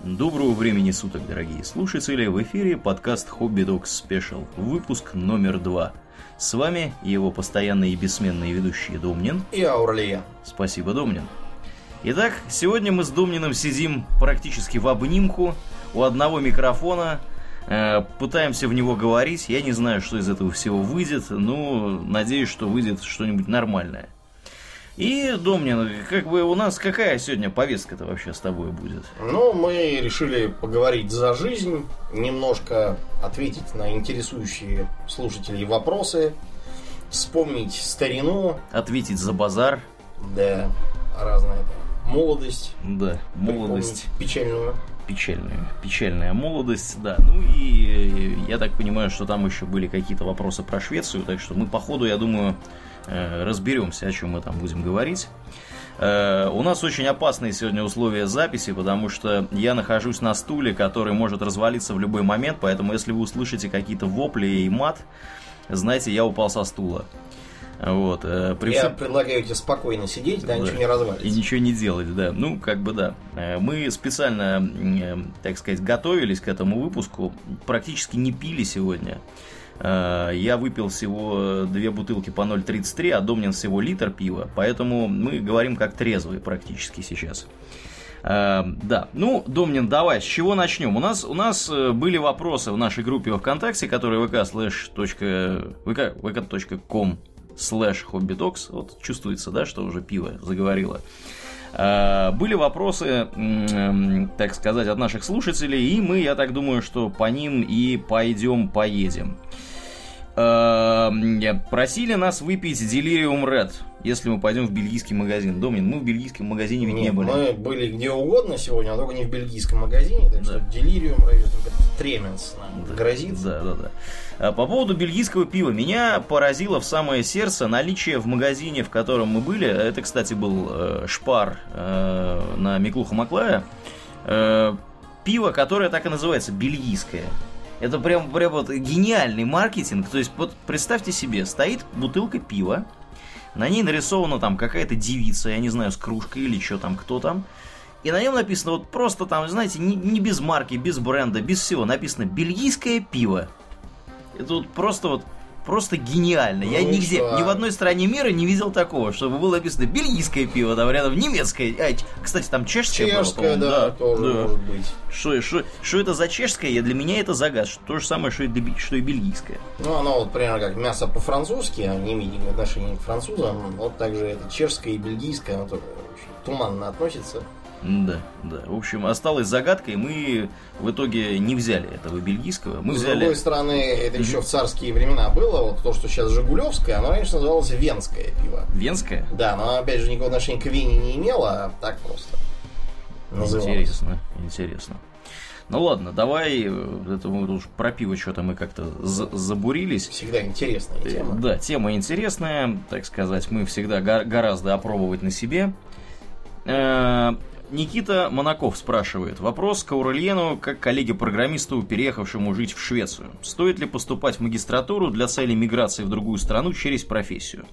Доброго времени суток, дорогие слушатели! В эфире подкаст Hobby Dogs Special, выпуск номер 2. С вами его постоянные и бессменные ведущие Домнин и Аурлия. Спасибо, Домнин. Итак, сегодня мы с Домниным сидим практически в обнимку у одного микрофона, пытаемся в него говорить. Я не знаю, что из этого всего выйдет, но надеюсь, что выйдет что-нибудь нормальное. И, Домнин, как бы у нас какая сегодня повестка-то вообще с тобой будет? Ну, мы решили поговорить за жизнь, немножко ответить на интересующие слушателей вопросы, вспомнить старину. Ответить за базар. Да, разная молодость. Да, молодость. Печальную. Печальная молодость, да. Ну и я так понимаю, что там еще были какие-то вопросы про Швецию, так что мы по ходу, я думаю, разберемся, о чем мы там будем говорить. У нас очень опасные сегодня условия записи, потому что я нахожусь на стуле, который может развалиться в любой момент, поэтому если вы услышите какие-то вопли и мат, знайте, я упал со стула. Вот, я предлагаю тебе спокойно сидеть, да, ничего не развалится. И ничего не делать, да. Ну, как бы да. Мы специально, так сказать, готовились к этому выпуску, практически не пили сегодня. Я выпил всего 2 бутылки по 0,33, а Домнин всего литр пива, поэтому мы говорим как трезвые практически сейчас. Да, ну, Домнин, давай, с чего начнем? У нас были вопросы в нашей группе во ВКонтакте, которая vk.com/hobbydogs. Вот чувствуется, да, что уже пиво заговорило. Были вопросы, так сказать, от наших слушателей, и мы, я так думаю, что по ним и поедем. Просили нас выпить Delirium Red, если мы пойдем в бельгийский магазин. Домнин, мы в бельгийском магазине ведь не были. Мы были где угодно сегодня, а только не в бельгийском магазине, так что Delirium Red, Тременс нам грозит. Да. По поводу бельгийского пива, меня поразило в самое сердце наличие в магазине, в котором мы были. Это, кстати, был Шпар на Миклуха-Маклая. Пиво, которое так и называется, бельгийское. Это прям вот гениальный маркетинг. То есть, вот представьте себе, стоит бутылка пива, на ней нарисована там какая-то девица, я не знаю, с кружкой или что там, кто там. И на нем написано вот просто там, знаете, не без марки, без бренда, без всего. Написано «бельгийское пиво». Это вот просто гениально. Я нигде, ни в одной стране мира не видел такого, чтобы было написано «бельгийское пиво», там рядом немецкое. Кстати, там чешское было, по-моему. Да, тоже может быть. Что это за чешское? Для меня это загадка. То же самое, что и бельгийское. Ну, оно вот примерно как мясо по-французски, а не имеет никакого отношения к французам. Вот также это чешское и бельгийское, оно тоже очень туманно относится. Да. В общем, осталась загадкой, мы в итоге не взяли этого бельгийского. С другой стороны, это еще в царские времена было. Вот то, что сейчас Жигулевское, оно раньше называлось венское пиво. Венское? Да, но опять же никакого отношения к Вене не имело, а так просто называлось. Интересно. Ну ладно, давай, это мы уж про пиво что-то мы как-то забурились. Всегда интересная тема. Да, тема интересная, так сказать, мы всегда гораздо опробовать на себе. Никита Монаков спрашивает. Вопрос к Аурельену, как коллеге-программисту, переехавшему жить в Швецию. Стоит ли поступать в магистратуру для цели миграции в другую страну через профессию?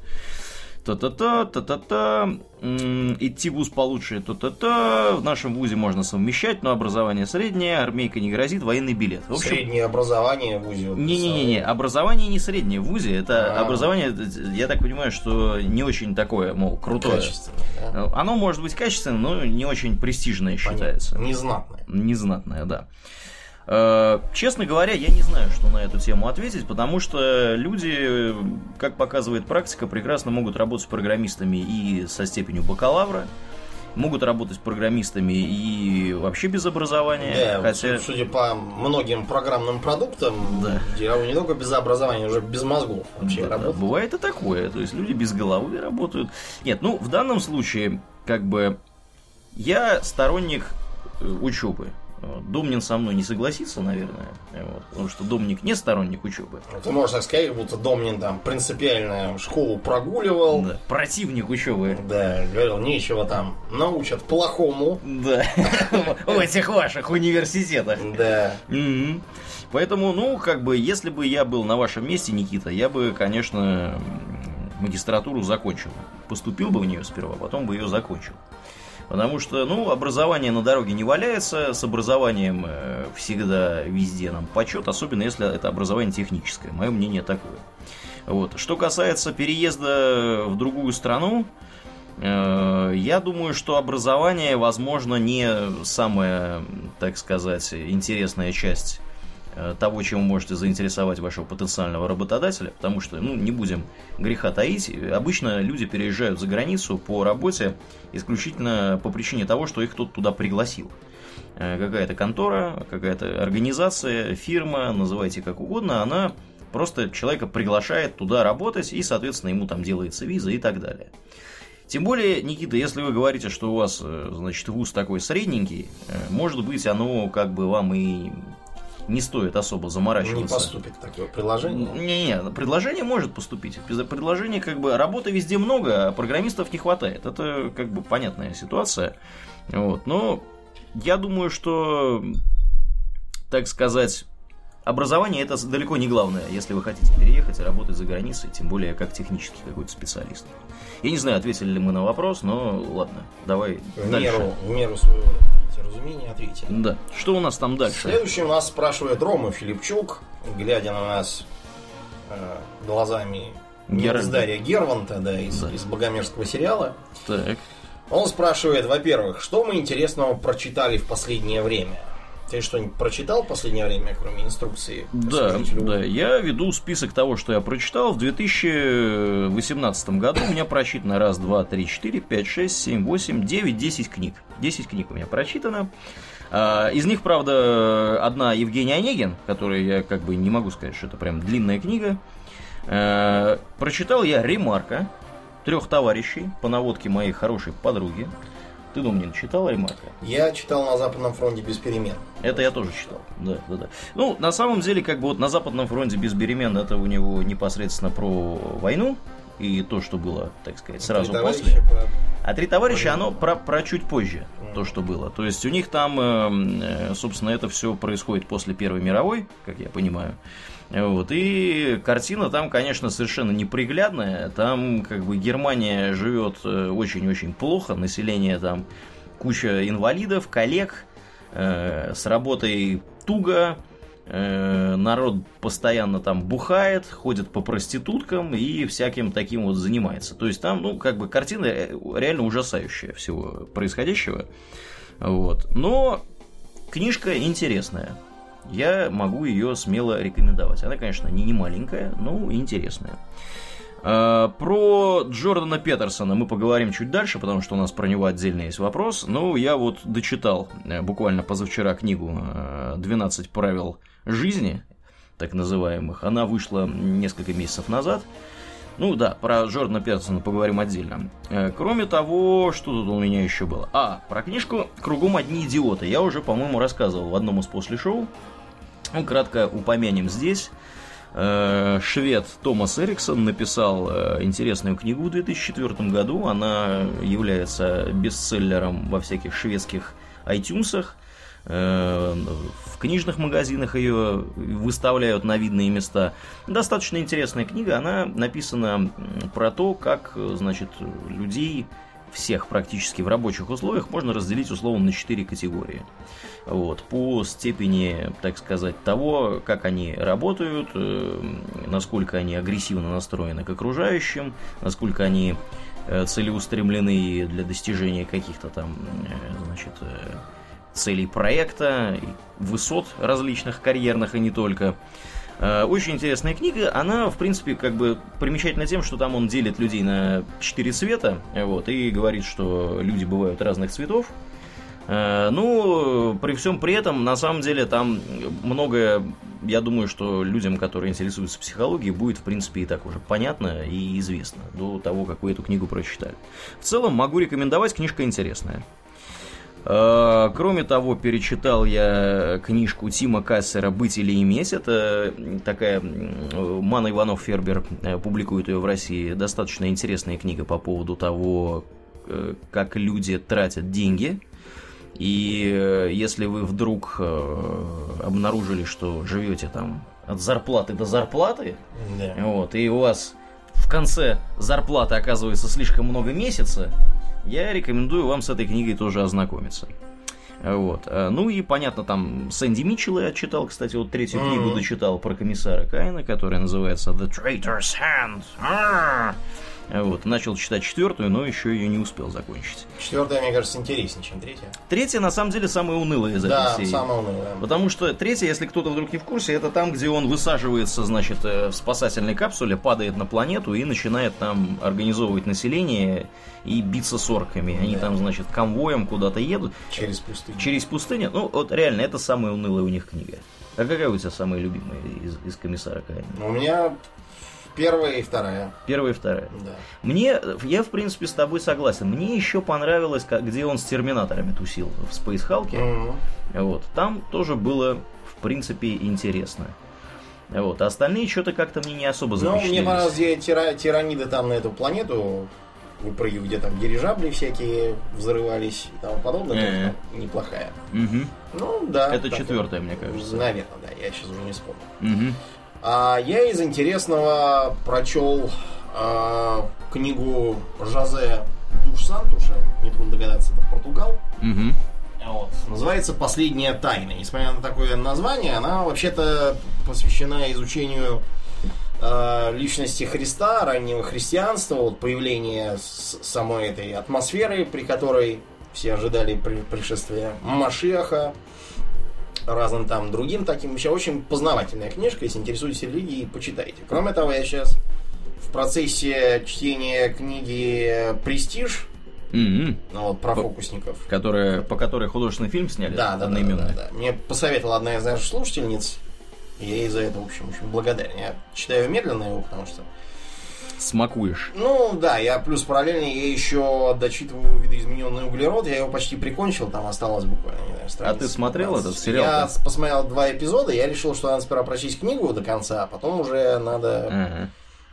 Идти в вуз получше, в нашем вузе можно совмещать, но образование среднее, армейка не грозит, военный билет. В общем, среднее образование в вузе? Не, образование не среднее в вузе, это образование, я так понимаю, что не очень такое, мол, крутое. Качественное, да? Оно может быть качественное, но не очень престижное считается. Незнатное, да. Честно говоря, я не знаю, что на эту тему ответить, потому что люди, как показывает практика, прекрасно могут работать программистами и со степенью бакалавра, могут работать программистами и вообще без образования. Да, судя по многим программным продуктам, не только без образования, уже без мозгов вообще работают. Да, бывает и такое, то есть люди без головы работают. Нет, в данном случае, как бы, я сторонник учебы. Домнин со мной не согласится, наверное, потому что Домник не сторонник учебы. Ты можешь так сказать, будто Домнин там принципиально школу прогуливал. Да, противник учебы. Да, говорил, нечего там, научат плохому. Да, в этих ваших университетах. Да. Поэтому, если бы я был на вашем месте, Никита, я бы, конечно, магистратуру закончил. Поступил бы в нее сперва, потом бы ее закончил. Потому что, образование на дороге не валяется, с образованием всегда везде нам почет, особенно если это образование техническое. Мое мнение такое. Вот. Что касается переезда в другую страну, я думаю, что образование, возможно, не самая, так сказать, интересная часть того, чем вы можете заинтересовать вашего потенциального работодателя, потому что, не будем греха таить, обычно люди переезжают за границу по работе исключительно по причине того, что их кто-то туда пригласил. Какая-то контора, какая-то организация, фирма, называйте как угодно, она просто человека приглашает туда работать, и, соответственно, ему там делается виза и так далее. Тем более, Никита, если вы говорите, что у вас, значит, вуз такой средненький, может быть, оно как бы вам и не стоит особо заморачиваться. Не поступит такое предложение? Не, предложение может поступить. Без предложения как бы работы везде много, а программистов не хватает. Это как бы понятная ситуация. Вот. Но я думаю, что, так сказать, образование это далеко не главное, если вы хотите переехать и работать за границей, тем более как технический какой-то специалист. Я не знаю, ответили ли мы на вопрос, но ладно, давай дальше. В меру своего разумения ответили. Да. Что у нас там дальше? Следующий у нас спрашивает Рома Филипчук, глядя на нас глазами Дарья Герванта, из богомерзкого сериала. Так. Он спрашивает, во-первых, что мы интересного прочитали в последнее время? Ты что-нибудь прочитал в последнее время, кроме инструкции? Да, я веду список того, что я прочитал. В 2018 году у меня прочитано 1, 2, 3, 4, 5, 6, 7, 8, 9, 10 книг. 10 книг у меня прочитано. Из них, правда, одна Евгений Онегин, которую я как бы не могу сказать, что это прям длинная книга. Прочитал я «Ремарка» 3 товарищей по наводке моей хорошей подруги. Ты, Домнин, читал «Ремарка»? Я читал «На Западном фронте без перемен». Это я тоже читал, да. На самом деле, как бы вот «На Западном фронте без перемен» это у него непосредственно про войну и то, что было, так сказать, сразу после. А «Три товарища», оно про чуть позже, то, что было. То есть у них там, собственно, это все происходит после Первой мировой, как я понимаю. Вот. И картина там, конечно, совершенно неприглядная. Там как бы Германия живет очень-очень плохо. Население там куча инвалидов, коллег, с работой туго. Народ постоянно там бухает, ходит по проституткам и всяким таким вот занимается. То есть там, как бы картина реально ужасающая всего происходящего. Вот. Но книжка интересная. Я могу ее смело рекомендовать. Она, конечно, не маленькая, но интересная. Про Джордана Петерсона мы поговорим чуть дальше, потому что у нас про него отдельно есть вопрос. Но я вот дочитал буквально позавчера книгу «12 правил жизни», так называемых. Она вышла несколько месяцев назад. Про Джордана Петерсона поговорим отдельно. Кроме того, что тут у меня еще было? Про книжку «Кругом одни идиоты». Я уже, по-моему, рассказывал в одном из после-шоу. Кратко упомянем здесь. Швед Томас Эриксон написал интересную книгу в 2004 году. Она является бестселлером во всяких шведских iTunes. В книжных магазинах ее выставляют на видные места. Достаточно интересная книга. Она написана про то, как, значит, людей всех практически в рабочих условиях можно разделить условно на 4 категории. Вот, по степени, так сказать, того, как они работают, насколько они агрессивно настроены к окружающим, насколько они целеустремлены для достижения каких-то там, значит, целей проекта, высот различных карьерных и не только. Очень интересная книга. Она, в принципе, как бы примечательна тем, что там он делит людей на 4 цвета, вот, и говорит, что люди бывают разных цветов. При всем при этом, на самом деле, там многое, я думаю, что людям, которые интересуются психологией, будет, в принципе, и так уже понятно и известно до того, как вы эту книгу прочитали. В целом, могу рекомендовать, книжка интересная. Кроме того, перечитал я книжку Тима Кассера «Быть или иметь». Это такая, Мана Иванов-Фербер публикует ее в России. Достаточно интересная книга по поводу того, как люди тратят деньги. И если вы вдруг обнаружили, что живете там от зарплаты до зарплаты, вот, и у вас в конце зарплаты оказывается слишком много месяца, я рекомендую вам с этой книгой тоже ознакомиться. Вот. Ну и, понятно, там Сэнди Митчелла я читал, кстати, вот третью книгу дочитал про комиссара Кайна, которая называется «The Traitor's Hand». Вот. Начал читать четвертую, но еще ее не успел закончить. Четвертая, мне кажется, интереснее, чем третья. Третья, на самом деле, самая унылая из этой серии. Да, самая унылая. Потому что третья, если кто-то вдруг не в курсе, это там, где он высаживается, значит, в спасательной капсуле, падает на планету и начинает там организовывать население и биться с орками. Они там, значит, конвоем куда-то едут. Через пустыню. Через пустыню. Ну, вот реально, это самая унылая у них книга. А какая у тебя самая любимая из комиссара Кайна? У меня... Первая и вторая. Первая и вторая. Да. Я, в принципе, с тобой согласен. Мне еще понравилось, где он с терминаторами тусил в Space Hulk. Вот. Там тоже было, в принципе, интересно. Вот. А остальные что-то как-то мне не особо запечатлелись. Ну, мне понравилось, где тираниды там на эту планету выпрыгивают, где там дирижабли всякие взрывались и тому подобное. Неплохая. Ну, да. Это четвертая, мне кажется. Наверное, да. Я сейчас уже не вспомню. А я из интересного прочел книгу Жозе Душ Сантуша, нетрудно догадаться, это Португал. Вот. Называется «Последняя тайна». Несмотря на такое название, она вообще-то посвящена изучению личности Христа, раннего христианства, вот появления самой этой атмосферы, при которой все ожидали пришествия Машиаха, разным там другим таким вещам. Очень познавательная книжка, если интересуетесь религией, почитайте. Кроме того, я сейчас в процессе чтения книги «Престиж», вот, про фокусников. По которой художественный фильм сняли? Да. Мне посоветовала одна из наших слушательниц, и я ей за это, в общем, очень благодарен. Я читаю медленно его, потому что... Смакуешь. Ну, да, я плюс параллельно я еще дочитываю «Видоизмененный углерод», я его почти прикончил, там осталось буквально, не знаю, страниц. А ты смотрел этот сериал? Я посмотрел 2 эпизода, я решил, что надо сперва прочесть книгу до конца, а потом уже надо,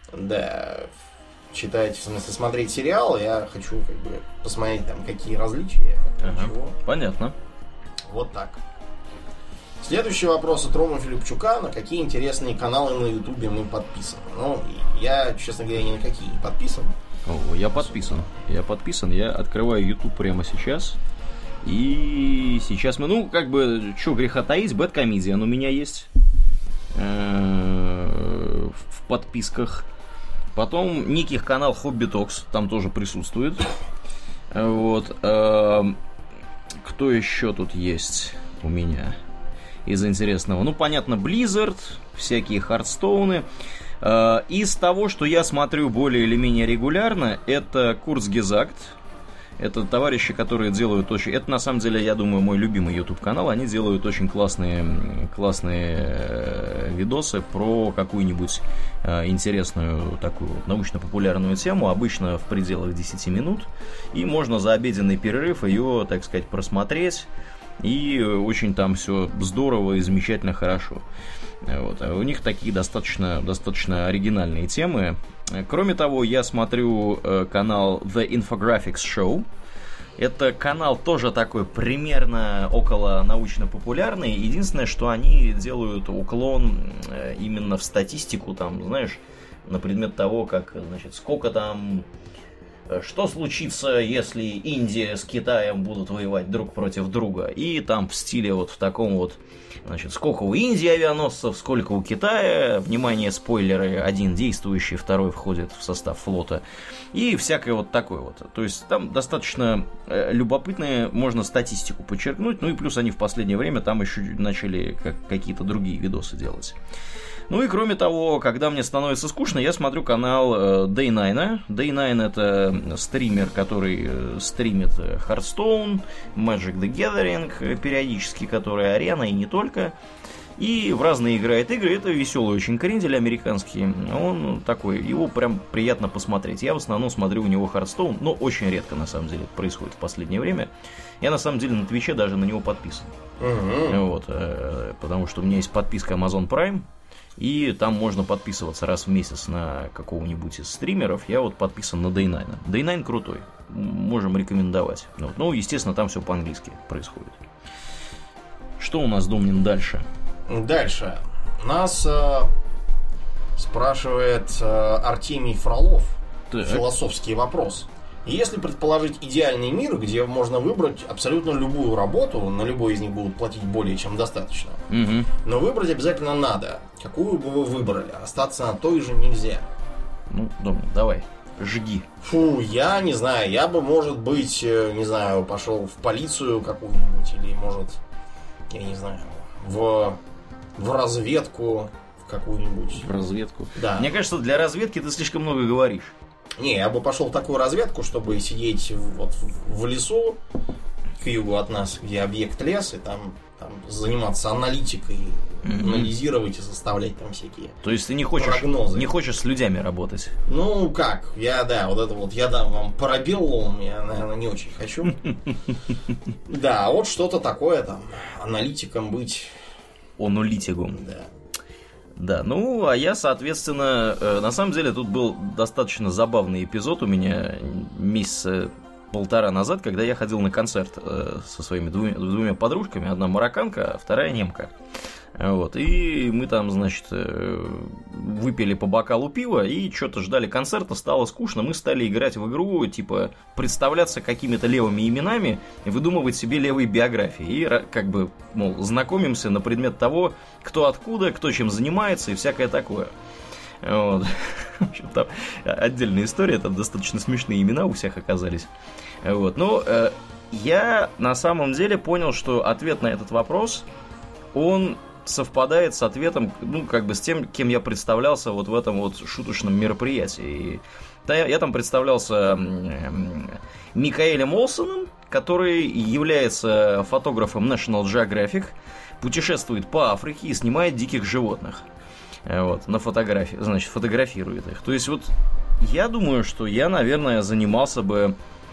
читать, в смысле, смотреть сериал. Я хочу, как бы, посмотреть там, какие различия, чего. Понятно. Вот так. Следующий вопрос от Ромы Филипчука. На какие интересные каналы на Ютубе мы подписаны? Ну, я, честно говоря, ни на какие не подписан. Я подписан. Я открываю YouTube прямо сейчас. И сейчас мы, что греха таить, Бэдкомедиан у меня есть в подписках. Потом неких канал Хобби Токс там тоже присутствует. Вот. Кто еще тут есть у меня из интересного? Ну, понятно, Blizzard, всякие Хардстоуны. Из того, что я смотрю более или менее регулярно, это Kurzgesagt. Это товарищи, которые делают очень... Это, на самом деле, я думаю, мой любимый YouTube-канал. Они делают очень классные видосы про какую-нибудь интересную такую научно-популярную тему. Обычно в пределах 10 минут. И можно за обеденный перерыв ее, так сказать, просмотреть. И очень там все здорово и замечательно хорошо. Вот. А у них такие достаточно оригинальные темы. Кроме того, я смотрю канал The Infographics Show. Это канал тоже такой примерно около научно-популярный. Единственное, что они делают уклон именно в статистику, там, знаешь, на предмет того, как, значит, сколько там... Что случится, если Индия с Китаем будут воевать друг против друга? И там в стиле вот в таком вот, значит, сколько у Индии авианосцев, сколько у Китая. Внимание, спойлеры, один действующий, второй входит в состав флота. И всякое вот такое вот. То есть там достаточно любопытные, можно статистику подчеркнуть. Ну и плюс они в последнее время там еще начали какие-то другие видосы делать. Ну и кроме того, когда мне становится скучно, я смотрю канал Day9. Day9 это стример, который стримит Hearthstone, Magic the Gathering периодически, который арена и не только. И в разные играет игры. Это веселый очень крендель американский. Он такой, его прям приятно посмотреть. Я в основном смотрю у него Hearthstone, но очень редко на самом деле происходит в последнее время. Я на самом деле на Твиче даже на него подписан. Вот, потому что у меня есть подписка Amazon Prime. И там можно подписываться раз в месяц на какого-нибудь из стримеров. Я вот подписан на Day9. Day9 крутой. Можем рекомендовать. Вот. Ну, естественно, там все по-английски происходит. Что у нас, Домнин, дальше? Дальше. Нас спрашивает Артемий Фролов. Так. Философский вопрос. Если предположить идеальный мир, где можно выбрать абсолютно любую работу, на любой из них будут платить более чем достаточно, но выбрать обязательно надо. Какую бы вы выбрали? Остаться на той же нельзя. Ну, давай, жги. Фу, я не знаю, я бы, может быть, не знаю, пошел в полицию какую-нибудь, или, может, я не знаю, в разведку какую-нибудь. В разведку? Да. Мне кажется, для разведки ты слишком много говоришь. Не, я бы пошел в такую разведку, чтобы сидеть вот в лесу, к югу от нас, где объект лес, и там заниматься аналитикой, анализировать и составлять там всякие То есть ты не хочешь, прогнозы. Не хочешь с людьми работать? Ну как, я дам вам парабеллум, я, наверное, не очень хочу. Да, вот что-то такое там, аналитиком быть. Аналитиком. Да. Да, ну, а я, соответственно, на самом деле тут был достаточно забавный эпизод у меня месяца полтора назад, когда я ходил на концерт со своими двумя подружками, одна марокканка, а вторая немка. Вот, и мы там, значит, выпили по бокалу пива и что-то ждали концерта, стало скучно, мы стали играть в игру, типа, представляться какими-то левыми именами и выдумывать себе левые биографии. И, как бы, мол, знакомимся на предмет того, кто откуда, кто чем занимается и всякое такое. Вот. В общем, там отдельная история, там достаточно смешные имена у всех оказались. Вот. Но я на самом деле понял, что ответ на этот вопрос, он совпадает с ответом, ну, как бы с тем, кем я представлялся вот в этом вот шуточном мероприятии. Я там представлялся Микаэлем Олсоном, который является фотографом National Geographic, путешествует по Африке и снимает диких животных. Вот, на фотографии, значит, фотографирует их. То есть вот я думаю, что я, наверное, занимался бы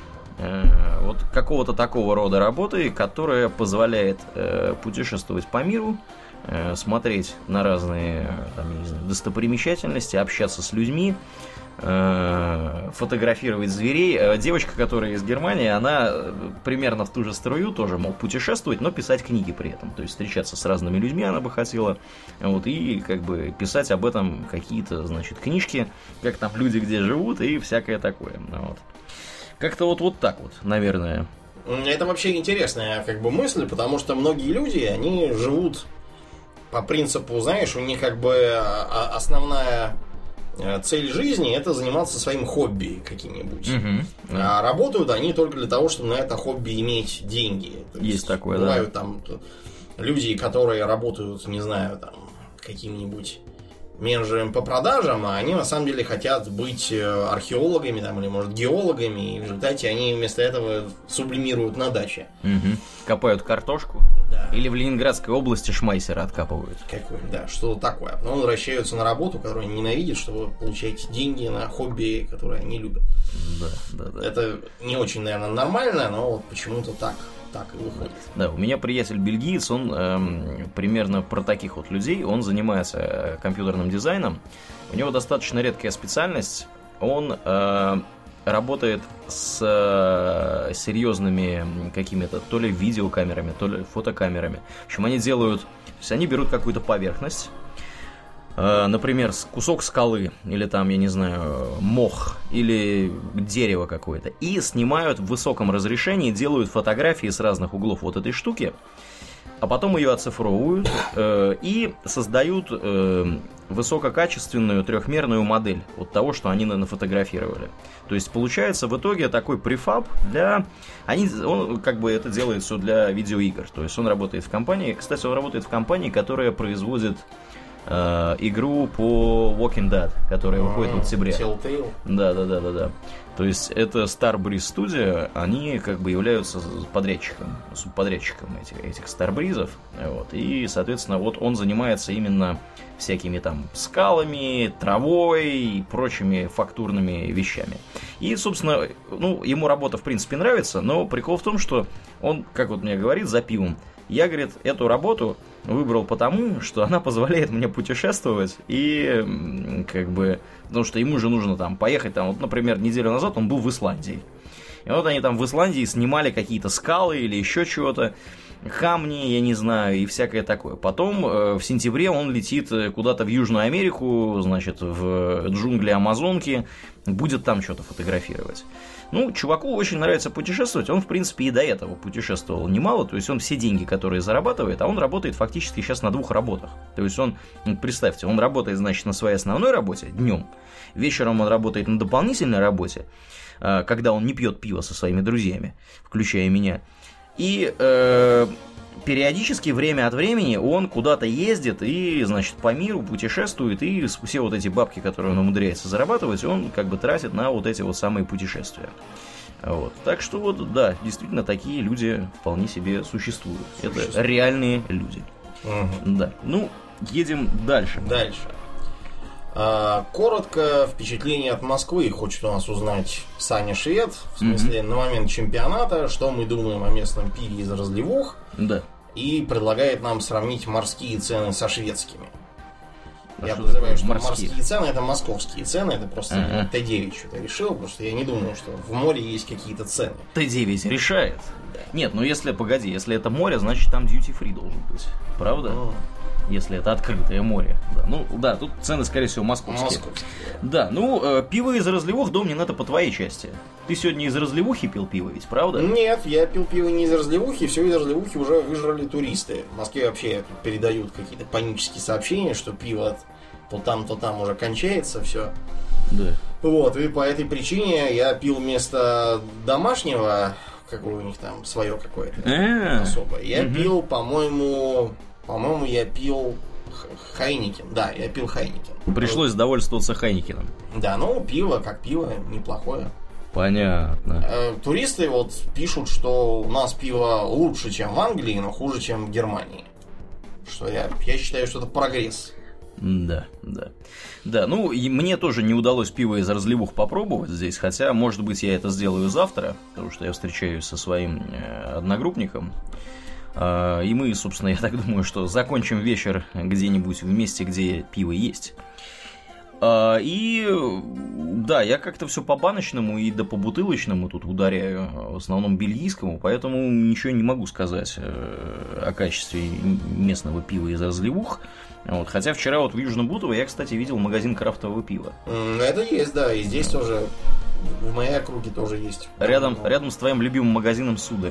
вот какого-то такого рода работой, которая позволяет путешествовать по миру, смотреть на разные там, не знаю, достопримечательности, общаться с людьми, фотографировать зверей. Девочка, которая из Германии, она примерно в ту же струю тоже, мол, путешествовать, но писать книги при этом. То есть встречаться с разными людьми она бы хотела. Вот, и как бы писать об этом какие-то, значит, книжки, как там люди где живут и всякое такое. Вот. Как-то вот так вот, наверное. Это вообще интересная как бы мысль, потому что многие люди, они живут по принципу, знаешь, у них как бы основная цель жизни — это заниматься своим хобби каким-нибудь. А работают они только для того, чтобы на это хобби иметь деньги. Есть такое, бывают там люди, которые работают, не знаю, там, каким-нибудь менеджером по продажам, а они на самом деле хотят быть археологами там, или, может, геологами, и в результате они вместо этого сублимируют на даче. Копают картошку. Да. Или в Ленинградской области шмайсера откапывают. Да, что-то такое. Потом возвращаются на работу, которую они ненавидят, чтобы получать деньги на хобби, которые они любят. Да. Это не очень, наверное, нормально, но вот почему-то так и выходит. Да, у меня приятель бельгиец, он примерно про таких вот людей, он занимается компьютерным дизайном, у него достаточно редкая специальность, он работает с серьезными какими-то то ли видеокамерами, то ли фотокамерами. В общем, они делают, то есть они берут какую-то поверхность, например, кусок скалы, или там, я не знаю, мох, или дерево какое-то, и снимают в высоком разрешении, делают фотографии с разных углов вот этой штуки, а потом ее оцифровывают и создают высококачественную трехмерную модель от того, что они нафотографировали. То есть получается в итоге такой префаб для... Он как бы это делает все для видеоигр. То есть он работает в компании... Кстати, он работает в компании, которая производит игру по Walking Dead, которая выходит в октябре. Telltale. Да. То есть это Starbreeze Studio, они как бы являются субподрядчиком этих Starbreeze'ов. Вот. И, соответственно, вот он занимается именно всякими там скалами, травой и прочими фактурными вещами. И, собственно, ему работа в принципе нравится, но прикол в том, что он, как вот мне говорит, за пивом, я, говорит, эту работу выбрал потому, что она позволяет мне путешествовать и как бы, потому что ему же нужно там поехать, там, вот, например, неделю назад он был в Исландии. И вот они там в Исландии снимали какие-то скалы или еще чего-то. камни, я не знаю, и всякое такое. Потом в сентябре он летит куда-то в Южную Америку, значит, в джунгли Амазонки, будет там что-то фотографировать. Ну, чуваку очень нравится путешествовать, он, в принципе, и до этого путешествовал немало, то есть он все деньги, которые зарабатывает, а он работает фактически сейчас на 2 работах. То есть он, представьте, он работает, значит, на своей основной работе днем, вечером он работает на дополнительной работе, когда он не пьет пиво со своими друзьями, включая меня, и периодически, время от времени, он куда-то ездит и, значит, по миру путешествует, и все вот эти бабки, которые он умудряется зарабатывать, он как бы тратит на вот эти вот самые путешествия. Вот. Так что вот, да, действительно, такие люди вполне себе существуют. Это реальные люди. Угу. Да. Ну, едем дальше. Коротко, впечатление от Москвы хочет у нас узнать Саня Швед. В смысле, на момент чемпионата, что мы думаем о местном пиве из разливух. Да. И предлагает нам сравнить морские цены со шведскими. Я подозреваю, что морские цены — это московские цены. Это просто Т9 что-то решил, потому что я не думаю, что в море есть какие-то цены. Т9 решает? Да. Нет, ну если это море, значит там duty-free должен быть. Правда? Если это открытое море. Да. Ну да, тут цены, скорее всего, московские. Да, ну, пиво из разливух, Домнин, это по твоей части. Ты сегодня из разливухи пил пиво ведь, правда? Нет, я пил пиво не из разливухи, все из разливухи уже выжрали туристы. В Москве вообще передают какие-то панические сообщения, что пиво то там уже кончается, все. Да. Вот, и по этой причине я пил вместо домашнего, какое у них там свое какое-то особое. Я пил, по-моему, я пил Хайникен. Да, я пил Хайникен. Пришлось довольствоваться Хайникеном. Да, ну, пиво, как пиво, неплохое. Понятно. Туристы вот пишут, что у нас пиво лучше, чем в Англии, но хуже, чем в Германии. Что я считаю, что это прогресс. Да. Ну, и мне тоже не удалось пиво из разливух попробовать здесь, хотя, может быть, я это сделаю завтра, потому что я встречаюсь со своим одногруппником. И мы, собственно, я так думаю, что закончим вечер где-нибудь в месте, где пиво есть. И да, я как-то все по баночному и да по бутылочному тут ударяю, в основном бельгийскому, поэтому ничего не могу сказать о качестве местного пива из разливух. Вот, хотя вчера вот в Южном Бутово я, кстати, видел магазин крафтового пива. Это есть, да, и здесь тоже, в моей округе тоже есть. Рядом с твоим любимым магазином «Сударь».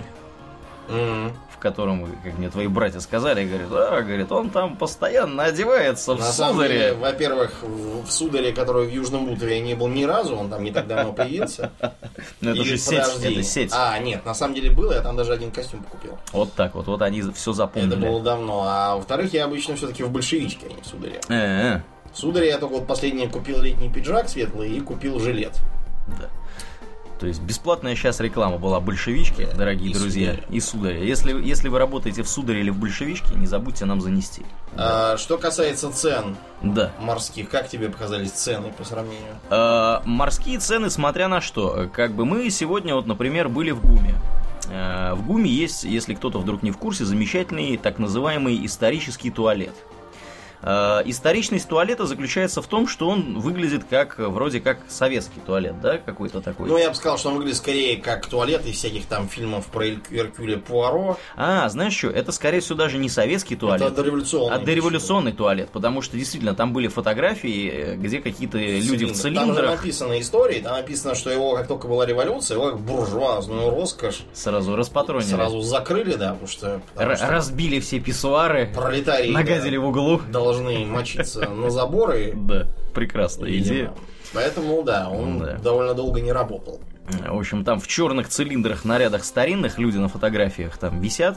В котором, как мне твои братья сказали, говорит, он там постоянно одевается в Сударе. На самом деле, во-первых, в Сударе, который в Южном Бутове, я не был ни разу, он там не так давно появился. Ну это же сеть. Нет, на самом деле было, я там даже один костюм купил. Вот так вот они все запомнили. Это было давно. А во-вторых, я обычно все-таки в большевичке, а не в Сударе. В Сударе я только вот последнее купил летний пиджак светлый и купил жилет. Да. То есть бесплатная сейчас реклама была большевички, дорогие друзья, и Сударе. Если вы работаете в Сударе или в большевичке, не забудьте нам занести. Что касается цен морских, как тебе показались цены по сравнению? Морские цены, смотря на что. Как бы мы сегодня, вот, например, были в ГУМе. В ГУМе есть, если кто-то вдруг не в курсе, замечательный так называемый исторический туалет. Историчность туалета заключается в том, что он выглядит вроде как советский туалет, да, какой-то такой. Ну, я бы сказал, что он выглядит скорее как туалет из всяких там фильмов про Эркюля Пуаро. Знаешь что, это скорее всего даже не советский туалет, это дореволюционный. А дореволюционный туалет, потому что действительно там были фотографии, где какие-то люди в цилиндрах. Там же написано истории, там написано, что его, как только была революция, его как буржуазную роскошь сразу распатронили. Сразу закрыли, да, потому что разбили все писсуары, пролетарии нагадили в углу. Должны мочиться на заборы. Да, прекрасная идея. Поэтому, да, он довольно долго не работал. В общем, там в черных цилиндрах, нарядах старинных люди на фотографиях там висят.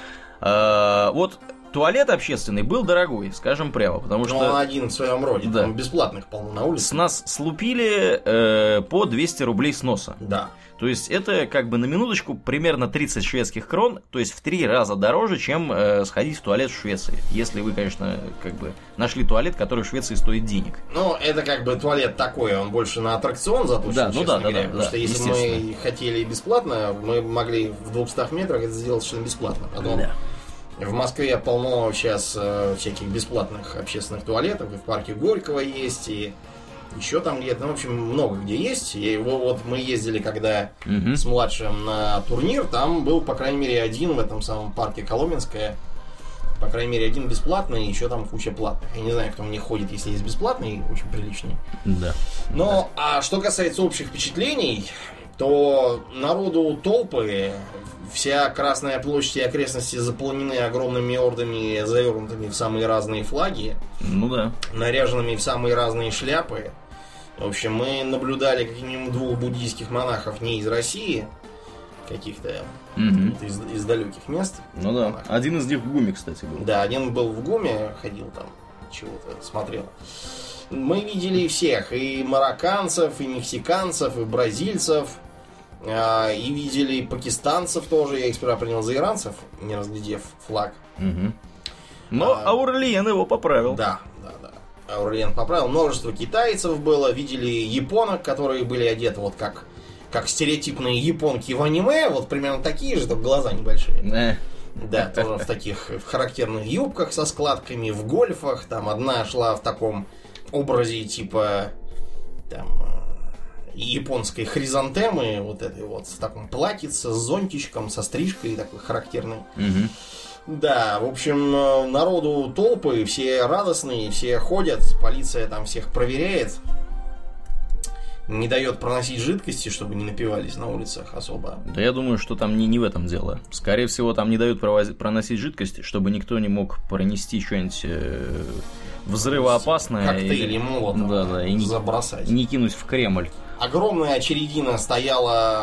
Вот туалет общественный был дорогой, скажем прямо, потому что... он один в своем роде, там бесплатных полно на улице. С нас слупили по 200 рублей с носа. Да. То есть это как бы на минуточку примерно 30 шведских крон, то есть в 3 раза дороже, чем сходить в туалет в Швеции. Если вы, конечно, как бы нашли туалет, который в Швеции стоит денег. Ну, это как бы туалет такой, он больше на аттракцион заточен, честно говоря. Потому что если мы хотели бесплатно, мы могли в 200 метрах это сделать совершенно бесплатно. Потом в Москве полно сейчас всяких бесплатных общественных туалетов, и в парке Горького есть, и Еще там где-то, в общем, много где есть. Вот мы ездили, когда с младшим на турнир, там был, по крайней мере, один в этом самом парке Коломенское. По крайней мере, один бесплатный, еще там куча платных. Я не знаю, кто мне ходит, если есть бесплатный, очень приличный. Да. Но, а что касается общих впечатлений, то народу толпы, вся Красная площадь и окрестности заполнены огромными ордами, завернутыми в самые разные флаги. Ну да. Наряженными в самые разные шляпы. В общем, мы наблюдали как минимум 2 буддийских монахов не из России, каких-то из далеких мест. Ну да. Монахов. Один из них в ГУМе, кстати, был. Да, один был в ГУМе, ходил там, чего-то смотрел. Мы видели всех, и марокканцев, и мексиканцев, и бразильцев, и видели пакистанцев тоже. Я их сперва принял за иранцев, не разглядев флаг. Но Аурлиен его поправил. Да. Аурлиен поправил. Множество китайцев было. Видели японок, которые были одеты вот как стереотипные японки в аниме. Вот примерно такие же, только глаза небольшие. Да, тоже в таких характерных юбках со складками, в гольфах. Там одна шла в таком образе типа там японской хризантемы, вот этой вот, в таком платьице с зонтичком, со стрижкой такой характерной. Да, в общем, народу толпы, все радостные, все ходят, полиция там всех проверяет, не дает проносить жидкости, чтобы не напивались на улицах особо. Да я думаю, что там не в этом дело. Скорее всего, там не дают проносить жидкости, чтобы никто не мог пронести что-нибудь взрывоопасное. Коктейли молотова и забросать. Не кинуть в Кремль. Огромная очередина стояла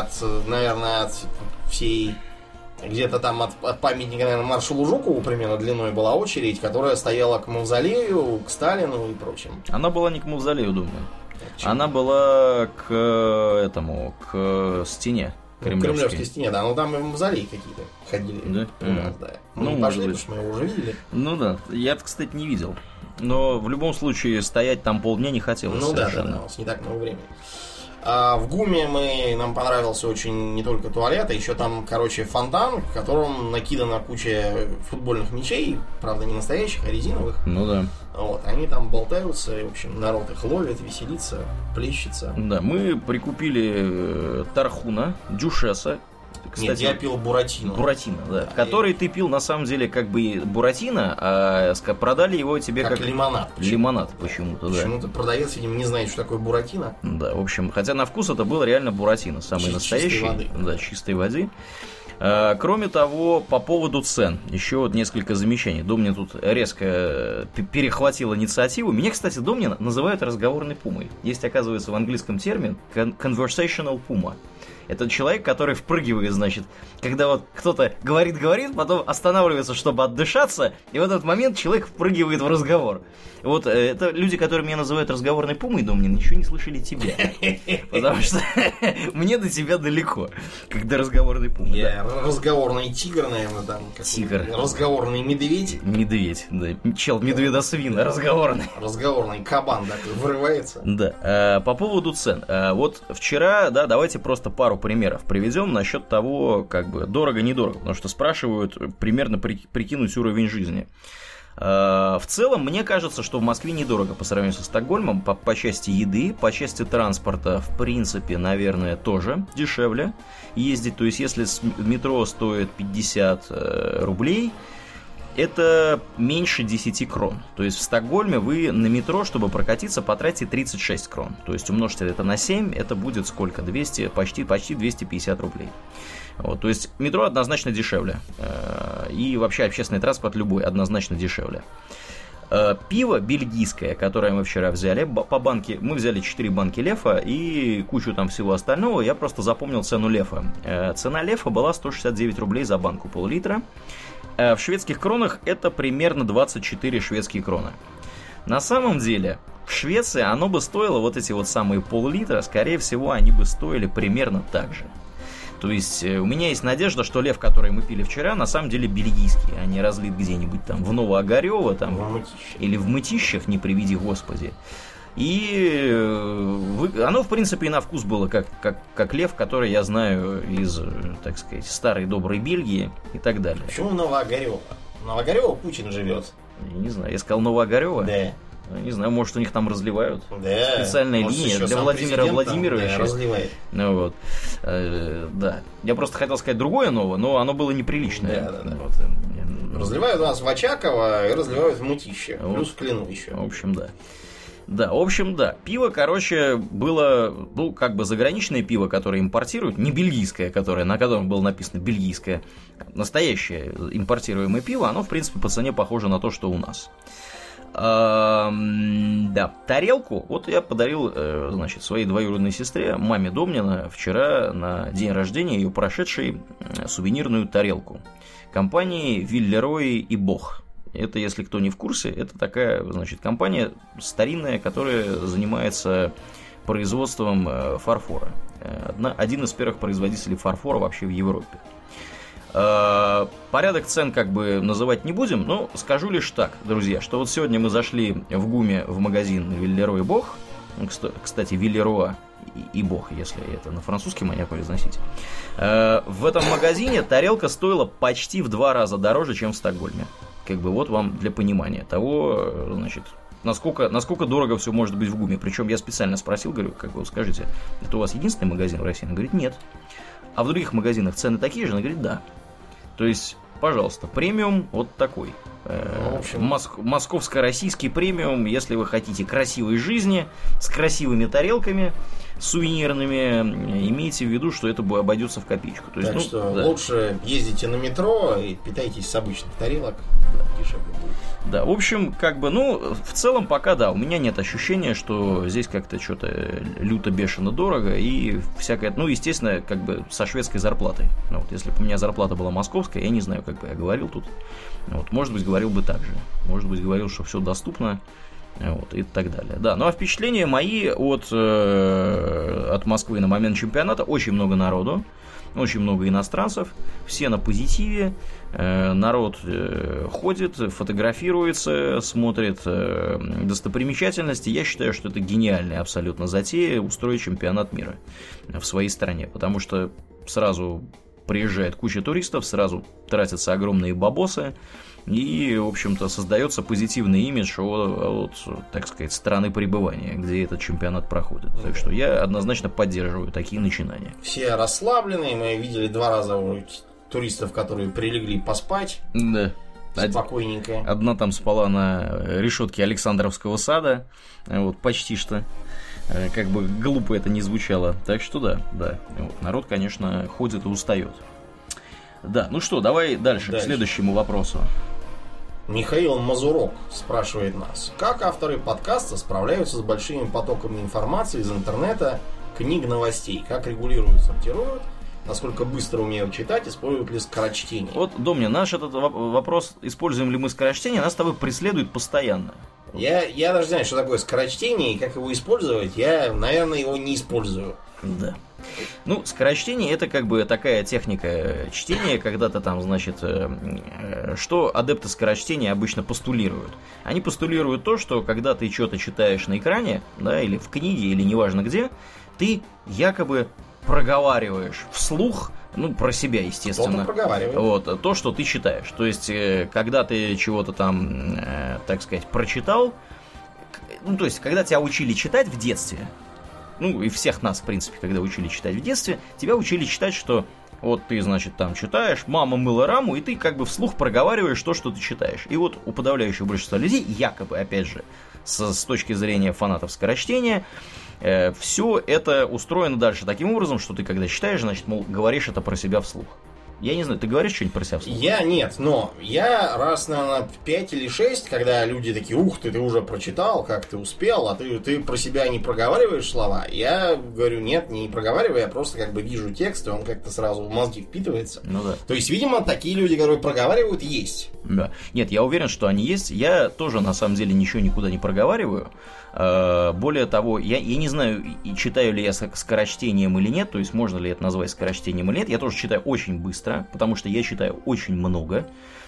от всей... Где-то там от памятника, наверное, маршалу Жукову примерно длиной была очередь, которая стояла к мавзолею, к Сталину и прочим. Она была не к мавзолею, думаю. Она была к стене. Кремлевской стене, да. Ну там и в мавзолей какие-то ходили. Да? Да. Мы пошли, потому что мы его уже видели. Ну да. Я, кстати, не видел. Но в любом случае стоять там полдня не хотелось. Ну совершенно. Да, у нас не так много времени. А в ГУМе нам понравился очень не только туалет, а еще там, фонтан, в котором накидана куча футбольных мячей, правда, не настоящих, а резиновых. Ну да. Вот, они там болтаются, и, в общем, народ их ловит, веселится, плещется. Да, мы прикупили тархуна, дюшеса. Кстати, нет, я пил буратино. Буратино, да. Который ты пил, на самом деле, как бы буратино, а продали его тебе как лимонад. Лимонад почему-то, да. Почему-то продавец, видимо, не знает, что такое буратино. Да, в общем, хотя на вкус это был реально буратино, самый настоящий. Чистой воды. Да, чистой воды. Кроме того, по поводу цен, еще вот несколько замечаний. Домнин тут резко перехватил инициативу. Меня, кстати, Домнин называют разговорной пумой. Есть, оказывается, в английском термин conversational puma. Это человек, который впрыгивает, значит, когда вот кто-то говорит, потом останавливается, чтобы отдышаться, и в этот момент человек впрыгивает в разговор. Вот это люди, которые меня называют разговорной пумой, Домнин, ничего не слышали тебя. Потому что мне до тебя далеко, как до разговорной пумы. Я разговорный тигр, наверное, там. Тигр. Разговорный медведь. Медведь, да. Чел, медведосвин, разговорный. Разговорный кабан такой вырывается. Да. По поводу цен. Вот вчера, да, давайте просто пару примеров приведем насчет того, как бы дорого-недорого, потому что спрашивают примерно прикинуть уровень жизни. В целом, мне кажется, что в Москве недорого по сравнению со Стокгольмом по части еды, по части транспорта, в принципе, наверное, тоже дешевле ездить. То есть, если метро стоит 50 рублей, это меньше 10 крон. То есть в Стокгольме вы на метро, чтобы прокатиться, потратите 36 крон. То есть умножьте это на 7, это будет сколько? 200, почти 250 рублей. Вот, то есть метро однозначно дешевле. И вообще общественный транспорт любой однозначно дешевле. Пиво бельгийское, которое мы вчера взяли по банке, мы взяли 4 банки Лефа и кучу там всего остального. Я просто запомнил цену Лефа. Цена Лефа была 169 рублей за банку пол-литра. В шведских кронах это примерно 24 шведские кроны. На самом деле, в Швеции оно бы стоило, вот эти вот самые пол-литра, скорее всего, они бы стоили примерно так же. То есть, у меня есть надежда, что Лев, который мы пили вчера, на самом деле бельгийский, а не разлит где-нибудь там в Новоогарево, там, или в Мытищах, не приведи Господи. И оно, в принципе, и на вкус было как Лев, который я знаю из, так сказать, старой доброй Бельгии и так далее. Почему Новоогарево? Новоогарево Путин живет. Я не знаю, я сказал Новоогарево? Да. Не знаю, может, у них там разливают. Да. Специальная линия для Владимира Владимировича. Да, разливает. Ну, вот. Да. Я просто хотел сказать другое новое, но оно было неприличное. Да. Вот. Разливают у нас в Очаково и разливают в Мытище. Вот. Плюс в Клину еще. В общем, да. Да, в общем, да. Пиво, короче, было, ну, как бы заграничное пиво, которое импортируют, не бельгийское, которое, на котором было написано бельгийское, настоящее импортируемое пиво, оно, в принципе, по цене похоже на то, что у нас. Да, тарелку, вот я подарил, значит, своей двоюродной сестре, маме Домнина, вчера на день рождения ее прошедшей сувенирную тарелку компании Виллерой и Бох. Это, если кто не в курсе, это такая, значит, компания старинная, которая занимается производством фарфора. Один из первых производителей фарфора вообще в Европе. Порядок цен как бы называть не будем, но скажу лишь так, друзья, что вот сегодня мы зашли в ГУМе в магазин Виллеро и Бох. Кстати, Виллероа и Бог, если это на французский манер произносить. В этом магазине тарелка стоила почти в 2 раза дороже, чем в Стокгольме. Как бы вот вам для понимания того, значит, насколько дорого все может быть в ГУМе. Причем я специально спросил, говорю, как вы скажите, это у вас единственный магазин в России? Он говорит, нет. А в других магазинах цены такие же? Он говорит, да. То есть, пожалуйста, премиум вот такой. В общем, московско-российский премиум, если вы хотите красивой жизни, с красивыми тарелками, сувенирными, имейте в виду, что это обойдется в копеечку. То есть, так что да. Лучше ездите на метро и питайтесь с обычных тарелок, дешевле будет. Да, в общем, как бы, ну, в целом пока да, у меня нет ощущения, что здесь как-то что-то люто-бешено дорого и всякое, ну, естественно, как бы со шведской зарплатой. Ну, вот, если бы у меня зарплата была московская, я не знаю, как бы я говорил тут, вот, может быть, говорил бы так же, может быть, говорил, что все доступно, вот, и так далее. Да, ну, а впечатления мои от Москвы на момент чемпионата: очень много народу, очень много иностранцев, все на позитиве, народ ходит, фотографируется, смотрит достопримечательности. Я считаю, что это гениальная абсолютно затея устроить чемпионат мира в своей стране, потому что сразу приезжает куча туристов, сразу тратятся огромные бабосы, и, в общем-то, создается позитивный имидж от, так сказать, страны пребывания, где этот чемпионат проходит. Так что я однозначно поддерживаю такие начинания. Все расслабленные, мы видели 2 раза туристов, которые прилегли поспать. Да. Спокойненько. Одна там спала на решетке Александровского сада, вот, почти что. Как бы глупо это не звучало. Так что да. Вот, народ, конечно, ходит и устает. Да, ну что, давай дальше. К следующему вопросу. Михаил Мазурок спрашивает нас: как авторы подкаста справляются с большими потоками информации из интернета, книг, новостей? Как регулируют, сортируют? Насколько быстро умеют читать? Используют ли скорочтение? Вот, Домнин, наш этот вопрос, используем ли мы скорочтение, нас с тобой преследует постоянно. Я даже знаю, что такое скорочтение и как его использовать. Я, наверное, его не использую. Да. Ну, скорочтение — это как бы такая техника чтения, когда-то там, значит, что адепты скорочтения обычно постулируют. Они постулируют то, что когда ты что-то читаешь на экране, да, или в книге, или неважно где, ты якобы проговариваешь вслух, ну, про себя, естественно, вот, то, что ты читаешь. То есть, когда ты чего-то там, так сказать, прочитал, ну, то есть, когда тебя учили читать в детстве, ну, и всех нас, в принципе, когда учили читать в детстве, тебя учили читать, что вот ты, значит, там читаешь, мама мыла раму, и ты как бы вслух проговариваешь то, что ты читаешь. И вот у подавляющего большинства людей, якобы, опять же, с точки зрения фанатов скорочтения, все это устроено дальше таким образом, что ты, когда читаешь, значит, мол, говоришь это про себя вслух. Я не знаю, ты говоришь что-нибудь про себя вслух? Я нет, но я раз, наверное, 5 или 6, когда люди такие: ух ты уже прочитал, как ты успел, а ты про себя не проговариваешь слова. Я говорю: нет, не проговариваю, я просто как бы вижу текст, и он как-то сразу в мозги впитывается. Ну да. То есть, видимо, такие люди, которые проговаривают, есть. Да. Нет, я уверен, что они есть. Я тоже, на самом деле, ничего никуда не проговариваю. Более того, я не знаю, читаю ли я скорочтением или нет, то есть можно ли это назвать скорочтением или нет. Я тоже читаю очень быстро, потому что я читаю очень много.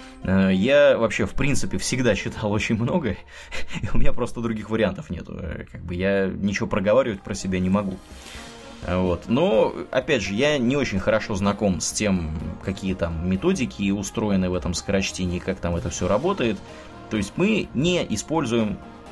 Я вообще, в принципе, всегда читал очень много, и у меня просто других вариантов нету. Как бы я ничего проговаривать про себя не могу. Вот. Но, опять же, я не очень хорошо знаком с тем, какие там методики устроены в этом скорочтении, как там это все работает. То есть мы не используем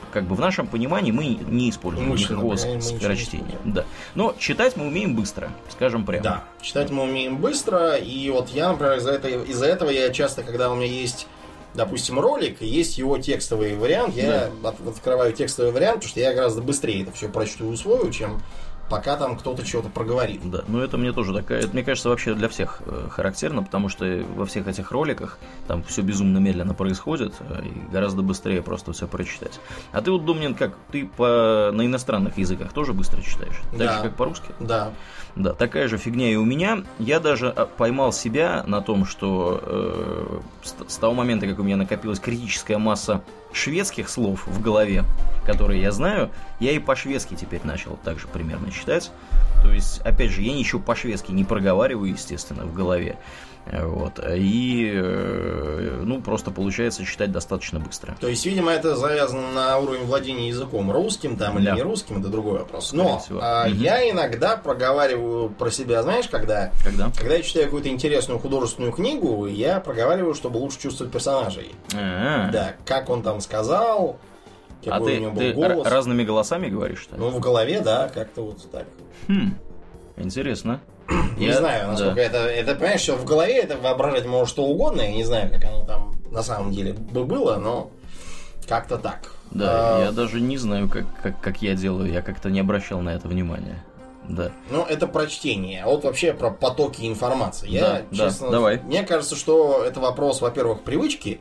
как бы в нашем понимании мы не используем никакого скорочтения. Да. Но читать мы умеем быстро, скажем прямо. Да, читать мы умеем быстро, и вот я, например, из-за этого я часто, когда у меня есть, допустим, ролик, есть его текстовый вариант, я открываю текстовый вариант, потому что я гораздо быстрее это все прочту и усвою, чем пока там кто-то чего-то проговорит. Да, но это мне тоже такая, это, мне кажется, вообще для всех характерно, потому что во всех этих роликах там все безумно медленно происходит, и гораздо быстрее просто все прочитать. А ты вот, Домнин, как, ты на иностранных языках тоже быстро читаешь? Так же, как по-русски? Да. Да, такая же фигня и у меня. Я даже поймал себя на том, что с того момента, как у меня накопилась критическая масса шведских слов в голове, которые я знаю, я и по-шведски теперь начал также примерно читать. То есть, опять же, я ничего по-шведски не проговариваю, естественно, в голове. Вот. И, ну, просто получается читать достаточно быстро. То есть, видимо, это завязано на уровень владения языком. Русским там или не русским, это другой вопрос. Но я иногда проговариваю про себя, знаешь, когда? Когда я читаю какую-то интересную художественную книгу, я проговариваю, чтобы лучше чувствовать персонажей. Да, как он там сказал, какой у него был голос. Разными голосами говоришь, что ли? Ну, в голове, да, как-то вот так. Интересно. Не знаю, насколько это, понимаешь, что в голове это воображать может что угодно. Я не знаю, как оно там на самом деле бы было, но как-то так. Да, я даже не знаю, как я делаю. Я как-то не обращал на это внимания. Да. Ну, это про чтение. А вот вообще про потоки информации. Я, честно, давай. Мне кажется, что это вопрос, во-первых, привычки.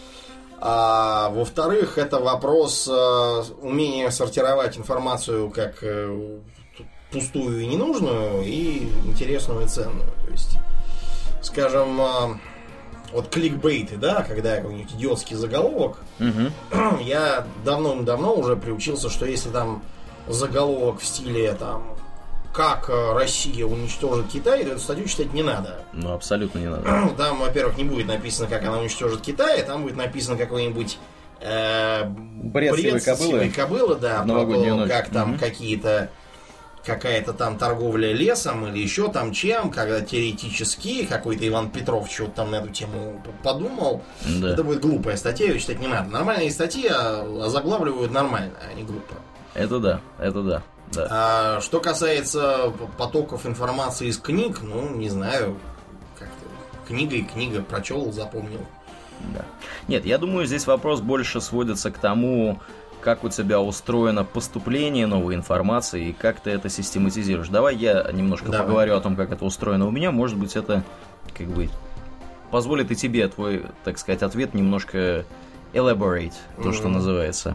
А во-вторых, это вопрос умения сортировать информацию как пустую и ненужную, и интересную и ценную. То есть, скажем, вот кликбейты, да, когда какой-нибудь идиотский заголовок, я давно уже приучился, что если там заголовок в стиле там «Как Россия уничтожит Китай», то эту статью читать не надо. Ну, абсолютно не надо. Там, во-первых, не будет написано, как она уничтожит Китай, там будет написано какой-нибудь бред сивой кобылы, да, про то, как там какая-то там торговля лесом или еще там чем, когда теоретически какой-то Иван Петров что-то там на эту тему подумал. Да. Это будет глупая статья, ее читать не надо. Нормальные статьи озаглавливают нормально, а не глупо. Это да. Да. А что касается потоков информации из книг, ну, не знаю, как-то книга прочел, запомнил. Да. Нет, я думаю, здесь вопрос больше сводится к тому, как у тебя устроено поступление новой информации и как ты это систематизируешь. Давай я немножко поговорю о том, как это устроено у меня. Может быть, это как бы позволит и тебе твой, так сказать, ответ немножко elaborate, то, что называется.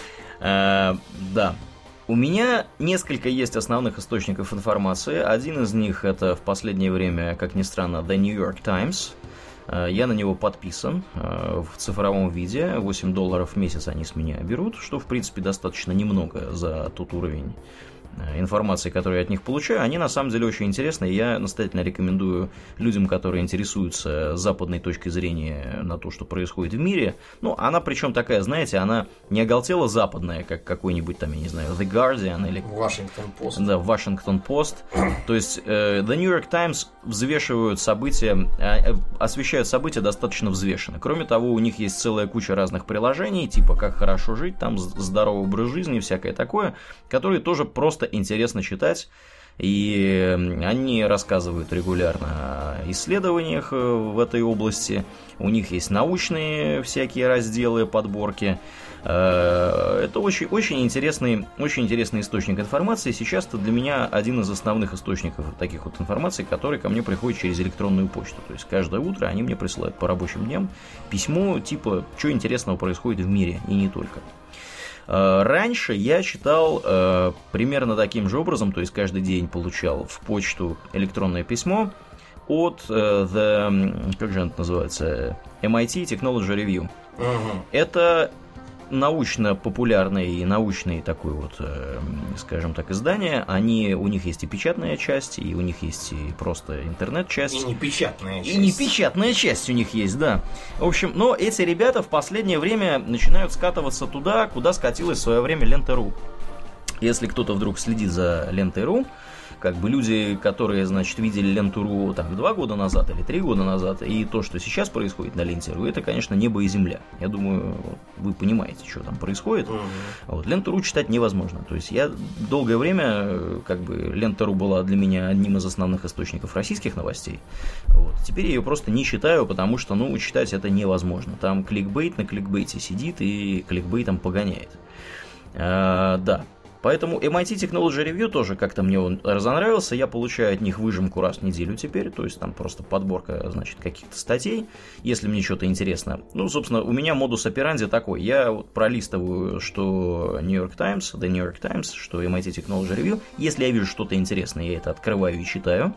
Да. У меня несколько есть основных источников информации. Один из них это в последнее время, как ни странно, The New York Times. Я на него подписан в цифровом виде. $8 в месяц они с меня берут, что, в принципе, достаточно немного за тот уровень информации, которую я от них получаю. Они, на самом деле, очень интересны. Я настоятельно рекомендую людям, которые интересуются западной точкой зрения на то, что происходит в мире. Ну, она причем такая, знаете, она не оголтела западная, как какой-нибудь там, я не знаю, The Guardian или... Washington Post. Да, Washington Post. То есть, The New York Times взвешивают события, освещают события достаточно взвешенно. Кроме того, у них есть целая куча разных приложений, типа «Как хорошо жить», там «Здоровый образ жизни» и всякое такое, которые тоже просто интересно читать, и они рассказывают регулярно о исследованиях в этой области, у них есть научные всякие разделы, подборки. Это очень интересный источник информации. Сейчас это для меня один из основных источников таких вот информации, который ко мне приходит через электронную почту. То есть каждое утро они мне присылают по рабочим дням письмо типа «Что интересного происходит в мире?» и не только. Раньше я читал примерно таким же образом, то есть каждый день получал в почту электронное письмо от как же это называется, MIT Technology Review. Это научно-популярный и научный такой вот, скажем так, издание. У них есть и печатная часть, и у них есть и просто интернет-часть. И непечатная часть. И непечатная часть у них есть, да. В общем, но эти ребята в последнее время начинают скатываться туда, куда скатилась в свое время Лента.ру. Если кто-то вдруг следит за Лентой.ру, Как бы люди, которые, значит, видели ленту.ру там 2 года назад или 3 года назад, и то, что сейчас происходит на ленте.ру, это, конечно, небо и земля. Я думаю, вы понимаете, что там происходит. Вот, ленту.ру читать невозможно. То есть я долгое время, как бы, лента.ру была для меня одним из основных источников российских новостей. Вот. Теперь я ее просто не читаю, потому что, ну, читать это невозможно. Там кликбейт на кликбейте сидит и кликбейтом погоняет. Да. Поэтому MIT Technology Review тоже как-то мне он разонравился. Я получаю от них выжимку раз в неделю теперь. То есть там просто подборка, значит, каких-то статей, если мне что-то интересно. Ну, собственно, у меня модус операнди такой. Я вот пролистываю, что New York Times, The New York Times, что MIT Technology Review. Если я вижу что-то интересное, я это открываю и читаю.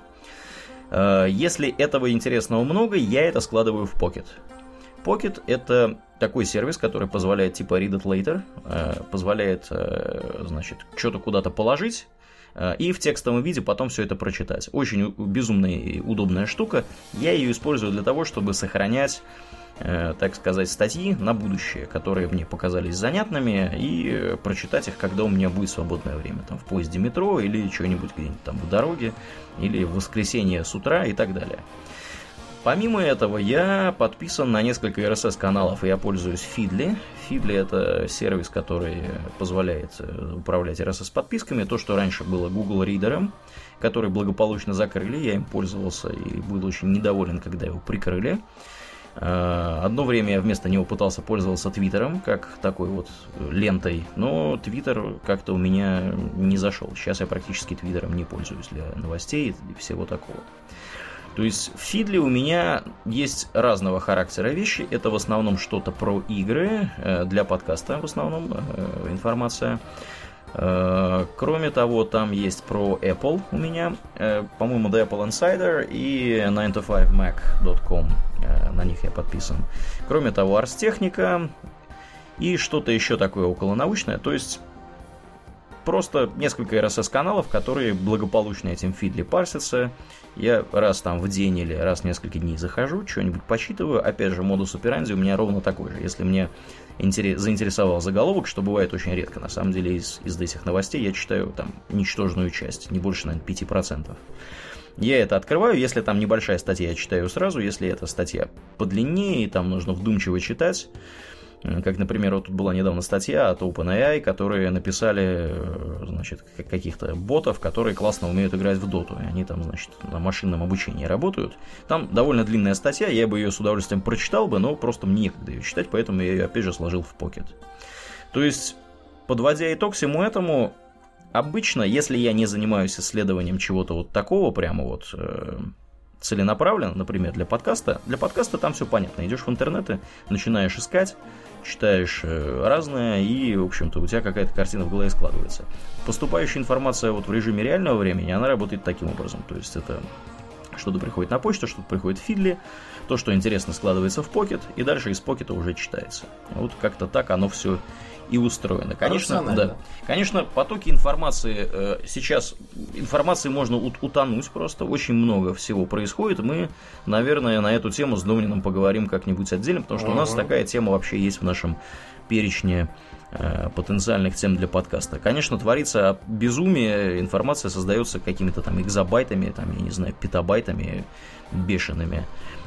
Если этого интересного много, я это складываю в Pocket. Pocket — это такой сервис, который позволяет типа read it later, позволяет, значит, что-то куда-то положить и в текстовом виде потом все это прочитать. Очень безумная и удобная штука. Я ее использую для того, чтобы сохранять, так сказать, статьи на будущее, которые мне показались занятными, и прочитать их, когда у меня будет свободное время, там, в поезде метро или что-нибудь где-нибудь там в дороге, или в воскресенье с утра и так далее. Помимо этого, я подписан на несколько RSS-каналов, и я пользуюсь Feedly. Feedly — это сервис, который позволяет управлять RSS-подписками. То, что раньше было Google Reader, который благополучно закрыли, я им пользовался и был очень недоволен, когда его прикрыли. Одно время я вместо него пытался пользоваться Твиттером, как такой вот лентой, но Твиттер как-то у меня не зашел. Сейчас я практически Твиттером не пользуюсь для новостей и всего такого. То есть в Feedly у меня есть разного характера вещи. Это в основном что-то про игры, для подкаста в основном информация. Кроме того, там есть про Apple у меня, по-моему, The Apple Insider и 9to5mac.com, на них я подписан. Кроме того, Ars Technica и что-то еще такое околонаучное. То есть просто несколько RSS-каналов, которые благополучно этим Feedly парсятся. Я раз там в день или раз в несколько дней захожу, что-нибудь почитываю. Опять же, модус операнди у меня ровно такой же. Если мне заинтересовал заголовок, что бывает очень редко, на самом деле из этих новостей я читаю там ничтожную часть, не больше, наверное, 5%. Я это открываю, если там небольшая статья, я читаю сразу, если эта статья подлиннее, и там нужно вдумчиво читать. Как, например, вот тут была недавно статья от OpenAI, которые написали, значит, каких-то ботов, которые классно умеют играть в доту. И они там, значит, на машинном обучении работают. Там довольно длинная статья, я бы ее с удовольствием прочитал бы, но просто мне некогда ее читать, поэтому я ее опять же сложил в Pocket. То есть, подводя итог всему этому, обычно, если я не занимаюсь исследованием чего-то вот такого, прямо вот целенаправленно, например, для подкаста там все понятно. Идешь в интернет, начинаешь искать, читаешь разное, и, в общем-то, у тебя какая-то картина в голове складывается. Поступающая информация вот в режиме реального времени, она работает таким образом. То есть это что-то приходит на почту, что-то приходит в Feedly, то, что интересно, складывается в Pocket, и дальше из Pocket уже читается. Вот как-то так оно все и устроено. Конечно, да. Конечно, потоки информации, сейчас информации можно утонуть просто, очень много всего происходит. Мы, наверное, на эту тему с Домнином поговорим как-нибудь отдельно, потому что у нас такая тема вообще есть в нашем перечне потенциальных тем для подкаста. Конечно, творится безумие, информация создается какими-то там экзобайтами, там, я не знаю, петабайтами бешеными.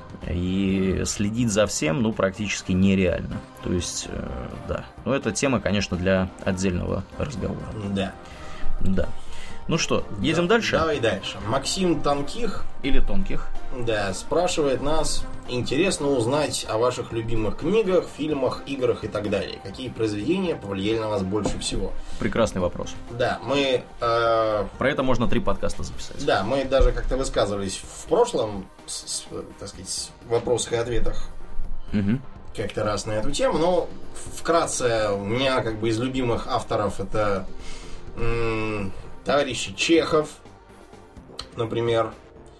И следить за всем, ну, практически нереально. То есть, да. Но это тема, конечно, для отдельного разговора. Да. Да. Ну что, едем дальше? Давай дальше. Максим Тонких. Или Тонких. Да, спрашивает нас: интересно узнать о ваших любимых книгах, фильмах, играх и так далее. Какие произведения повлияли на вас больше всего? Прекрасный вопрос. Да, мы... Про это можно 3 подкаста записать. Да, мы даже как-то высказывались в прошлом, так сказать, вопросах и ответах как-то раз на эту тему. Но вкратце, у меня как бы из любимых авторов это товарищ Чехов, например,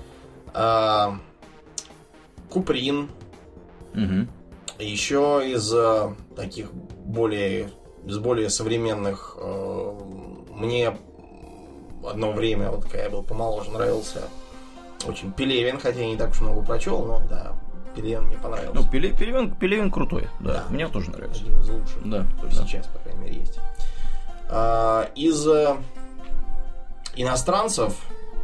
Куприн. Еще из таких более современных, мне одно время, вот когда я был помоложе, нравился очень Пелевин, хотя я не так уж много прочел, но да, Пелевин мне понравился. Ну, Пелевин крутой, да, мне тоже нравится. Один из лучших, да, кто сейчас, по крайней мере, есть. Из иностранцев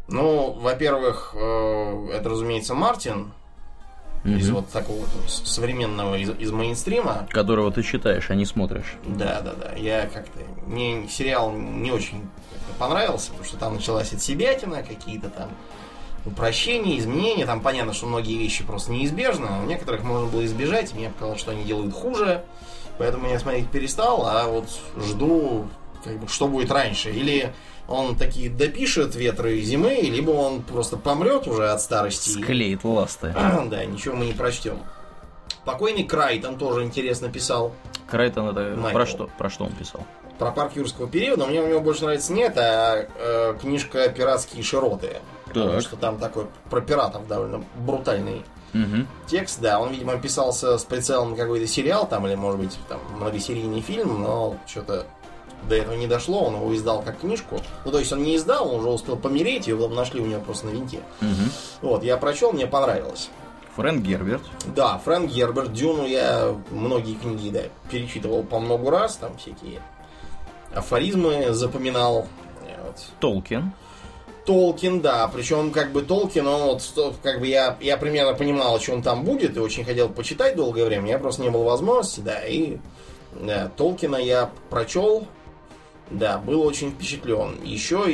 Ну, во-первых, это, разумеется, Мартин. Из вот такого современного из мейнстрима. Которого ты читаешь, а не смотришь. Да. Я как-то... Мне сериал не очень понравился, потому что там началась отсебятина, какие-то там упрощения, изменения. Там понятно, что многие вещи просто неизбежны, а у некоторых можно было избежать. Мне показалось, что они делают хуже. Поэтому я смотреть перестал, а вот жду, как бы, что будет раньше. Или он таки допишет «Ветры зимы», либо он просто помрет уже от старости. Склеит ласты. Да, ничего мы не прочтем. Покойный Крайтон тоже интересно писал. Крайтон это про что он писал? Про парк юрского периода. Мне у него больше нравится не это, а книжка «Пиратские широты». Потому что там такой про пиратов довольно брутальный текст. Да, он, видимо, писался с прицелом на какой-то сериал там, или, может быть, там многосерийный фильм, но что-то до этого не дошло, он его издал как книжку. Ну, то есть он не издал, он уже успел помереть, его потом нашли у него просто на винте. Вот, я прочел, мне понравилось. Фрэнк Герберт. Да, Фрэнк Герберт. Дюну я многие книги, перечитывал по много раз, там всякие афоризмы запоминал. Вот. Толкин, да. Причем, как бы, Толкин, он вот, как бы, я примерно понимал, о чем там будет, и очень хотел почитать долгое время. Я просто не было возможности, да, и да, Толкина я прочел. Да, был очень впечатлен. Еще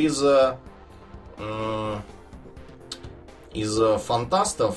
из фантастов.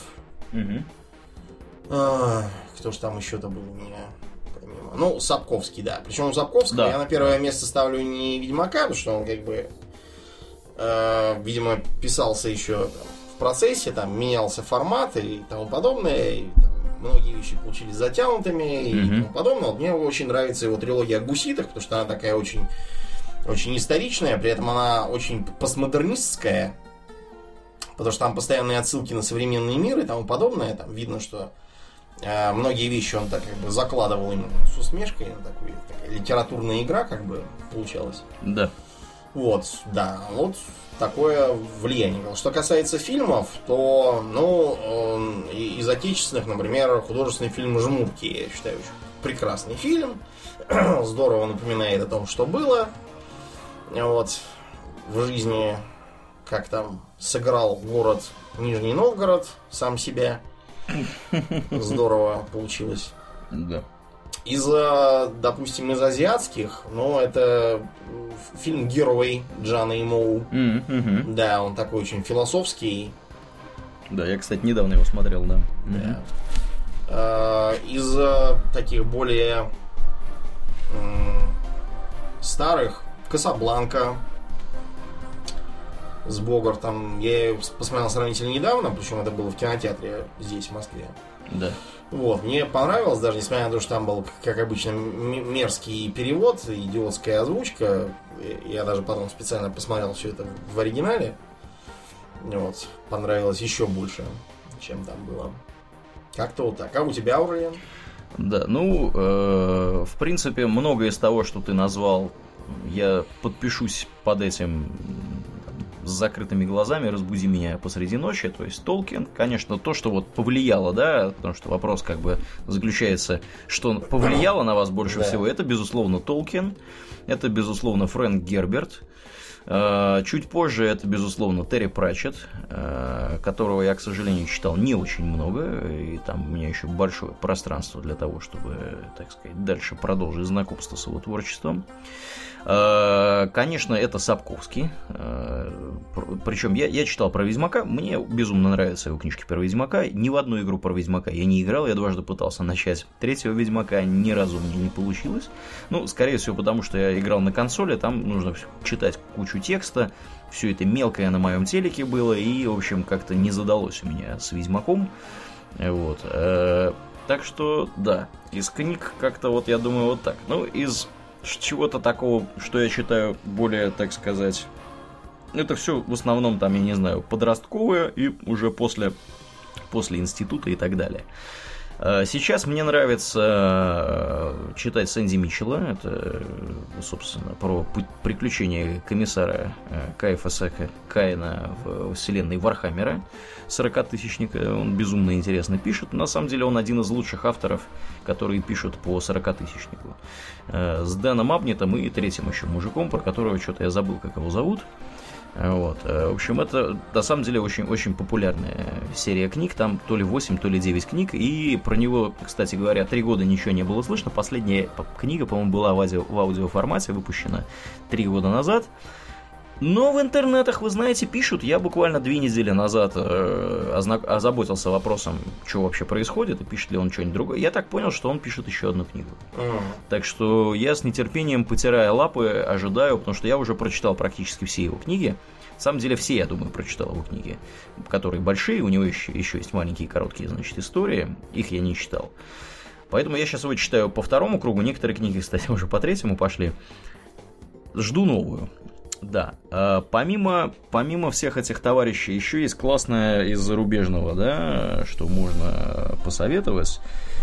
Кто ж там еще-то был? Помимо. Ну, Сапковский, да. Причем у Сапковского я на первое место ставлю не Ведьмака, потому что он как бы, видимо, писался еще там в процессе, там менялся формат и тому подобное. И, там, многие вещи получились затянутыми и тому подобное. Вот мне очень нравится его трилогия о гуситах, потому что она такая очень, очень историчная, при этом она очень постмодернистская, потому что там постоянные отсылки на современный мир и тому подобное. Там видно, что многие вещи он так как бы закладывал именно с усмешкой, такая литературная игра как бы получалась. Да. Вот, да, вот такое влияние. Что касается фильмов, то, ну, из отечественных, например, художественный фильм «Жмурки», я считаю, очень прекрасный фильм. Здорово напоминает о том, что было. Вот, в жизни, как там сыграл город Нижний Новгород сам себя. Здорово получилось. Да. Допустим, из азиатских, ну, это фильм «Герой» Джана Имоу. Да, он такой очень философский. Да, я, кстати, недавно его смотрел, да. Из таких более старых «Касабланка» с Богартом. Я ее посмотрел сравнительно недавно, причем это было в кинотеатре здесь, в Москве. Да. Вот, мне понравилось, даже несмотря на то, что там был, как обычно, мерзкий перевод, идиотская озвучка. Я даже потом специально посмотрел все это в оригинале. Вот, понравилось еще больше, чем там было. Как-то вот так. А у тебя, Аурлиен? Да, ну, в принципе, многое из того, что ты назвал, я подпишусь под этим с закрытыми глазами, разбуди меня посреди ночи. То есть Толкин, конечно, то, что вот повлияло, да, потому что вопрос как бы заключается, что повлияло на вас больше всего, это, безусловно, Толкин, это, безусловно, Фрэнк Герберт. Чуть позже это, безусловно, Терри Пратчетт, которого я, к сожалению, читал не очень много, и там у меня еще большое пространство для того, чтобы, так сказать, дальше продолжить знакомство с его творчеством. Конечно, это Сапковский. Причем я читал про Ведьмака. Мне безумно нравятся его книжки про Ведьмака. Ни в одну игру про Ведьмака я не играл. Я дважды пытался начать третьего Ведьмака. Ни разу мне не получилось. Ну, скорее всего, потому что я играл на консоли. Там нужно читать кучу текста. Все это мелкое на моем телеке было. И, в общем, как-то не задалось у меня с Ведьмаком. Вот. Так что, да. Из книг как-то вот, я думаю, вот так. Ну, из чего-то такого, что я читаю более, так сказать, это все в основном там, я не знаю, подростковое и уже после института и так далее. Сейчас мне нравится читать Сэнди Митчелла. Это, собственно, про приключения комиссара Кайфаса Каина в вселенной Вархаммера 40-тысячника. Он безумно интересно пишет. На самом деле он один из лучших авторов, которые пишут по 40-тысячнику. С Дэном Абнетом и третьим еще мужиком, про которого что-то я забыл, как его зовут. Вот. В общем, это на самом деле очень популярная серия книг. Там то ли 8, то ли 9 книг. И про него, кстати говоря, 3 года ничего не было слышно. Последняя книга, по-моему, была в аудиоформате, выпущена 3 года назад. Но в интернетах, вы знаете, пишут. Я буквально 2 недели назад озаботился вопросом, что вообще происходит, и пишет ли он что-нибудь другое. Я так понял, что он пишет еще одну книгу. Так что я с нетерпением, потирая лапы, ожидаю, потому что я уже прочитал практически все его книги. На самом деле все, я думаю, прочитал его книги, которые большие, у него еще есть маленькие короткие, значит, истории. Их я не читал. Поэтому я сейчас его читаю по 2-му кругу. Некоторые книги, кстати, уже по 3-му пошли. Жду новую. Да, помимо всех этих товарищей, еще есть классное из зарубежного, да, что можно посоветовать.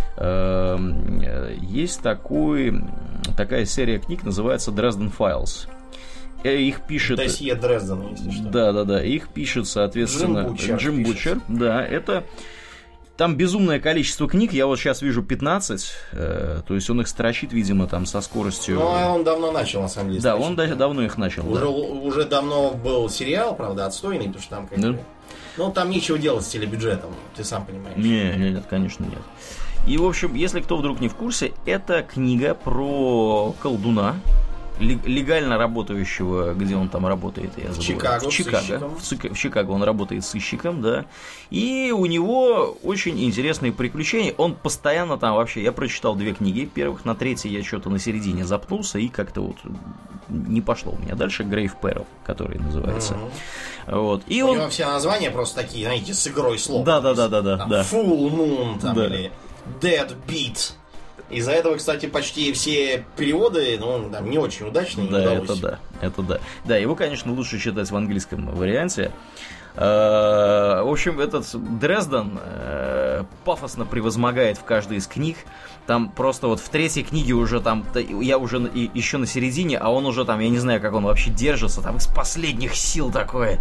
Есть такая серия книг, называется Dresden Files. Их пишет... Досье Дрездена, если что. Да, их пишет, соответственно, Джим Бутчер. Да, это... Там безумное количество книг, я вот сейчас вижу 15, то есть он их строчит, видимо, там со скоростью... Ну, он давно начал, на самом деле. Да, он давно их начал. Уже давно был сериал, правда, отстойный, потому что там как-то... Ну, там нечего делать с телебюджетом, ты сам понимаешь. Нет, конечно, нет. И, в общем, если кто вдруг не в курсе, это книга про колдуна, легально работающего, где он там работает, я забыл. В Чикаго он работает сыщиком, да. И у него очень интересные приключения. Он постоянно там вообще... Я прочитал 2 книги первых, на 3-й я что-то на середине запнулся, и как-то вот не пошло у меня дальше. Грейв Перл, который называется. Вот. И у него все названия просто такие, знаете, с игрой слов. Да. Full Moon там, или Dead Beat. Из-за этого, кстати, почти все переводы, там не очень удачные. Да, это да. Да, его, конечно, лучше читать в английском варианте. В общем, этот Дрезден пафосно превозмогает в каждой из книг. Там просто вот в 3-й книге уже там, я уже еще на середине, а он уже там, я не знаю, как он вообще держится, там из последних сил такое.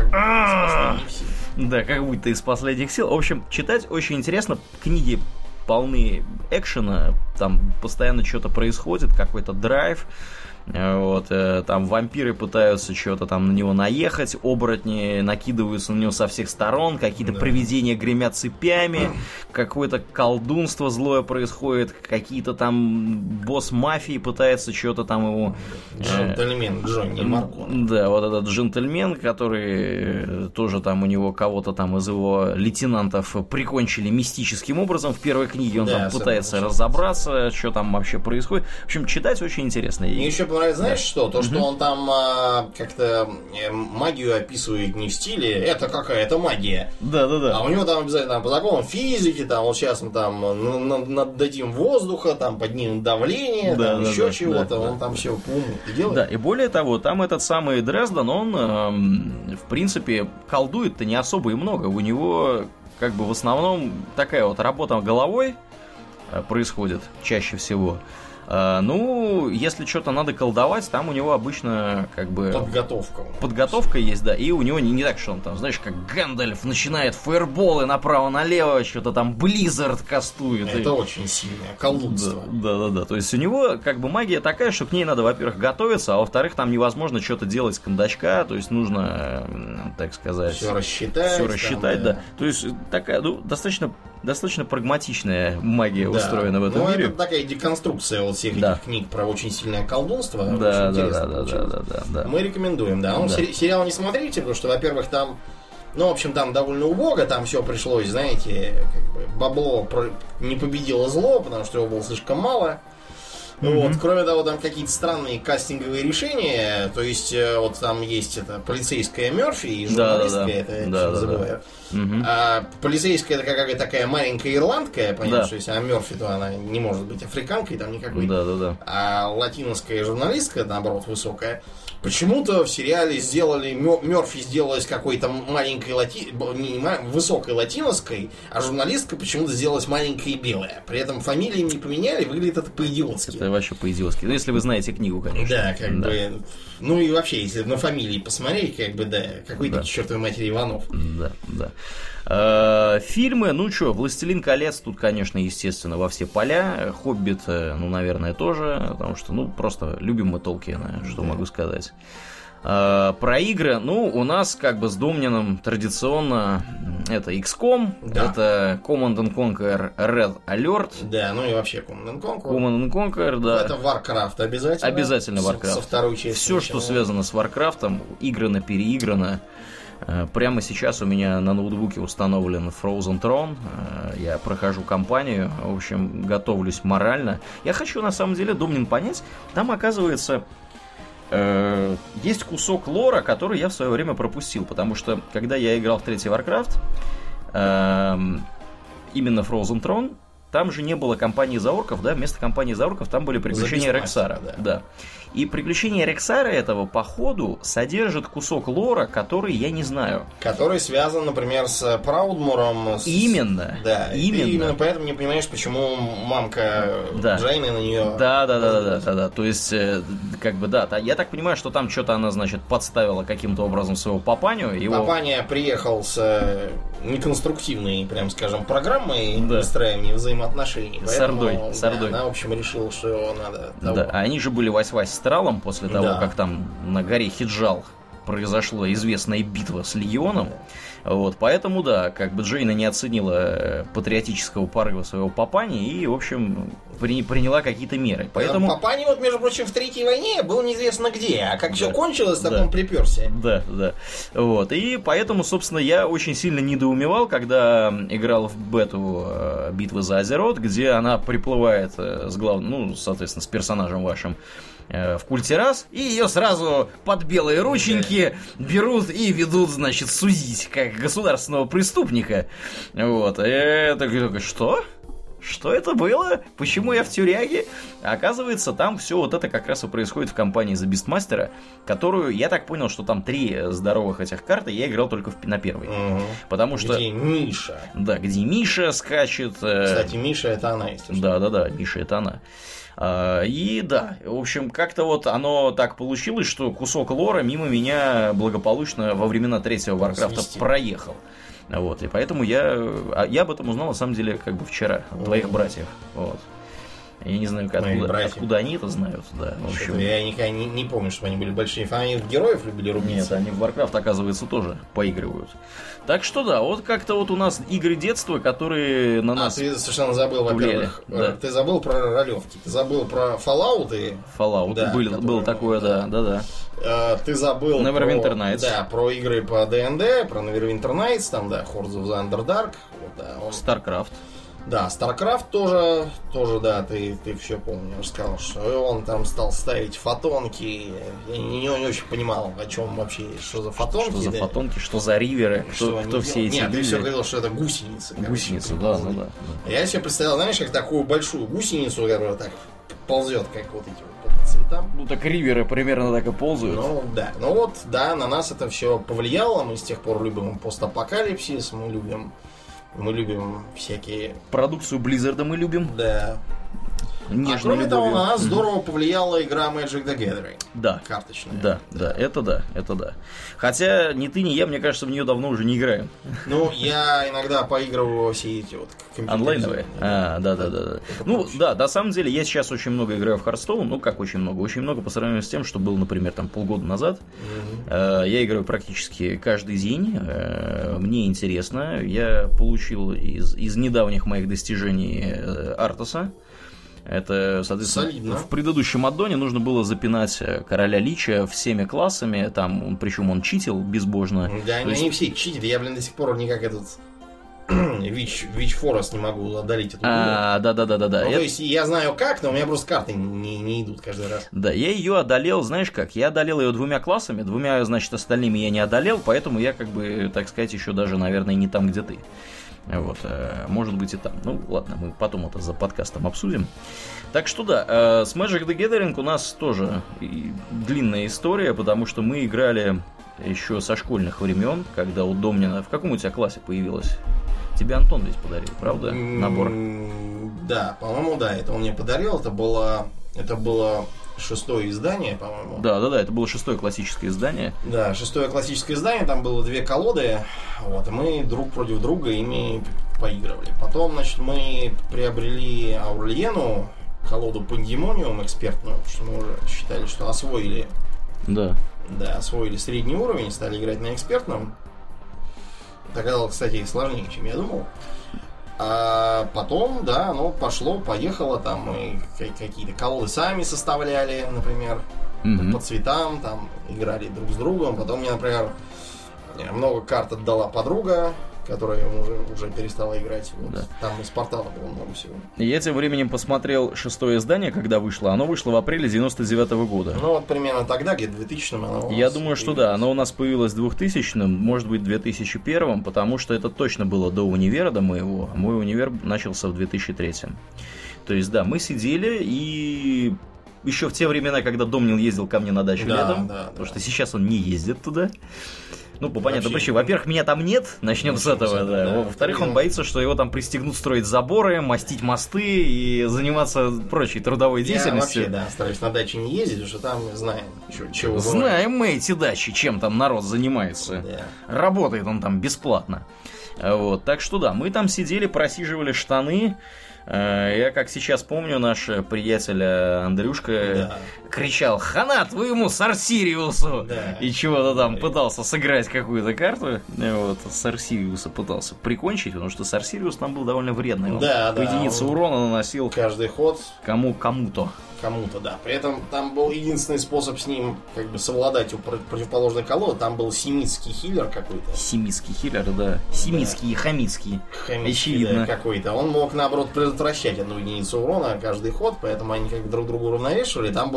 Да, как будто из последних сил. В общем, читать очень интересно. Книги полны экшена, там постоянно что-то происходит, какой-то драйв. Вот, там вампиры пытаются что-то там на него наехать, оборотни накидываются на него со всех сторон, какие-то привидения гремят цепями, какое-то колдунство злое происходит, какие-то там босс мафии пытается что-то там его... Джентльмен Джонни Маркони. Да, вот этот джентльмен, который тоже там у него кого-то там из его лейтенантов прикончили мистическим образом в первой книге, он там пытается разобраться, что там вообще происходит. В общем, читать очень интересно. Мне еще понравилось, знаешь что? То, что он там как-то магию описывает не в стиле «это какая-то магия». Да. А у него там обязательно по законам физики, там вот сейчас мы там наддадим воздуха, там поднимем давление, там еще чего-то, он там все по уму делает. Да, и более того, там этот самый Дрезден, он в принципе колдует-то не особо и много. У него как бы в основном такая вот работа головой происходит чаще всего. Ну, если что-то надо колдовать, там у него обычно как бы... Подготовка есть, да. И у него не так, что он там, знаешь, как Гэндальф начинает фаерболы направо-налево, что-то там Близзард кастует. Это очень сильное колдунство. Да. То есть у него как бы магия такая, что к ней надо, во-первых, готовиться, а во-вторых, там невозможно что-то делать с кондачка, то есть нужно, так сказать... Все рассчитать, да. То есть такая, достаточно прагматичная магия устроена в этом мире. Это такая деконструкция вот всех этих книг про очень сильное колдунство. Да. Мы рекомендуем, да. Сериал не смотрите, потому что, во-первых, там, в общем, там довольно убого, там все пришлось, знаете, как бы бабло не победило зло, потому что его было слишком мало. Вот. Кроме того, там какие-то странные кастинговые решения. То есть, вот там есть это полицейская Мерфи и журналистка, это я не забываю. А полицейская это какая-то такая маленькая ирландка, понятно, что если она Мерфи, то она не может быть африканкой там никакой. А латиновская журналистка, наоборот, высокая. Почему-то в сериале сделали Мерфи сделалась какой-то маленькой высокой латиновской, а журналистка почему-то сделалась маленькой и белая. При этом фамилии им не поменяли, выглядит это по-идиотски. Это вообще по-идиотски. Ну, если вы знаете книгу, конечно. Да, как бы. Ну и вообще, если на фамилии посмотреть, как бы, какой-то чертовой матери Иванов. Да. Фильмы, «Властелин колец» тут, конечно, естественно, во все поля. «Хоббит», наверное, тоже, потому что, просто любим мы Толкиена, что могу сказать. Про игры, ну, у нас как бы с Домнином традиционно это XCOM, да. Это Command & Conquer Red Alert. Да, ну и вообще Command & Conquer. Command & Conquer, да. Это Warcraft обязательно. Обязательно Warcraft. Со второй частью. Все, что связано с Warcraft'ом, играно, переиграно. Прямо сейчас у меня на ноутбуке установлен Frozen Throne. Я прохожу кампанию, в общем, готовлюсь морально. Я хочу, на самом деле, Домнин, понять, там, оказывается... есть кусок лора, который я в свое время пропустил, потому что, когда я играл в третий Warcraft, именно Frozen Throne, там же не было кампании за орков, да, вместо кампании за орков там были приключения Рексара. Да. И приключения Рексара этого, походу, содержит кусок лора, который я не знаю. Который связан, например, с Праудмуром. Именно. Да, именно. Ты именно поэтому не понимаешь, почему мамка Джейны на нее... Да. То есть, как бы, да. Я так понимаю, что там что-то она, значит, подставила каким-то образом своего папаню. Папаня приехал с неконструктивной, прям скажем, программой выстраивания взаимоотношений. С Ордой. Она, в общем, решила, что его надо... Да, они же были вась-вась с Тралом после того, как там на горе Хиджал произошла известная битва с Легионом. Вот, поэтому, да, как бы Джейна не оценила патриотического порыва своего папани и, в общем, приняла какие-то меры. Поэтому... Папани, вот, между прочим, в Третьей войне был неизвестно где, а как все кончилось, так он приперся. Да. Вот, и поэтому, собственно, я очень сильно недоумевал, когда играл в бету битвы за Азерот, где она приплывает с главным, ну, соответственно, с персонажем вашим в Культирас, и ее сразу под белые рученьки берут и ведут, значит, судить как государственного преступника. Вот. Я такой, что? Что это было? Почему я в тюряге? Оказывается, там все вот это как раз и происходит в кампании за Бистмастера, которую, я так понял, что там 3 здоровых этих карты, я играл только на первой. Потому что... Где Миша. Да, где Миша скачет. Кстати, Миша это она, естественно. Да, Миша это она. И да, в общем, как-то вот оно так получилось, что кусок лора мимо меня благополучно во времена третьего Варкрафта проехал. Вот, и поэтому я об этом узнал, на самом деле, как бы вчера, от твоих братьев. Вот. Я не знаю, откуда они это знают, да. В общем. Я никогда не помню, что они были большие фанаты. Они в героев любили рубиться. Нет, они в Warcraft, оказывается, тоже поигрывают. Так что да, вот как-то вот у нас игры детства, которые на нас... ты совершенно забыл, во-первых, ты забыл про ролевки, ты забыл про Fallout. Fallout, да, было такое, да. Ты забыл Neverwinter Nights. Да, про игры по D&D, про Neverwinter Nights, там, да, Hordes of the Underdark. StarCraft. Да, StarCraft тоже, да, ты все помнишь, сказал, что он там стал ставить фотонки. Я не очень понимал, о чем вообще, что за фотонки. Что за фотонки, что за риверы, кто все эти... Нет, ты все говорил, что это гусеницы. Гусеницы, да. Я себе представлял, знаешь, как такую большую гусеницу, которая так ползет, как вот эти вот по цветам. Ну так риверы примерно так и ползают. Ну да, на нас это все повлияло, мы с тех пор любим постапокалипсис, мы любим всякие... Продукцию Blizzard мы любим. Да. Кроме того, на нас здорово повлияла игра Magic the Gathering. Да. Карточная. Да, это да. Хотя ни ты, ни я, мне кажется, в нее давно уже не играем. Ну, я иногда поигрываю во все эти вот онлайновые? Да. Ну, да, на самом деле, я сейчас очень много играю в Hearthstone. Ну, как очень много? Очень много по сравнению с тем, что было, например, там полгода назад. Я играю практически каждый день. Мне интересно. Я получил из недавних моих достижений Артоса. Это, соответственно, солидно. В предыдущем аддоне нужно было запинать короля Лича всеми классами, там, причем он читил безбожно. Да, они все читят, я, до сих пор никак этот Вич Форест не могу одолеть эту игру. Да. То есть я знаю как, но у меня просто карты не идут каждый раз. Да, я ее одолел, знаешь как, я одолел ее 2 классами, 2, значит, остальными я не одолел, поэтому я, как бы, так сказать, еще даже, наверное, не там, где ты. Вот, может быть и там. Ну, ладно, мы потом это за подкастом обсудим. Так что да, с Magic the Gathering у нас тоже длинная история, потому что мы играли еще со школьных времен, когда у Домнина... В каком у тебя классе появилась? Тебе Антон ведь подарил, правда, набор? Да, по-моему, да, это он мне подарил, это было 6-е издание, по-моему. Да, это было 6-е классическое издание. Да, 6-е классическое издание, там было 2 колоды, вот, и мы друг против друга ими поигрывали. Потом, значит, мы приобрели Аурлиену, колоду Пандемониум экспертную, потому что мы уже считали, что освоили Да, освоили средний уровень, стали играть на экспертном. Это оказалось, кстати, сложнее, чем я думал. А потом, да, оно пошло, поехало, там мы какие-то колоды сами составляли, например, по цветам, там играли друг с другом. Потом мне, например, много карт отдала подруга, которая уже перестала играть. Вот. Да. Там из портала было много всего. Я тем временем посмотрел 6-е издание, когда вышло. Оно вышло в апреле 99-го года. Ну вот примерно тогда, где-то в 2000-м оно. Я думаю, что да, оно у нас появилось в 2000-м, может быть, в 2001-м, потому что это точно было до универа, до моего. Мой универ начался в 2003-м. То есть, да, мы сидели и... Еще в те времена, когда Домнин ездил ко мне на дачу летом, потому что сейчас он не ездит туда. Ну, по понятной причине. Во-первых, меня там нет, начнем с этого, да. Во-вторых, он боится, что его там пристегнут строить заборы, мастить мосты и заниматься прочей трудовой деятельностью. Я вообще, стараюсь на даче не ездить, потому что там знаем, чего знаем мы эти дачи, чем там народ занимается. Да. Работает он там бесплатно. Вот, так что да, мы там сидели, просиживали штаны. Я, как сейчас помню, наш приятель Андрюшка кричал: «Хана твоему Сарсириусу!» И чего-то там пытался сыграть какую-то карту. Вот, Сарсириуса пытался прикончить, потому что Сарсириус там был довольно вредный. Он по единице урона наносил каждый ход кому-то. Кому-то, да. При этом там был единственный способ с ним как бы совладать у противоположной колоды. Там был семитский хиллер какой-то. Семитский хиллер, да. Семитский и хамитский. Очевидно. Да, какой-то. Он мог, наоборот, предотвращать одну единицу урона каждый ход, поэтому они как бы друг друга уравновешивали. Там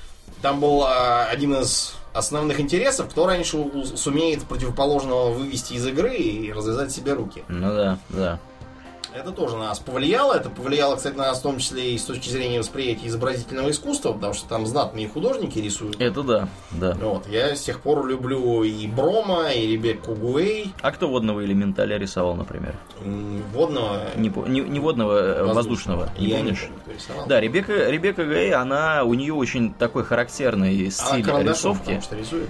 был один из основных интересов, кто раньше сумеет противоположного вывести из игры и развязать себе руки. Ну да, да. Это тоже на нас повлияло. Это повлияло, кстати, на нас в том числе и с точки зрения восприятия изобразительного искусства, потому что там знатные художники рисуют. Это да, да. Вот, я с тех пор люблю и Брома, и Ребекку Гуэй. А кто водного элементаля рисовал, например? Водного? Не водного, воздушного. Не помнишь? Да, Ребекка Гуэй, у нее очень такой характерный стиль рисовки. Потому что рисует.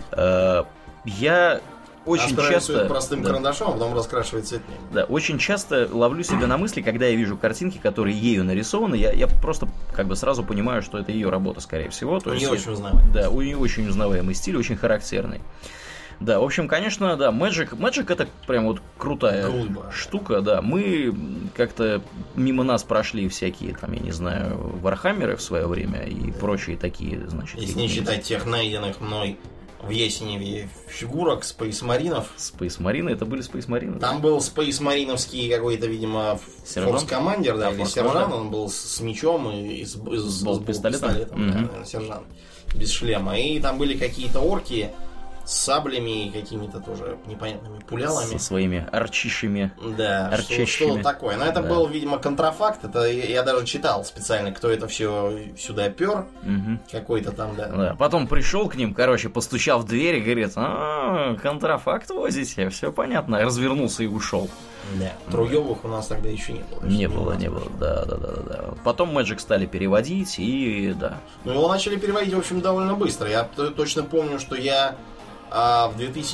Я очень часто простым карандашом, а потом раскрашивает цветными. Да, очень часто ловлю себя на мысли, когда я вижу картинки, которые ею нарисованы, я просто как бы сразу понимаю, что это ее работа, скорее всего. У нее очень узнаваемый. Да, у нее очень узнаваемый стиль, очень характерный. Да, в общем, конечно, да, Magic это прям вот крутая штука, да. Мы как-то мимо нас прошли всякие, там, я не знаю, вархаммеры в свое время и прочие такие, значит. Если не считать тех найденных мной в Ясеневе фигурок спейсмаринов. Спейсмарины? Это были спейсмарины? Там был спейсмариновский какой-то, видимо, форс-командер, да, или сержант. Он был с мечом и с пистолетом. Да, сержант. Без шлема. И там были какие-то орки с саблями и какими-то тоже непонятными пулялами. Со своими арчишами. Да, что-то такое. Но это был, видимо, контрафакт. Это я даже читал специально, кто это все сюда пер. Какой-то там, да. Потом пришел к ним, постучал в дверь и говорит: контрафакт возите, все понятно. Развернулся и ушел. Да. Труёвых у нас тогда еще не было. Не было, да. Потом Magic стали переводить, и да. Ну, его начали переводить, в общем, довольно быстро. Я точно помню, что я в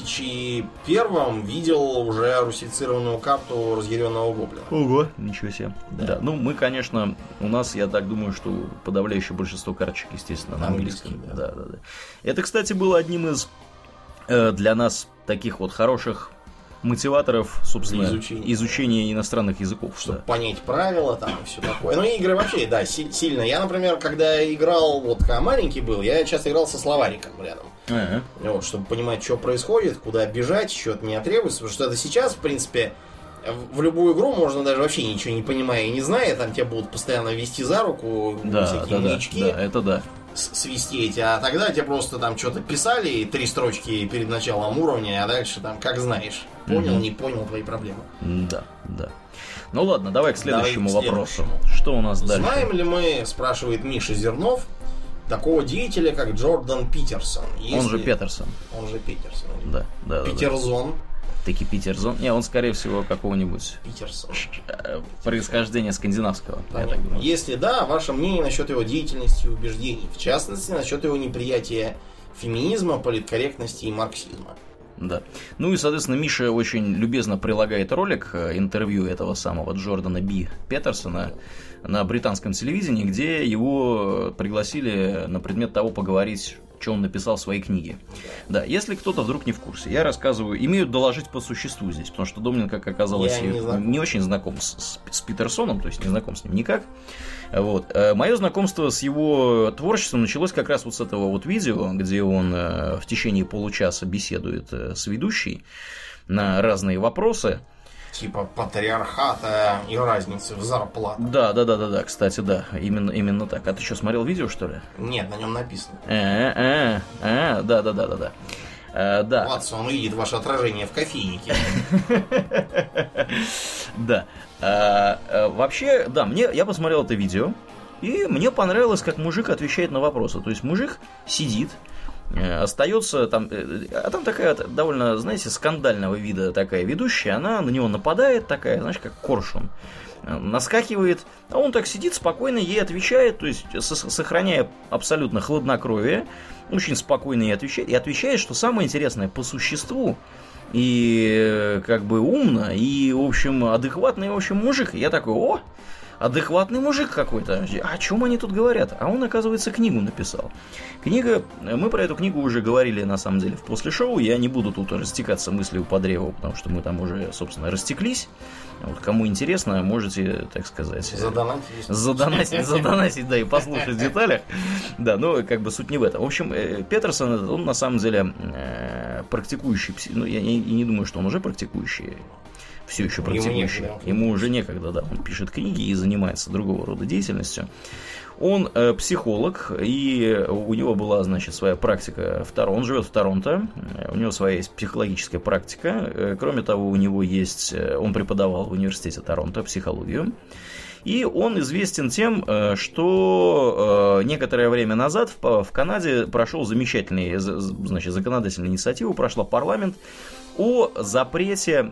2001-м видел уже русифицированную карту разъяренного гоблина. Ого, ничего себе. Да. Ну, мы, конечно, у нас, я так думаю, что подавляющее большинство карточек, естественно, на английском. Да. Это, кстати, было одним из для нас таких вот хороших мотиваторов, собственно, изучения иностранных языков. Чтобы понять правила там и все такое. Ну, игры вообще, да, сильно. Я, например, когда играл, вот когда маленький был, я часто играл со словариком рядом. Вот, чтобы понимать, что происходит, куда бежать, что-то не требуется. Потому что это сейчас, в принципе, в любую игру можно даже вообще ничего не понимая и не зная, там тебя будут постоянно вести за руку, всякие маячки. Да, это да. Свистеть, а тогда тебе просто там что-то писали, 3 строчки перед началом уровня, а дальше там как знаешь. Понял, не понял твои проблемы. Да. Ну ладно, давай к следующему вопросу. Что у нас дальше? Знаем ли мы, спрашивает Миша Зернов, такого деятеля, как Джордан Питерсон? Он же Петерсон. Да. Питерзон. Таки Питерсон. Не, он, скорее всего, какого-нибудь происхождения скандинавского. Я так думаю. Если да, ваше мнение насчет его деятельности и убеждений. В частности, насчет его неприятия феминизма, политкорректности и марксизма. Да. Ну и, соответственно, Миша очень любезно прилагает ролик интервью этого самого Джордана Би Петерсона на британском телевидении, где его пригласили на предмет того поговорить, что он написал в своей книге. Да, если кто-то вдруг не в курсе, я рассказываю, имею доложить по существу здесь, потому что Домнин, как оказалось, не очень знаком с Питерсоном, то есть не знаком с ним никак. Вот. Мое знакомство с его творчеством началось как раз вот с этого вот видео, где он в течение получаса беседует с ведущей на разные вопросы. Типа патриархата и разницы в зарплатах. Да, кстати, да, именно так. А ты что, смотрел видео, что ли? Нет, на нем написано. Да. Да. Ватсон увидит ваше отражение в кофейнике. Да. Вообще, да, я посмотрел это видео, и мне понравилось, как мужик отвечает на вопросы. То есть мужик сидит, остается там, а там такая довольно, знаете, скандального вида такая ведущая, она на него нападает такая, знаешь, как коршун, наскакивает, а он так сидит спокойно, ей отвечает, то есть сохраняя абсолютно хладнокровие, очень спокойно ей отвечает, и отвечает, что самое интересное, по существу, и как бы умно, и, в общем, адекватный, в общем, мужик. Я такой, о, адекватный мужик какой-то. О чем они тут говорят? А он, оказывается, книгу написал. Мы про эту книгу уже говорили, на самом деле, в после шоу. Я не буду тут растекаться мыслью по древу, потому что мы там уже, собственно, растеклись. Вот, кому интересно, можете, так сказать, задонатить, да, и послушать в деталях. Да, но как бы суть не в этом. В общем, Петерсон, он на самом деле практикующий, ну, я не думаю, что он уже практикующий, все еще практикующий. Ему уже некогда, да, он пишет книги и занимается другого рода деятельностью. Он психолог, и у него была, значит, своя практика, он живет в Торонто, у него своя есть психологическая практика, кроме того, у него есть, он преподавал в университете Торонто психологию, и он известен тем, что некоторое время назад в Канаде прошел замечательный, значит, законодательная инициатива, прошла парламент о запрете,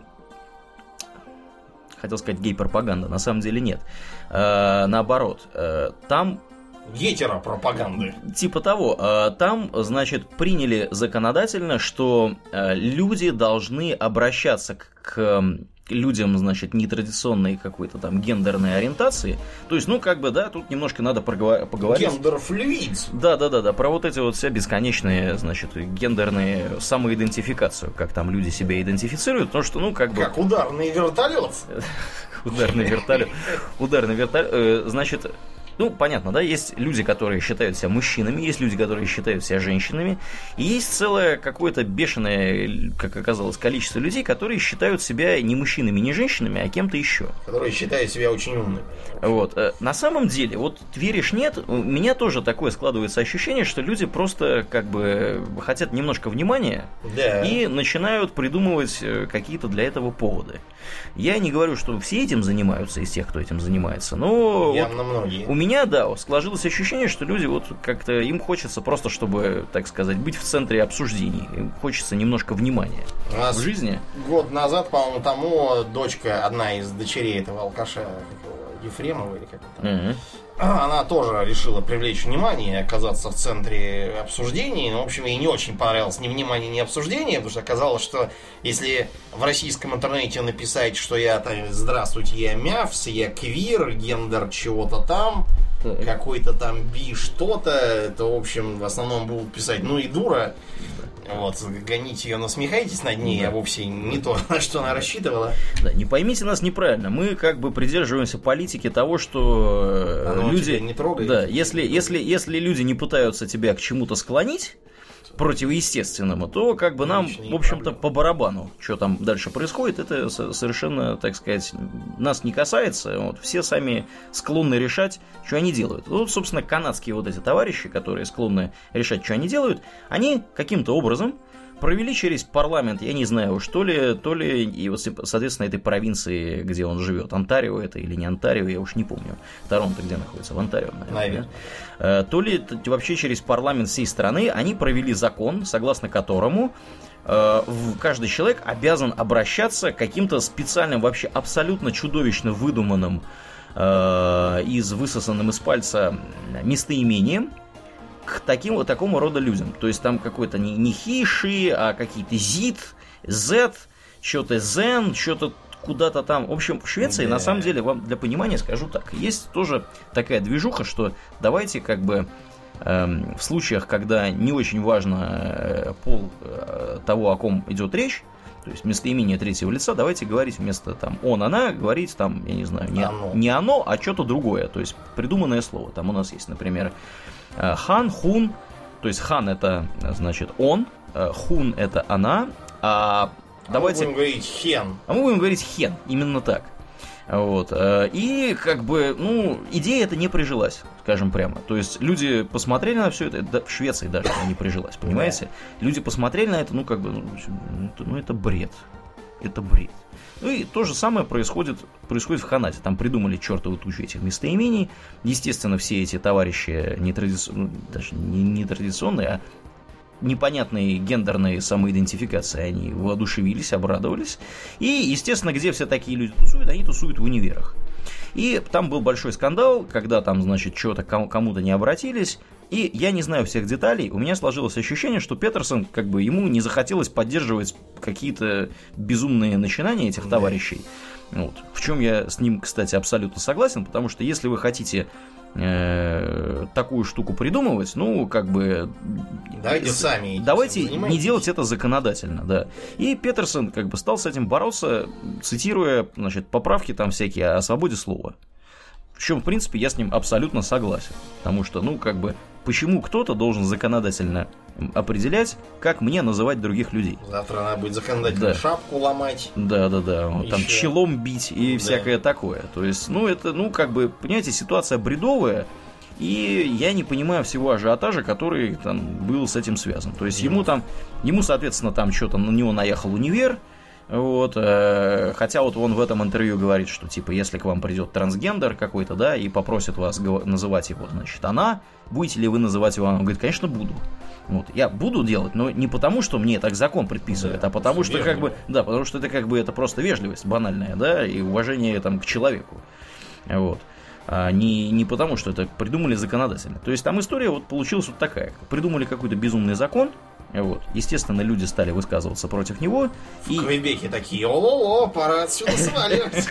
хотел сказать гей-пропаганда, на самом деле нет. Наоборот, там... Гетеропропаганды. Типа того. Там, значит, приняли законодательно, что люди должны обращаться к людям, значит, нетрадиционной какой-то там гендерной ориентации. То есть, ну, как бы, да, тут немножко надо поговорить. Гендерфлюид. Да, про вот эти вот все бесконечные, значит, гендерные самоидентификацию, как там люди себя идентифицируют, потому что, ну, как бы... Как ударный вертолет. Ударный вертолет. Значит... Ну, понятно, да, есть люди, которые считают себя мужчинами, есть люди, которые считают себя женщинами, и есть целое какое-то бешеное, как оказалось, количество людей, которые считают себя не мужчинами, не женщинами, а кем-то еще. Которые считают себя очень умными. Вот. На самом деле, вот веришь, нет, у меня тоже такое складывается ощущение, что люди просто как бы хотят немножко внимания, да, и начинают придумывать какие-то для этого поводы. Я не говорю, что все этим занимаются, из тех, кто этим занимается, но явно вот многие. У меня, да, сложилось ощущение, что люди вот как-то, им хочется просто, чтобы, так сказать, быть в центре обсуждений. Им хочется немножко внимания в жизни. Год назад, по-моему, тому дочка, одна из дочерей этого алкаша, Ефремова или как-то, она тоже решила привлечь внимание и оказаться в центре обсуждений. Но, в общем, ей не очень понравилось ни внимание, ни обсуждение, потому что оказалось, что если в российском интернете написать, что я там, здравствуйте, я мявс, я квир, гендер чего-то там, какой-то там би что-то, то, в общем, в основном будут писать, ну и дура. Вот, гоните ее, насмехайтесь над ней, а вовсе не то, на что она рассчитывала. Да, не поймите нас неправильно, мы как бы придерживаемся политики того, что оно люди... тебя не трогает. Да, если люди не пытаются тебя к чему-то склонить, противоестественному, то как бы нам, в общем-то, по барабану, что там дальше происходит, это совершенно, так сказать, нас не касается. Вот, все сами склонны решать, что они делают. Вот, собственно, канадские вот эти товарищи, которые склонны решать, что они делают, они каким-то образом провели через парламент, я не знаю, то ли, и вот, соответственно, этой провинции, где он живет, Онтарио это или не Онтарио, я уж не помню. Торонто где находится? В Онтарио, наверное. Да? То ли вообще через парламент всей страны они провели закон, согласно которому каждый человек обязан обращаться к каким-то специальным, вообще абсолютно чудовищно выдуманным, высосанным из пальца местоимением, к такому рода людям. То есть там какой-то не хиши, а какие-то зит, зет, что-то зен, что-то куда-то там. В общем, в Швеции, на самом деле, вам для понимания скажу так, есть тоже такая движуха, что давайте как бы в случаях, когда не очень важно пол того, о ком идет речь, то есть местоимение третьего лица, давайте говорить вместо там он, она, говорить там, я не знаю, не оно, а что-то другое, то есть придуманное слово. Там у нас есть, например, хан, хун, то есть хан это, значит, он, хун это она, давайте... мы будем говорить хен. А мы будем говорить хен, именно так. Вот. И как бы, ну, идея эта не прижилась, скажем прямо. То есть люди посмотрели на все это, да, в Швеции даже она не прижилась, понимаете? Люди посмотрели на это, ну, как бы, ну, это бред. Это бред. Ну и то же самое происходит в Ханаде. Там придумали чертову тучу этих местоимений. Естественно, все эти товарищи даже не традиционные, а непонятные гендерные самоидентификации, они воодушевились, обрадовались. И, естественно, где все такие люди тусуют, они тусуют в универах. И там был большой скандал, когда там, значит, что-то кому-то не обратились. И я не знаю всех деталей, у меня сложилось ощущение, что Петерсон, как бы, ему не захотелось поддерживать какие-то безумные начинания этих товарищей. Вот. В чем я с ним, кстати, абсолютно согласен, потому что если вы хотите такую штуку придумывать, ну, как бы... Давайте не делать это законодательно, да. И Петерсон, как бы, стал с этим бороться, цитируя, значит, поправки там всякие о свободе слова. В чем, в принципе, я с ним абсолютно согласен. Потому что, ну, как бы, почему кто-то должен законодательно определять, как мне называть других людей? Завтра надо будет законодательно шапку ломать. Да, там челом бить и всякое такое. То есть, ну, это, ну, как бы, понимаете, ситуация бредовая, и я не понимаю всего ажиотажа, который там был с этим связан. То есть, ему, соответственно, там что-то на него наехал универ. Вот, хотя вот он в этом интервью говорит, что типа если к вам придет трансгендер какой-то, да, и попросит вас называть его, значит, она, будете ли вы называть его она? Он говорит, конечно, буду. Вот, я буду делать, но не потому, что мне так закон предписывает, а потому что как бы, да, потому что это как бы это просто вежливость банальная, да, и уважение там к человеку. Вот. А не потому, что это придумали законодательно. То есть там история вот получилась вот такая. Придумали какой-то безумный закон. Вот. Естественно, люди стали высказываться против него. В Квебеке такие: о-ло-ло, пора отсюда сваливать.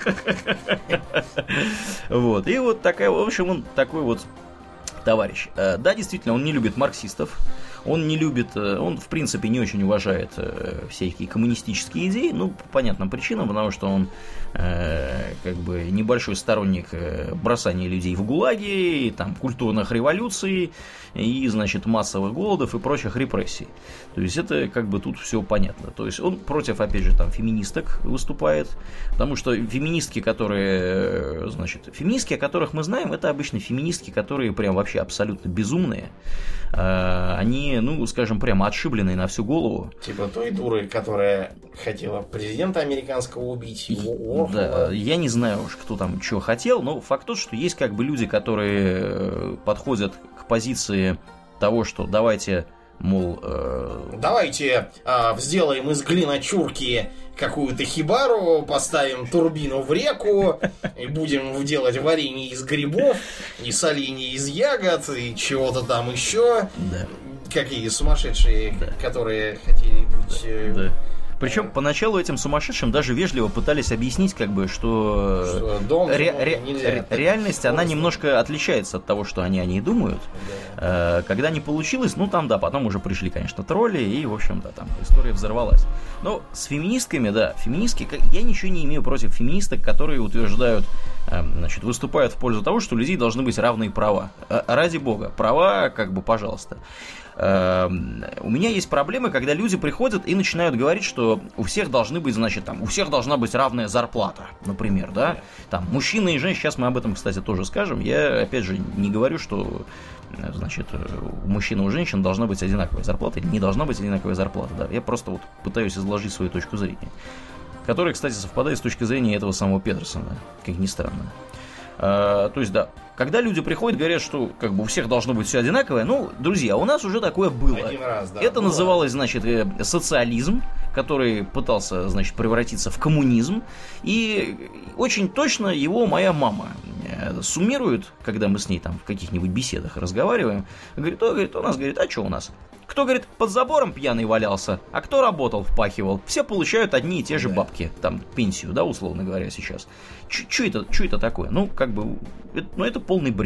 Вот. И вот такая, в общем, он такой вот товарищ. Да, действительно, он не любит марксистов. Он не любит, он в принципе не очень уважает всякие коммунистические идеи, ну, по понятным причинам, потому что он как бы небольшой сторонник бросания людей в ГУЛАГи, там, культурных революций и, значит, массовых голодов и прочих репрессий. То есть это как бы тут все понятно. То есть он против, опять же, там, феминисток выступает, потому что феминистки, которые, значит, феминистки, о которых мы знаем, это обычно феминистки, которые прям вообще абсолютно безумные. Они, ну, скажем, прямо отшибленные на всю голову. Типа той дуры, которая хотела президента американского убить, его Да, я не знаю уж, кто там что хотел, но факт тот, что есть как бы люди, которые подходят к позиции того, что давайте, мол... Давайте сделаем из глиночурки какую-то хибару, поставим турбину в реку, и будем делать варенье из грибов, и соленье из ягод, и чего-то там еще. Да. Какие сумасшедшие, которые хотели быть... Да. Причем поначалу этим сумасшедшим даже вежливо пытались объяснить, как бы, что реальность, она немножко отличается от того, что они о ней думают. Да. Когда не получилось, ну там, да, потом уже пришли, конечно, тролли, и, в общем, да, там история взорвалась. Но с феминистками, да, феминистки, я ничего не имею против феминисток, которые утверждают, значит, выступают в пользу того, что у людей должны быть равные права. Ради бога, права, как бы, пожалуйста. У меня есть проблемы, когда люди приходят и начинают говорить, что у всех должны быть, значит, там, у всех должна быть равная зарплата, например, да, там, мужчины и женщины, сейчас мы об этом, кстати, тоже скажем, я, опять же, не говорю, что, значит, у мужчин и у женщин должна быть одинаковая зарплата, или не должна быть одинаковая зарплата, да, я просто вот пытаюсь изложить свою точку зрения, которая, кстати, совпадает с точки зрения этого самого Петерсона, как ни странно. То есть, да, когда люди приходят, говорят, что как бы у всех должно быть все одинаковое, ну, друзья, у нас уже такое было. Один раз, да, это было. Называлось, значит, социализм, который пытался, значит, превратиться в коммунизм. И очень точно его моя мама суммирует, когда мы с ней там в каких-нибудь беседах разговариваем. Говорит, у нас, говорит, а что у нас? Кто, говорит, под забором пьяный валялся, а кто работал, впахивал. Все получают одни и те же бабки, там, пенсию, да, условно говоря, сейчас. Что это такое? Ну, как бы, это полный бред.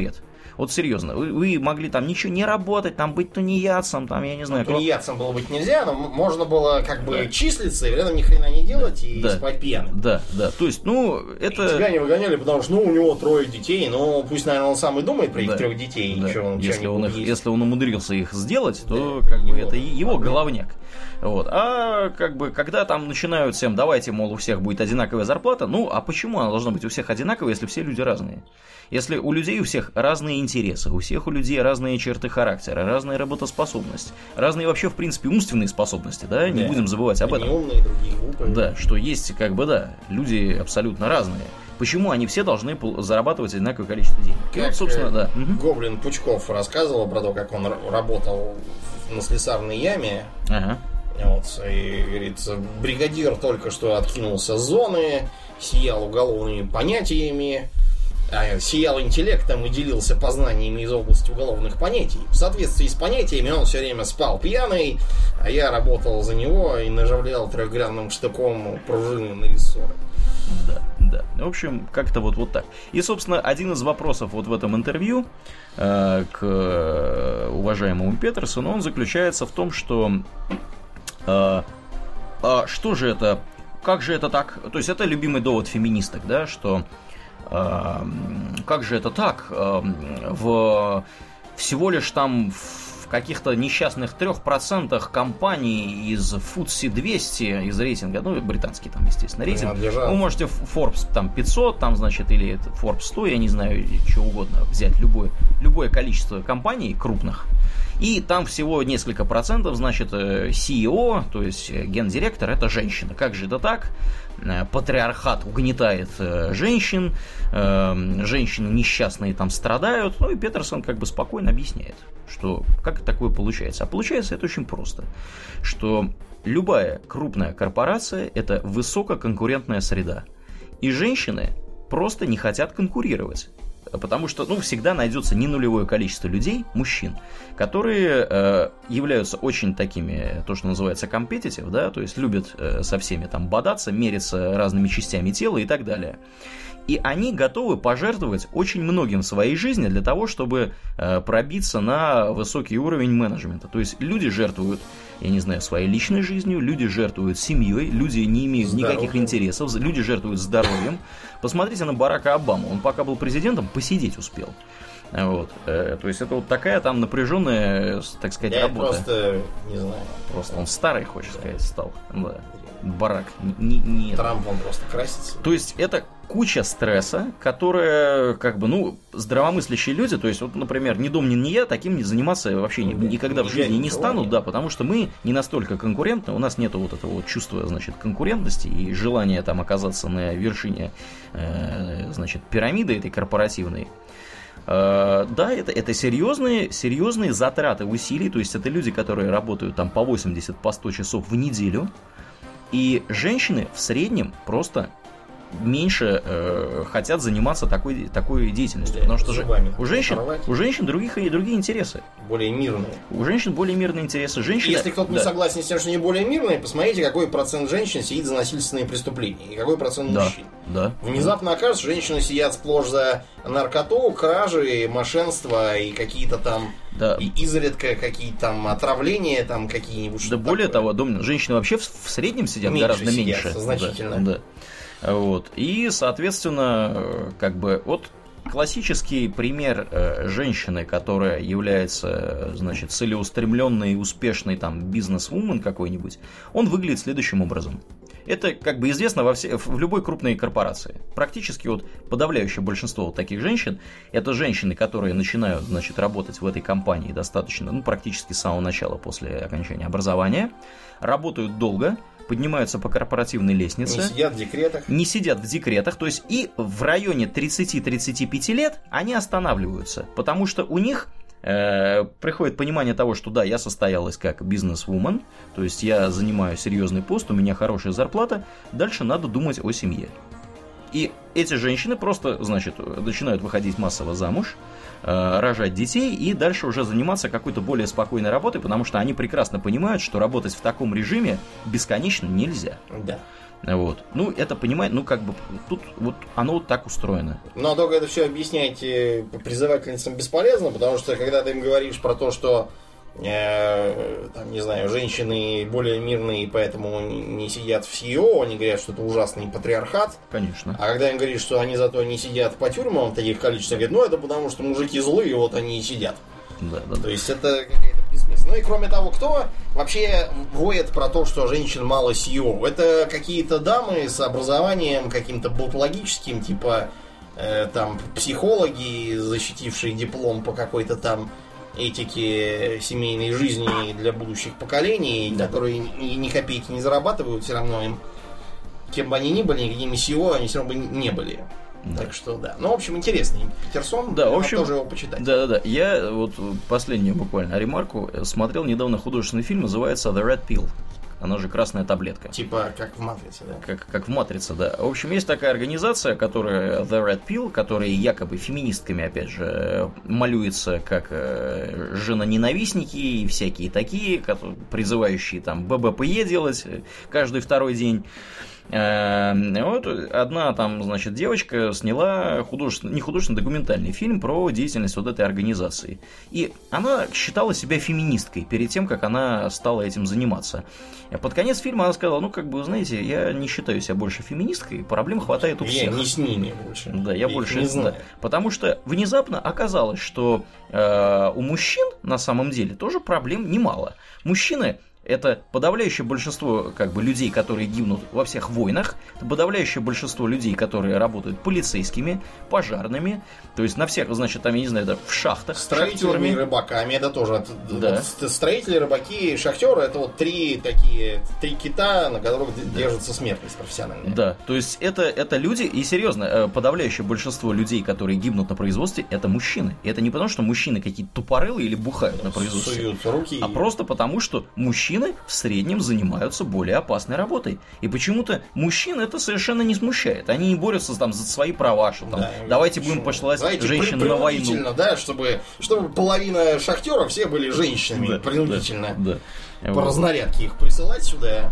Вот серьезно, вы могли там ничего не работать, там быть тунеядцем, там, я не знаю... Тунеядцем было быть нельзя, но можно было как бы числиться, и рядом ни хрена не делать, и спать пьяным. Да, то есть, это... И тебя не выгоняли, потому что, у него 3 детей, пусть, наверное, он сам и думает про их 3 детей, если он умудрился их сделать, то это его головняк. Вот. А когда там начинают всем, давайте, мол, у всех будет одинаковая зарплата, а почему она должна быть у всех одинаковая, если все люди разные? Если у людей у всех разные интересы, у людей разные черты характера, разная работоспособность, разные вообще, в принципе, умственные способности, да, не будем забывать об этом. Умные, другие глупые. Да, что есть, люди абсолютно разные. Почему они все должны зарабатывать одинаковое количество денег? Как собственно, Гоблин Пучков рассказывал про то, как он работал на слесарной яме. Ага. И говорит, бригадир только что откинулся с зоны, сиял уголовными понятиями, сиял интеллектом и делился познаниями из области уголовных понятий. В соответствии с понятиями он все время спал пьяный, а я работал за него и нажавлял 3-гранным штыком пружины на рессоры. Да. В общем, как-то вот так. И, собственно, один из вопросов вот в этом интервью к уважаемому Петерсону, он заключается в том, что что же это, как же это так? То есть это любимый довод феминисток, да, что как же это так? Всего лишь там в каких-то несчастных 3% компаний из FTSE 200, из рейтинга, британский там, естественно, рейтинг, вы можете Forbes там 500, там, значит, или Forbes 100, я не знаю, что угодно, взять любое количество компаний крупных, и там всего несколько процентов, значит, CEO, то есть гендиректор, это женщина. Как же это так? Патриархат угнетает женщин, женщины несчастные там страдают. И Петерсон спокойно объясняет, что как такое получается. А получается это очень просто, что любая крупная корпорация – это высококонкурентная среда. И женщины просто не хотят конкурировать. Потому что, всегда найдется не нулевое количество людей, мужчин, которые являются очень такими, то, что называется competitive, да, то есть любят со всеми там бодаться, мериться разными частями тела и так далее. И они готовы пожертвовать очень многим в своей жизни для того, чтобы пробиться на высокий уровень менеджмента. То есть люди жертвуют, я не знаю, своей личной жизнью, люди жертвуют семьей, люди не имеют никаких интересов, люди жертвуют здоровьем. Посмотрите на Барака Обаму, он пока был президентом, посидеть успел. Вот. То есть это вот такая там напряженная, так сказать, работа. Я просто не знаю. Просто он старый, хочешь сказать, стал. Да. Барак. Трамп, он просто красится. То есть это куча стресса, которая, здравомыслящие люди, то есть, вот, например, ни дом, ни я таким не заниматься вообще никогда в жизни не станут, да, потому что мы не настолько конкурентны, у нас нету вот этого вот чувства, значит, конкурентности и желания там оказаться на вершине, значит, пирамиды этой корпоративной. Да, это серьезные затраты усилий, то есть это люди, которые работают там по 80, по 100 часов в неделю, и женщины в среднем просто меньше хотят заниматься такой деятельностью, потому что у женщин другие интересы. Более мирные. У женщин более мирные интересы. Если кто-то не согласен с тем, что они более мирные, посмотрите, какой процент женщин сидит за насильственные преступления и какой процент мужчин. Да. Внезапно окажется, что женщины сидят сплошь за наркоту, кражи, мошенство и какие-то там... Да. И изредка какие-то там отравления, там какие-нибудь. Да, более того, женщины вообще в среднем сидят гораздо меньше. Значительно. Да. Вот. И, соответственно, вот классический пример женщины, которая является, значит, целеустремленной, успешной там бизнес-вумен какой-нибудь, он выглядит следующим образом. Это известно в любой крупной корпорации. Практически вот подавляющее большинство вот таких женщин – это женщины, которые начинают, значит, работать в этой компании достаточно, практически с самого начала после окончания образования, работают долго, поднимаются по корпоративной лестнице. Не сидят в декретах. То есть и в районе 30-35 лет они останавливаются, потому что у них приходит понимание того, что да, я состоялась как бизнес-вумен, то есть я занимаю серьезный пост, у меня хорошая зарплата, дальше надо думать о семье. И эти женщины просто, значит, начинают выходить массово замуж, рожать детей и дальше уже заниматься какой-то более спокойной работой, потому что они прекрасно понимают, что работать в таком режиме бесконечно нельзя. Да. Вот. Ну, это, понимаете, ну, как бы, тут вот оно вот так устроено. Но только это все объяснять призывательницам бесполезно, потому что, когда ты им говоришь про то, что, там, не знаю, женщины более мирные, поэтому не сидят в CEO, они говорят, что это ужасный патриархат. Конечно. А когда им говоришь, что они зато не сидят по тюрьмам в таких количествах, говорят, ну, это потому что мужики злые, вот они и сидят. Да. То есть это какая-то бессмысленно. Ну и кроме того, кто вообще воет про то, что женщин мало CEO? Это какие-то дамы с образованием каким-то болтологическим, типа там психологи, защитившие диплом по какой-то там этике семейной жизни для будущих поколений, которые ни копейки не зарабатывают, все равно им, кем бы они ни были, никакими CEO они все равно бы не были. Да. Так что, да. Ну, в общем, интересный Петерсон. Да, в общем, тоже его почитать. Да. Я вот последнюю буквально ремарку смотрел недавно художественный фильм, называется The Red Pill. Она же красная таблетка. Типа как в «Матрице», да? Как в «Матрице», да. В общем, есть такая организация, которая The Red Pill, которая якобы феминистками, опять же, малюется как женоненавистники и всякие такие, призывающие там ББПЕ делать каждый второй день. Вот одна там, значит, девочка сняла не художественный, документальный фильм про деятельность вот этой организации. И она считала себя феминисткой перед тем, как она стала этим заниматься. Под конец фильма она сказала, ну, как бы, знаете, я не считаю себя больше феминисткой, проблем хватает у всех. Я не с ними больше. Да, я больше не знаю. Да, потому что внезапно оказалось, что у мужчин на самом деле тоже проблем немало. Мужчины — это подавляющее большинство как бы людей, которые гибнут во всех войнах, это подавляющее большинство людей, которые работают полицейскими, пожарными, то есть на всех, значит, там, я не знаю, в шахтах, строителями и рыбаками, это тоже. Да. Вот строители, рыбаки, шахтеры, это вот три кита, на которых держится смертность профессиональная. Да, то есть это люди, и серьезно, подавляющее большинство людей, которые гибнут на производстве, это мужчины. И это не потому, что мужчины какие-то тупорылые или бухают на производстве, суют руки, а просто потому, что мужчины в среднем занимаются более опасной работой. И почему-то мужчин это совершенно не смущает. Они не борются там за свои права, что там, давайте будем посылать женщин на войну. Да, чтобы половина шахтеров все были женщинами, да, принудительно. Да. По разнарядке их присылать сюда.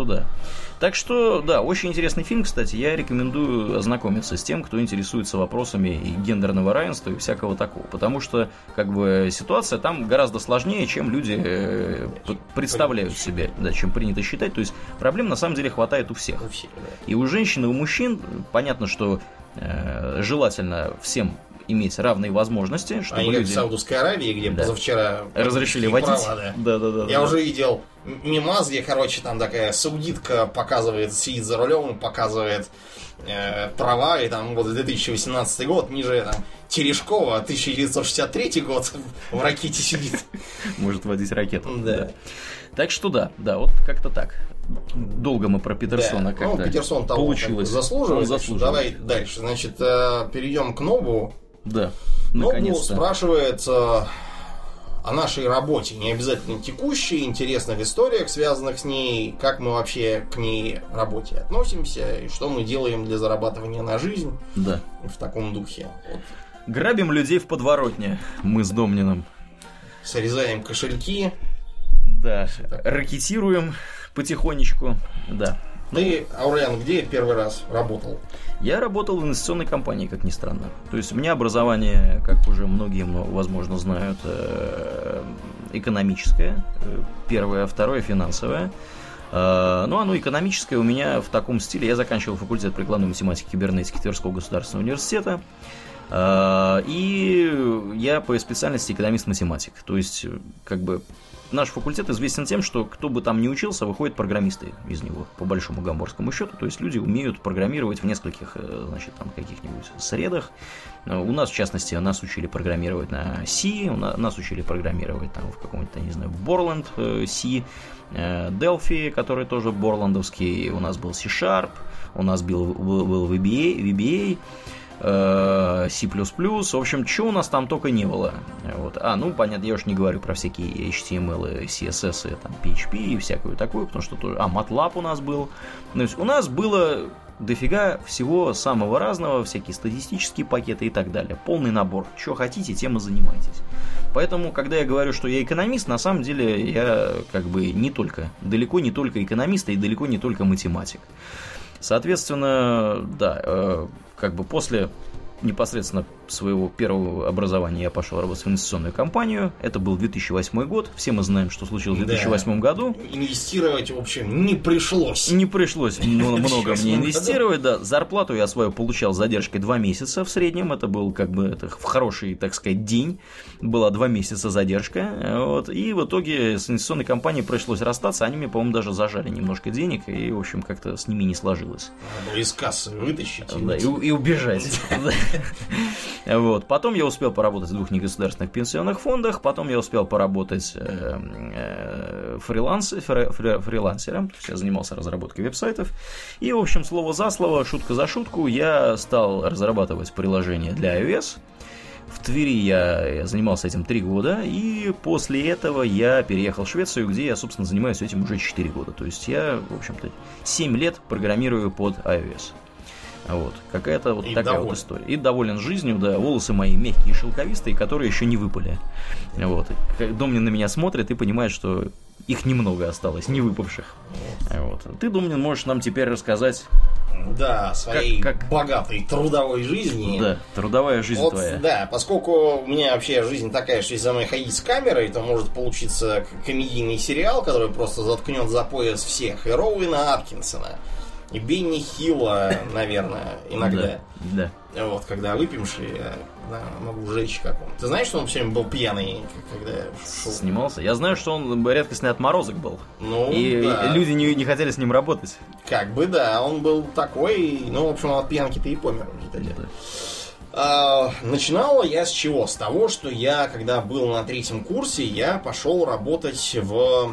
Так что, да, очень интересный фильм, кстати, я рекомендую ознакомиться с тем, кто интересуется вопросами и гендерного равенства и всякого такого, потому что, как бы, ситуация там гораздо сложнее, чем люди представляют себе, да, чем принято считать, то есть проблем на самом деле хватает у всех. И у женщин, и у мужчин, понятно, что желательно всем иметь равные возможности, чтобы они люди... как в Саудовской Аравии, где позавчера разрешили водить. Права, да. Я уже видел мемаз, где, короче, там такая саудитка показывает, сидит за рулем и показывает права, и там вот 2018 год, ниже там Терешкова, 1963 год в ракете сидит. Может водить ракету. Да. Так что да, вот как-то так. Долго мы про Петерсона как-то Петерсон того получилось. Заслуживает. Давай дальше. Значит, перейдем к Нобу. Да, Нобу спрашивает о нашей работе, не обязательно текущей, интересных историях, связанных с ней, как мы вообще к ней работе относимся, и что мы делаем для зарабатывания на жизнь. Да. В таком духе. Вот. Грабим людей в подворотне, мы с Домниным. Срезаем кошельки. Да, ракетируем потихонечку, да. Ты, Аурлиан, где первый раз работал? Я работал в инвестиционной компании, как ни странно. То есть у меня образование, как уже многие, возможно, знают, экономическое. Первое, второе финансовое. Ну, оно экономическое у меня в таком стиле. Я заканчивал факультет прикладной математики и кибернетики Тверского государственного университета. И я по специальности экономист-математик. То есть, как бы, наш факультет известен тем, что кто бы там ни учился, выходят программисты из него, по большому гамбургскому счету. То есть люди умеют программировать в нескольких, значит, там каких-нибудь средах. У нас, в частности, нас учили программировать на C, нас учили программировать там в каком-то, не знаю, Borland C, Delphi, который тоже борландовский, у нас был C-Sharp, у нас был VBA, C++, в общем, что у нас там только не было. Вот. Ну, понятно, я уж не говорю про всякие HTML, CSS, там, PHP и всякую такую, потому что тоже... MATLAB у нас был. То есть у нас было дофига всего самого разного, всякие статистические пакеты и так далее. Полный набор. Что хотите, тем и занимайтесь. Поэтому, когда я говорю, что я экономист, на самом деле я как бы далеко не только экономист и далеко не только математик. Соответственно, да, как бы после непосредственно своего первого образования я пошел работать в инвестиционную компанию. Это был 2008 год. Все мы знаем, что случилось в 2008 году. Инвестировать, в общем, не пришлось. Не пришлось много мне инвестировать, да. Зарплату я свою получал с задержкой 2 месяца в среднем. Это был как бы это в хороший, так сказать, день. Была 2 месяца задержка. Вот. И в итоге с инвестиционной компанией пришлось расстаться. Они мне, по-моему, даже зажали немножко денег. И, в общем, как-то с ними не сложилось. Надо из кассы вытащить. Да, и убежать. Вот. Потом я успел поработать в 2 негосударственных пенсионных фондах, потом я успел поработать фрилансером, то есть я занимался разработкой веб-сайтов, и, в общем, слово за слово, шутка за шутку, я стал разрабатывать приложение для iOS. В Твери я занимался этим 3 года, и после этого я переехал в Швецию, где я, собственно, занимаюсь этим уже 4 года, то есть я, в общем-то, 7 лет программирую под iOS. Вот, какая-то вот и такая доволен. Вот история. И доволен жизнью, да, волосы мои мягкие и шелковистые, которые еще не выпали. Вот. Домнин на меня смотрит и понимает, что их немного осталось, не выпавших. Вот. Ты, Домнин, можешь нам теперь рассказать... Да, своей богатой трудовой жизни. Да, трудовая жизнь вот, твоя. Да, поскольку у меня вообще жизнь такая, что если за мной ходить с камерой, то может получиться комедийный сериал, который просто заткнет за пояс всех. И Роуэна Аткинсона. И Бенни Хилла, наверное, иногда. Да. Вот, когда выпьемши, я могу жечь как он. Ты знаешь, что он все время был пьяный, когда шел? Снимался? Я знаю, что он редкостный отморозок был. Ну, и да. Люди не хотели с ним работать. Как бы, да, он был такой, ну, в общем, от пьянки-то и помер. Да. Начинал я с чего? С того, что я, когда был на 3-м курсе, я пошел работать в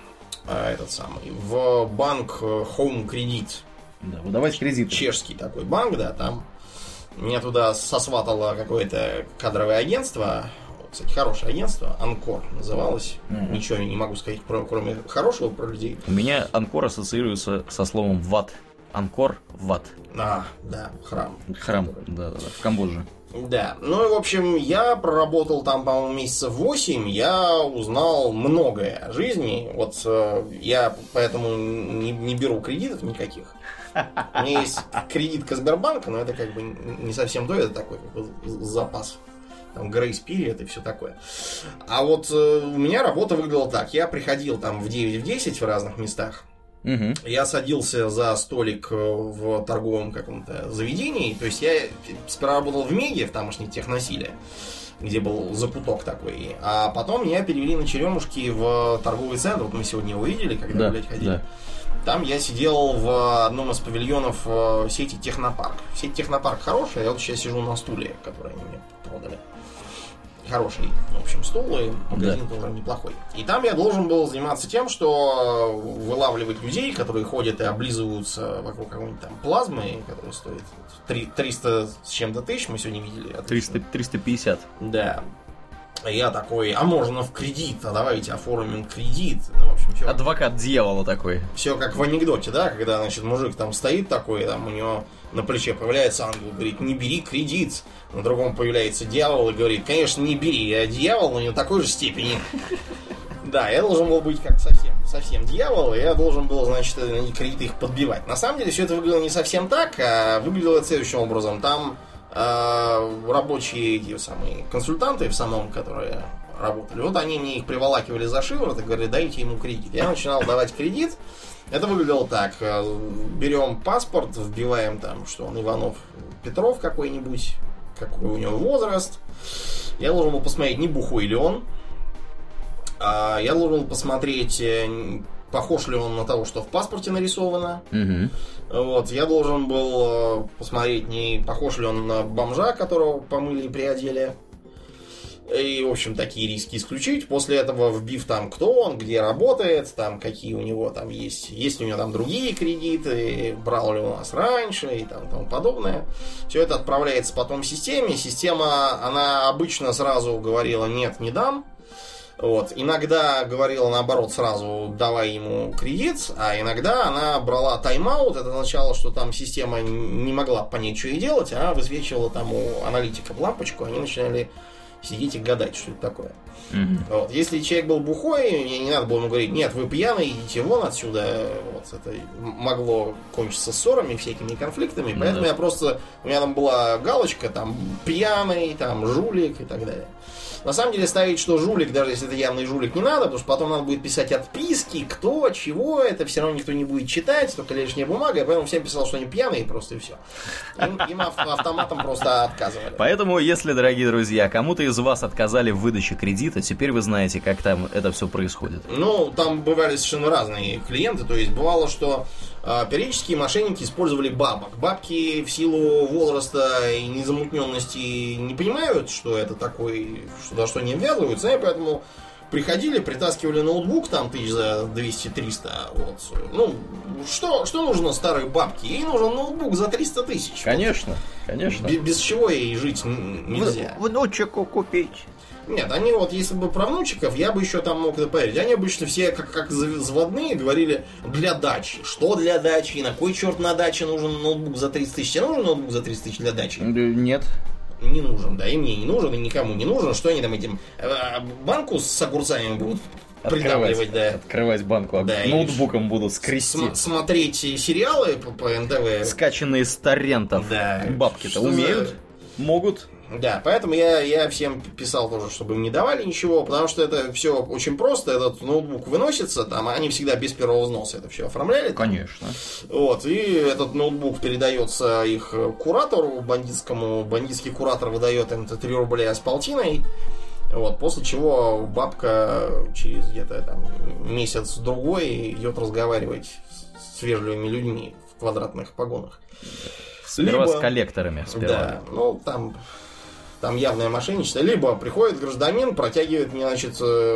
банк Home Credit. Да, выдавать кредиты. Чешский такой банк, да, там меня туда сосватало какое-то кадровое агентство. Кстати, хорошее агентство, Анкор называлось. Ничего не могу сказать, кроме хорошего про людей. У меня Анкор ассоциируется со словом ват. Анкор ват. Да, храм. Храм, да, в Камбодже. Да, ну и в общем, я проработал там, по-моему, месяцев 8, я узнал многое о жизни. Вот я поэтому не беру кредитов никаких. У меня есть кредитка Сбербанка, но это как бы не совсем то, это такой как бы запас. Там Grace Period и все такое. А вот у меня работа выглядела так. Я приходил там в 9-10 в разных местах. Я садился за столик в торговом каком-то заведении. То есть я сперва работал в Меге, в тамошней техносиле, где был закуток такой. А потом меня перевели на черемушки в торговый центр. Вот мы сегодня его видели, когда гулять ходили. Да. Там я сидел в одном из павильонов сети Технопарк. Сеть Технопарк хорошая, я вот сейчас сижу на стуле, который они мне продали. Хороший, в общем, стул, и магазин тоже неплохой. И там я должен был заниматься тем, что вылавливать людей, которые ходят и облизываются вокруг какой-нибудь там плазмы, которая стоит 300 с чем-то тысяч, мы сегодня видели. 350. Да. Я такой, а можно в кредит, а давайте оформим кредит. Ну, в общем, все. Адвокат дьявола такой. Все как в анекдоте, да, когда, значит, мужик там стоит такой, там у него на плече появляется ангел, говорит, не бери кредит. На другом появляется дьявол и говорит, конечно, не бери, а дьявол, но не в такой же степени. Да, я должен был быть как совсем дьявол, и я должен был, значит, кредиты их подбивать. На самом деле все это выглядело не совсем так, а выглядело следующим образом. Там рабочие эти самые консультанты в самом, которые работали, вот они мне их приволакивали за шиворот и говорили, дайте ему кредит. Я начинал давать кредит. Это выглядело так. Берем паспорт, вбиваем там, что он Иванов Петров какой-нибудь, какой у него возраст. Я должен был посмотреть, не бухой ли он. Я должен был посмотреть, похож ли он на того, что в паспорте нарисовано. Вот, я должен был посмотреть, не похож ли он на бомжа, которого помыли и приодели. И, в общем, такие риски исключить. После этого, вбив там, кто он, где работает, там, какие у него там есть ли у него там другие кредиты, брал ли у нас раньше и там тому подобное. Все это отправляется потом в системе. Система, она обычно сразу говорила, нет, не дам. Вот. Иногда говорила наоборот сразу, давай ему кредит, а иногда она брала тайм-аут. Это означало, что там система не могла понять, что ей делать, а высвечивала там у аналитиков лампочку, они начинали сидеть и гадать, что это такое. Вот. Если человек был бухой, мне не надо было ему говорить: нет, вы пьяный, идите вон отсюда. Вот. Это могло кончиться ссорами, всякими конфликтами. Поэтому я просто... У меня там была галочка, там, пьяный, там, жулик и так далее. На самом деле ставить, что жулик, даже если это явный жулик, не надо, потому что потом надо будет писать отписки, кто, чего, это все равно никто не будет читать, только лишняя бумага, поэтому всем писал, что они пьяные, просто и все. Им автоматом просто отказывали. Поэтому, если, дорогие друзья, кому-то из вас отказали в выдаче кредита, теперь вы знаете, как там это все происходит. Ну, там бывали совершенно разные клиенты, то есть бывало, что периодически мошенники использовали бабок. Бабки в силу возраста и незамутненности не понимают, что это такое, за что они ввязываются, и поэтому приходили, притаскивали ноутбук там тысяч за 200-300. Вот. Ну, что нужно старой бабке? Ей нужен ноутбук за 300 тысяч. Конечно, конечно. Без чего ей жить нельзя. Внучеку купить. Нет, они вот, если бы про внучиков, я бы еще там мог это поверить. Они обычно все, как заводные, говорили: для дачи. Что для дачи? На кой черт на даче нужен ноутбук за 30 тысяч? Тебе нужен ноутбук за 30 тысяч для дачи? Нет. Не нужен, да, и мне не нужен, и никому не нужен. Что они там этим банку с огурцами будут придавливать, да? Открывать банку, да, ноутбуком будут скрести. Смотреть сериалы по НТВ. Скачанные с торрентов. Да. Бабки-то умеют, могут. Да, поэтому я всем писал тоже, чтобы им не давали ничего, потому что это все очень просто. Этот ноутбук выносится, там они всегда без первого взноса это все оформляли. Конечно. Вот, и этот ноутбук передается их куратору бандитскому. Бандитский куратор выдает им 3 рубля с полтиной. Вот, после чего бабка через где-то там месяц-другой идет разговаривать с вежливыми людьми в квадратных погонах. Сперва с коллекторами. Да, ну там явное мошенничество. Либо приходит гражданин, протягивает мне, значит,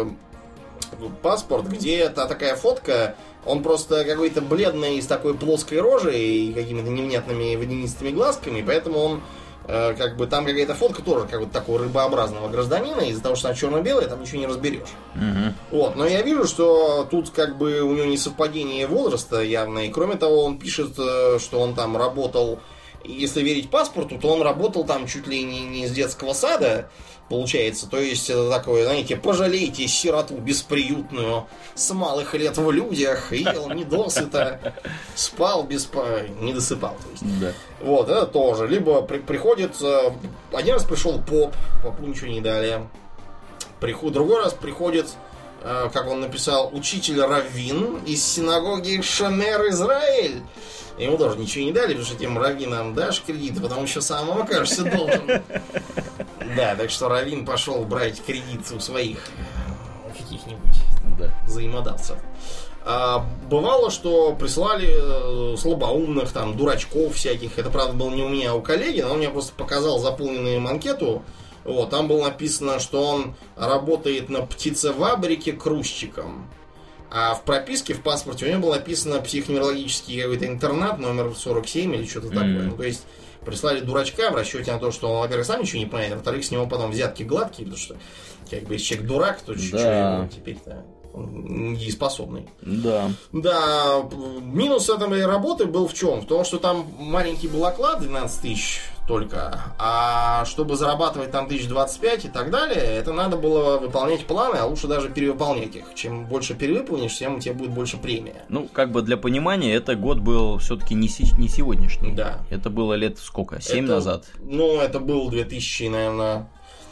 паспорт, где такая фотка, он просто какой-то бледный, с такой плоской рожей и какими-то невнятными водянистыми глазками, поэтому он как бы там какая-то фотка тоже как бы такого рыбообразного гражданина, из-за того, что она черно-белая, там ничего не разберешь. Вот, но я вижу, что тут как бы у него несовпадение возраста явно, и кроме того, он пишет, что он там работал. Если верить паспорту, то он работал там чуть ли не из детского сада, получается. То есть это такое, знаете, пожалейте сироту бесприютную с малых лет в людях, ел недосыто, спал не досыпал. То есть. Да. Вот, это тоже. Либо приходит, один раз пришел поп, попу ничего не дали. Другой раз приходит, как он написал, учитель раввин из синагоги Шомер Израиль. Ему тоже ничего не дали, потому что тем раввинам дашь кредит, потом еще самому окажешься должен. Да, так что раввин пошел брать кредит у своих каких-нибудь взаимодавцев. Бывало, что прислали слабоумных, там, дурачков всяких. Это, правда, было не у меня, а у коллеги, но он мне просто показал заполненную анкету. Вот, там было написано, что он работает на птицевабрике грузчиком. А в прописке, в паспорте у него было написано психоневрологический какой-то интернат, номер 47 или что-то такое. Ну, то есть прислали дурачка в расчете на то, что он, во-первых, сам ничего не понимает, а во-вторых, с него потом взятки гладкие, потому что, как бы, если человек дурак, то что его теперь-то недееспособный. Да. Да, минус этой работы был в чем? В том, что там маленький был оклад, 12 тысяч только, а чтобы зарабатывать там 1025 и так далее, это надо было выполнять планы, а лучше даже перевыполнять их. Чем больше перевыполнишь, тем у тебя будет больше премия. Ну, как бы для понимания, это год был все-таки не сегодняшний. Да. Это было лет сколько? 7 назад? Ну, это был 2000, наверное,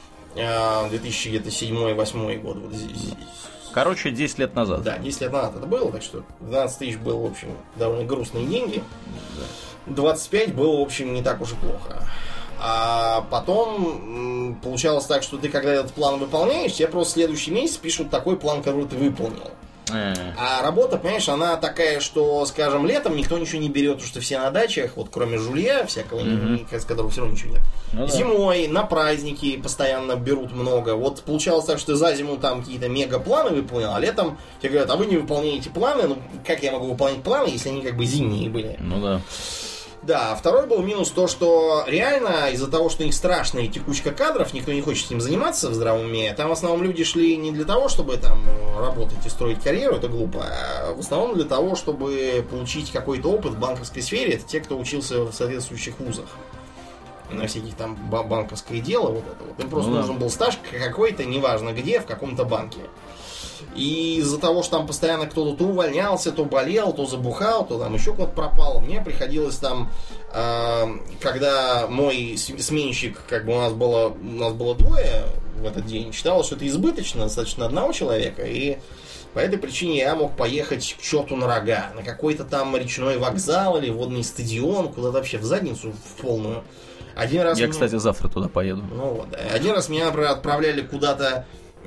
2007-2008 год. Вот здесь. Короче, 10 лет назад. Да, 10 лет назад это было, так что 12 тысяч было, в общем, довольно грустные деньги. 25 было, в общем, не так уж и плохо. А потом получалось так, что ты, когда этот план выполняешь, тебе просто в следующий месяц пишут такой план, который ты выполнил. А работа, понимаешь, она такая, что, скажем, летом никто ничего не берет, потому что все на дачах, вот кроме жулья всякого, с которого все равно ничего нет. Ну, зимой, на праздники постоянно берут много. Вот получалось так, что ты за зиму там какие-то мега-планы выполнил, а летом тебе говорят, а вы не выполняете планы, ну как я могу выполнять планы, если они как бы зимние были? Ну да. Да, второй был минус то, что реально из-за того, что у них страшная текучка кадров, никто не хочет этим заниматься в здравом уме. Там в основном люди шли не для того, чтобы там работать и строить карьеру, это глупо, а в основном для того, чтобы получить какой-то опыт в банковской сфере. Это те, кто учился в соответствующих вузах. на всяких там банковское дело, вот это вот. Им просто нужен был стаж какой-то, неважно где, в каком-то банке. И из-за того, что там постоянно кто-то то увольнялся, то болел, то забухал, то там еще кто-то пропал, мне приходилось там, когда мой сменщик, как бы у нас было двое в этот день, считалось, что это избыточно, достаточно одного человека, и по этой причине я мог поехать к черту на рога, на какой-то там речной вокзал или водный стадион, куда-то вообще в задницу в полную. Один раз кстати, завтра туда поеду. Ну вот, да. Один раз меня, например, отправляли куда-то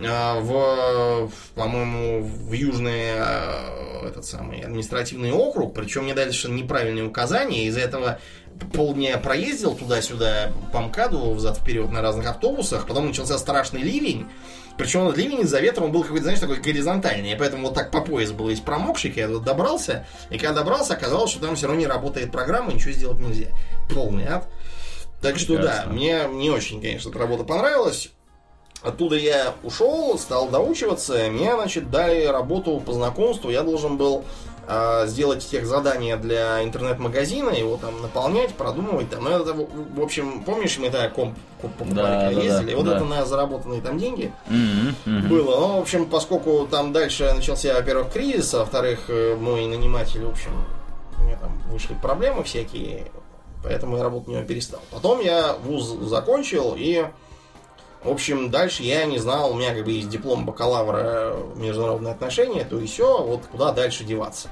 по-моему, в южный этот самый административный округ, причем мне дали совершенно неправильные указания, из-за этого полдня проездил туда-сюда по МКАДу, взад-вперед на разных автобусах, потом начался страшный ливень, причем этот ливень из-за ветра, он был какой-то, знаешь, такой горизонтальный, и поэтому вот так по пояс был весь промокший, я тут добрался, и когда добрался, оказалось, что там все равно не работает программа, ничего сделать нельзя. Полный ад. Так что да, мне не очень, конечно, эта работа понравилась. Оттуда я ушел, стал доучиваться, мне, значит, дали работу по знакомству, я должен был сделать тех задания для интернет-магазина, его там наполнять, продумывать там. Ну, это, в общем, помнишь, мы тогда комп покупали, ездили, вот это на заработанные там деньги было. Ну, в общем, поскольку там дальше начался, во-первых, кризис, а во-вторых, мой наниматель, в общем, у меня там вышли проблемы всякие, поэтому я работать у него перестал. Потом я вуз закончил и... В общем, дальше я не знал, у меня как бы есть диплом бакалавра международные отношения, то и все, вот куда дальше деваться.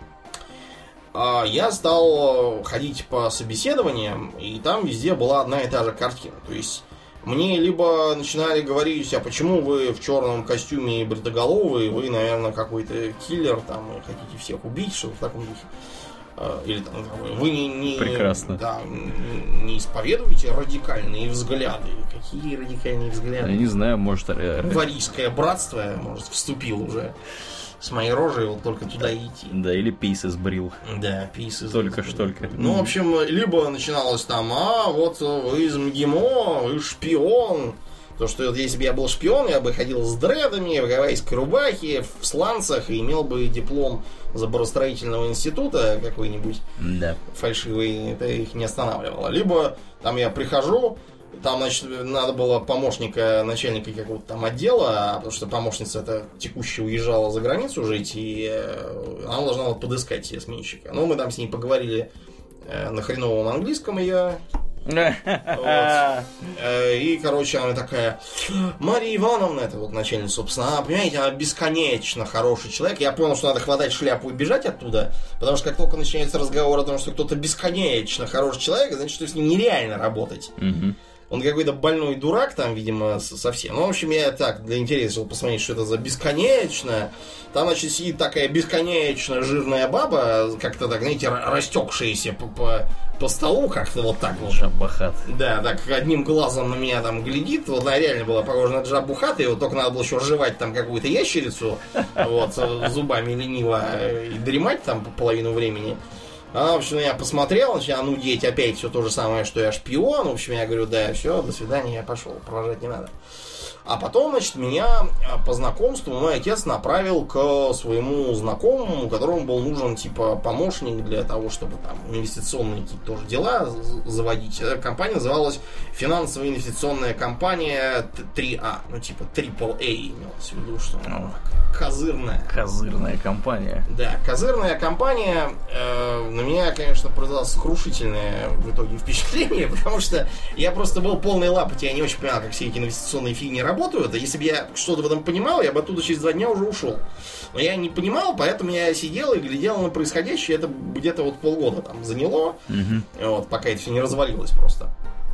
Я стал ходить по собеседованиям, и там везде была одна и та же картина. То есть мне либо начинали говорить, а почему вы в черном костюме и бритоголовый, вы, наверное, какой-то киллер, там, и хотите всех убить, что в таком духе. Или там вы Прекрасно. Да, не исповедуете радикальные взгляды. Какие радикальные взгляды? Я не знаю, может... Варийское братство, может, вступил уже с моей рожей, вот только туда идти. Да, или пейсы сбрил. Да, пейсы только. Ну, в общем, либо начиналось там, вот вы из МГИМО, вы шпион. То, что вот если бы я был шпион, я бы ходил с дредами, в гавайской рубахе, в сланцах, и имел бы диплом заборостроительного института какой-нибудь фальшивый, это их не останавливало. Либо там я прихожу, там, значит, надо было помощника, начальника какого-то там отдела, потому что помощница эта текущая уезжала за границу жить, и она должна вот подыскать себе сменщика. Ну, мы там с ней поговорили на хреновом английском ее. Вот. И, короче, она такая: Мария Ивановна, это вот начальница, собственно, она, понимаете, она бесконечно хороший человек. Я понял, что надо хватать шляпу и бежать оттуда, потому что как только начинается разговор о том, что кто-то бесконечно хороший человек, значит, что с ним нереально работать. Он какой-то больной дурак там, видимо, совсем. Ну, в общем, я так, для интереса решил посмотреть, что это за бесконечно. Там, значит, сидит такая бесконечно жирная баба, как-то так, знаете, растекшаяся по столу, как-то вот так вот. Джаббахат. Да, так одним глазом на меня там глядит. Вот она реально была похожа на Джаббахат, и вот только надо было еще жевать там какую-то ящерицу, вот, зубами лениво, и дремать там половину времени. Она, в общем, я посмотрел, начала нудеть опять все то же самое, что я шпион. В общем, я говорю, да, все, до свидания, я пошел, провожать не надо. А потом, значит, меня по знакомству мой отец направил к своему знакомому, которому был нужен, типа, помощник для того, чтобы там инвестиционные какие-то тоже дела заводить. Эта компания называлась финансовая инвестиционная компания 3А, ну, типа, AAA имелось в виду, что козырная. Козырная компания. Да, козырная компания на меня, конечно, произвела сокрушительное в итоге впечатление, потому что я просто был полный лапоть, я не очень понимал, как все эти инвестиционные фигни работают, а если бы я что-то в этом понимал, я бы оттуда через 2 дня уже ушел. Но я не понимал, поэтому я сидел и глядел на происходящее, это где-то вот полгода там заняло, вот, пока это все не развалилось просто.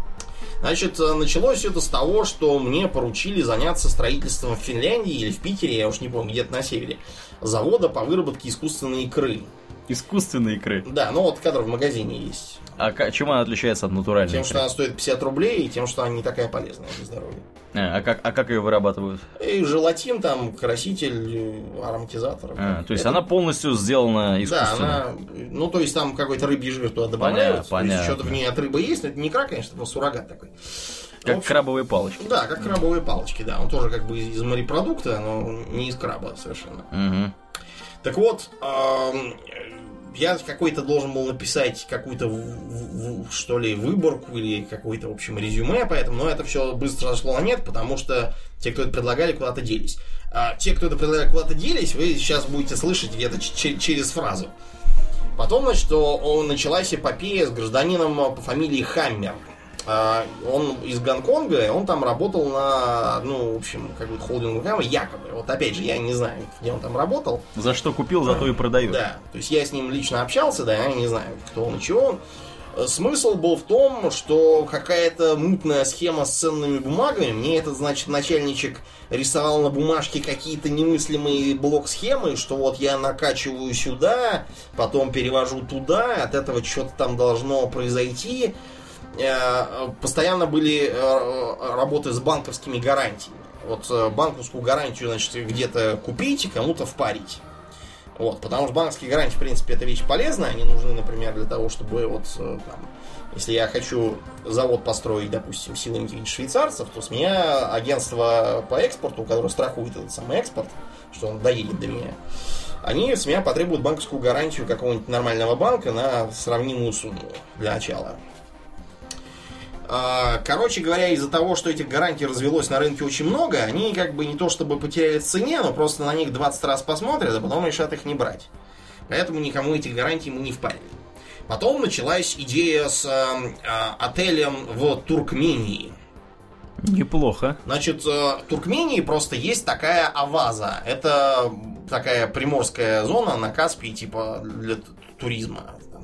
Значит, началось это с того, что мне поручили заняться строительством в Финляндии или в Питере, я уж не помню, где-то на севере, завода по выработке искусственной икры. Искусственной икры? Да, ну вот, который в магазине есть. А чем она отличается от натуральной Тем, икры? что она стоит 50 рублей, и тем, что она не такая полезная для здоровья. А как ее вырабатывают? И желатин, там, краситель, ароматизатор. То есть она полностью сделана искусственно? Да, она... Ну, то есть там какой-то рыбий жир туда добавляют. Понятно. Что-то в ней от рыбы есть, но это не икра, конечно, это просто суррогат такой. Как крабовые палочки. Да, как крабовые палочки, да. Он тоже как бы из морепродукта, но не из краба совершенно. Угу. Так вот, я какой-то должен был написать какую-то, что ли, выборку или какое-то, в общем, резюме, поэтому, но это все быстро зашло на нет, потому что те, кто это предлагали, куда-то делись. А те, кто это предлагали, куда-то делись, вы сейчас будете слышать где-то через фразу. Потом, значит, началась эпопея с гражданином по фамилии Хаммер. Он из Гонконга, он там работал на, ну, в общем, какую-то холдинговую компанию, якобы. Вот опять же, я не знаю, где он там работал. За что купил, зато и продает. Да, то есть я с ним лично общался, да, я не знаю, кто он и чего он. Смысл был в том, что какая-то мутная схема с ценными бумагами, мне этот, значит, начальничек рисовал на бумажке какие-то немыслимые блок-схемы, что вот я накачиваю сюда, потом перевожу туда, от этого что-то там должно произойти. Постоянно были работы с банковскими гарантиями. Вот банковскую гарантию, значит, где-то купить и кому-то впарить. Вот, потому что банковские гарантии, в принципе, это вещь полезная. Они нужны, например, для того, чтобы вот там, если я хочу завод построить, допустим, силами каких-нибудь швейцарцев, то с меня агентство по экспорту, которое страхует этот самый экспорт, что он доедет до меня, они с меня потребуют банковскую гарантию какого-нибудь нормального банка на сравнимую сумму для начала. Короче говоря, из-за того, что этих гарантий развелось на рынке очень много, они как бы не то чтобы потеряли в цене, но просто на них 20 раз посмотрят, а потом решат их не брать. Поэтому никому этих гарантий мы не впарили. Потом началась идея с отелем в Туркмении. Неплохо. Значит, в Туркмении просто есть такая аваза. Это такая приморская зона на Каспии, типа для туризма.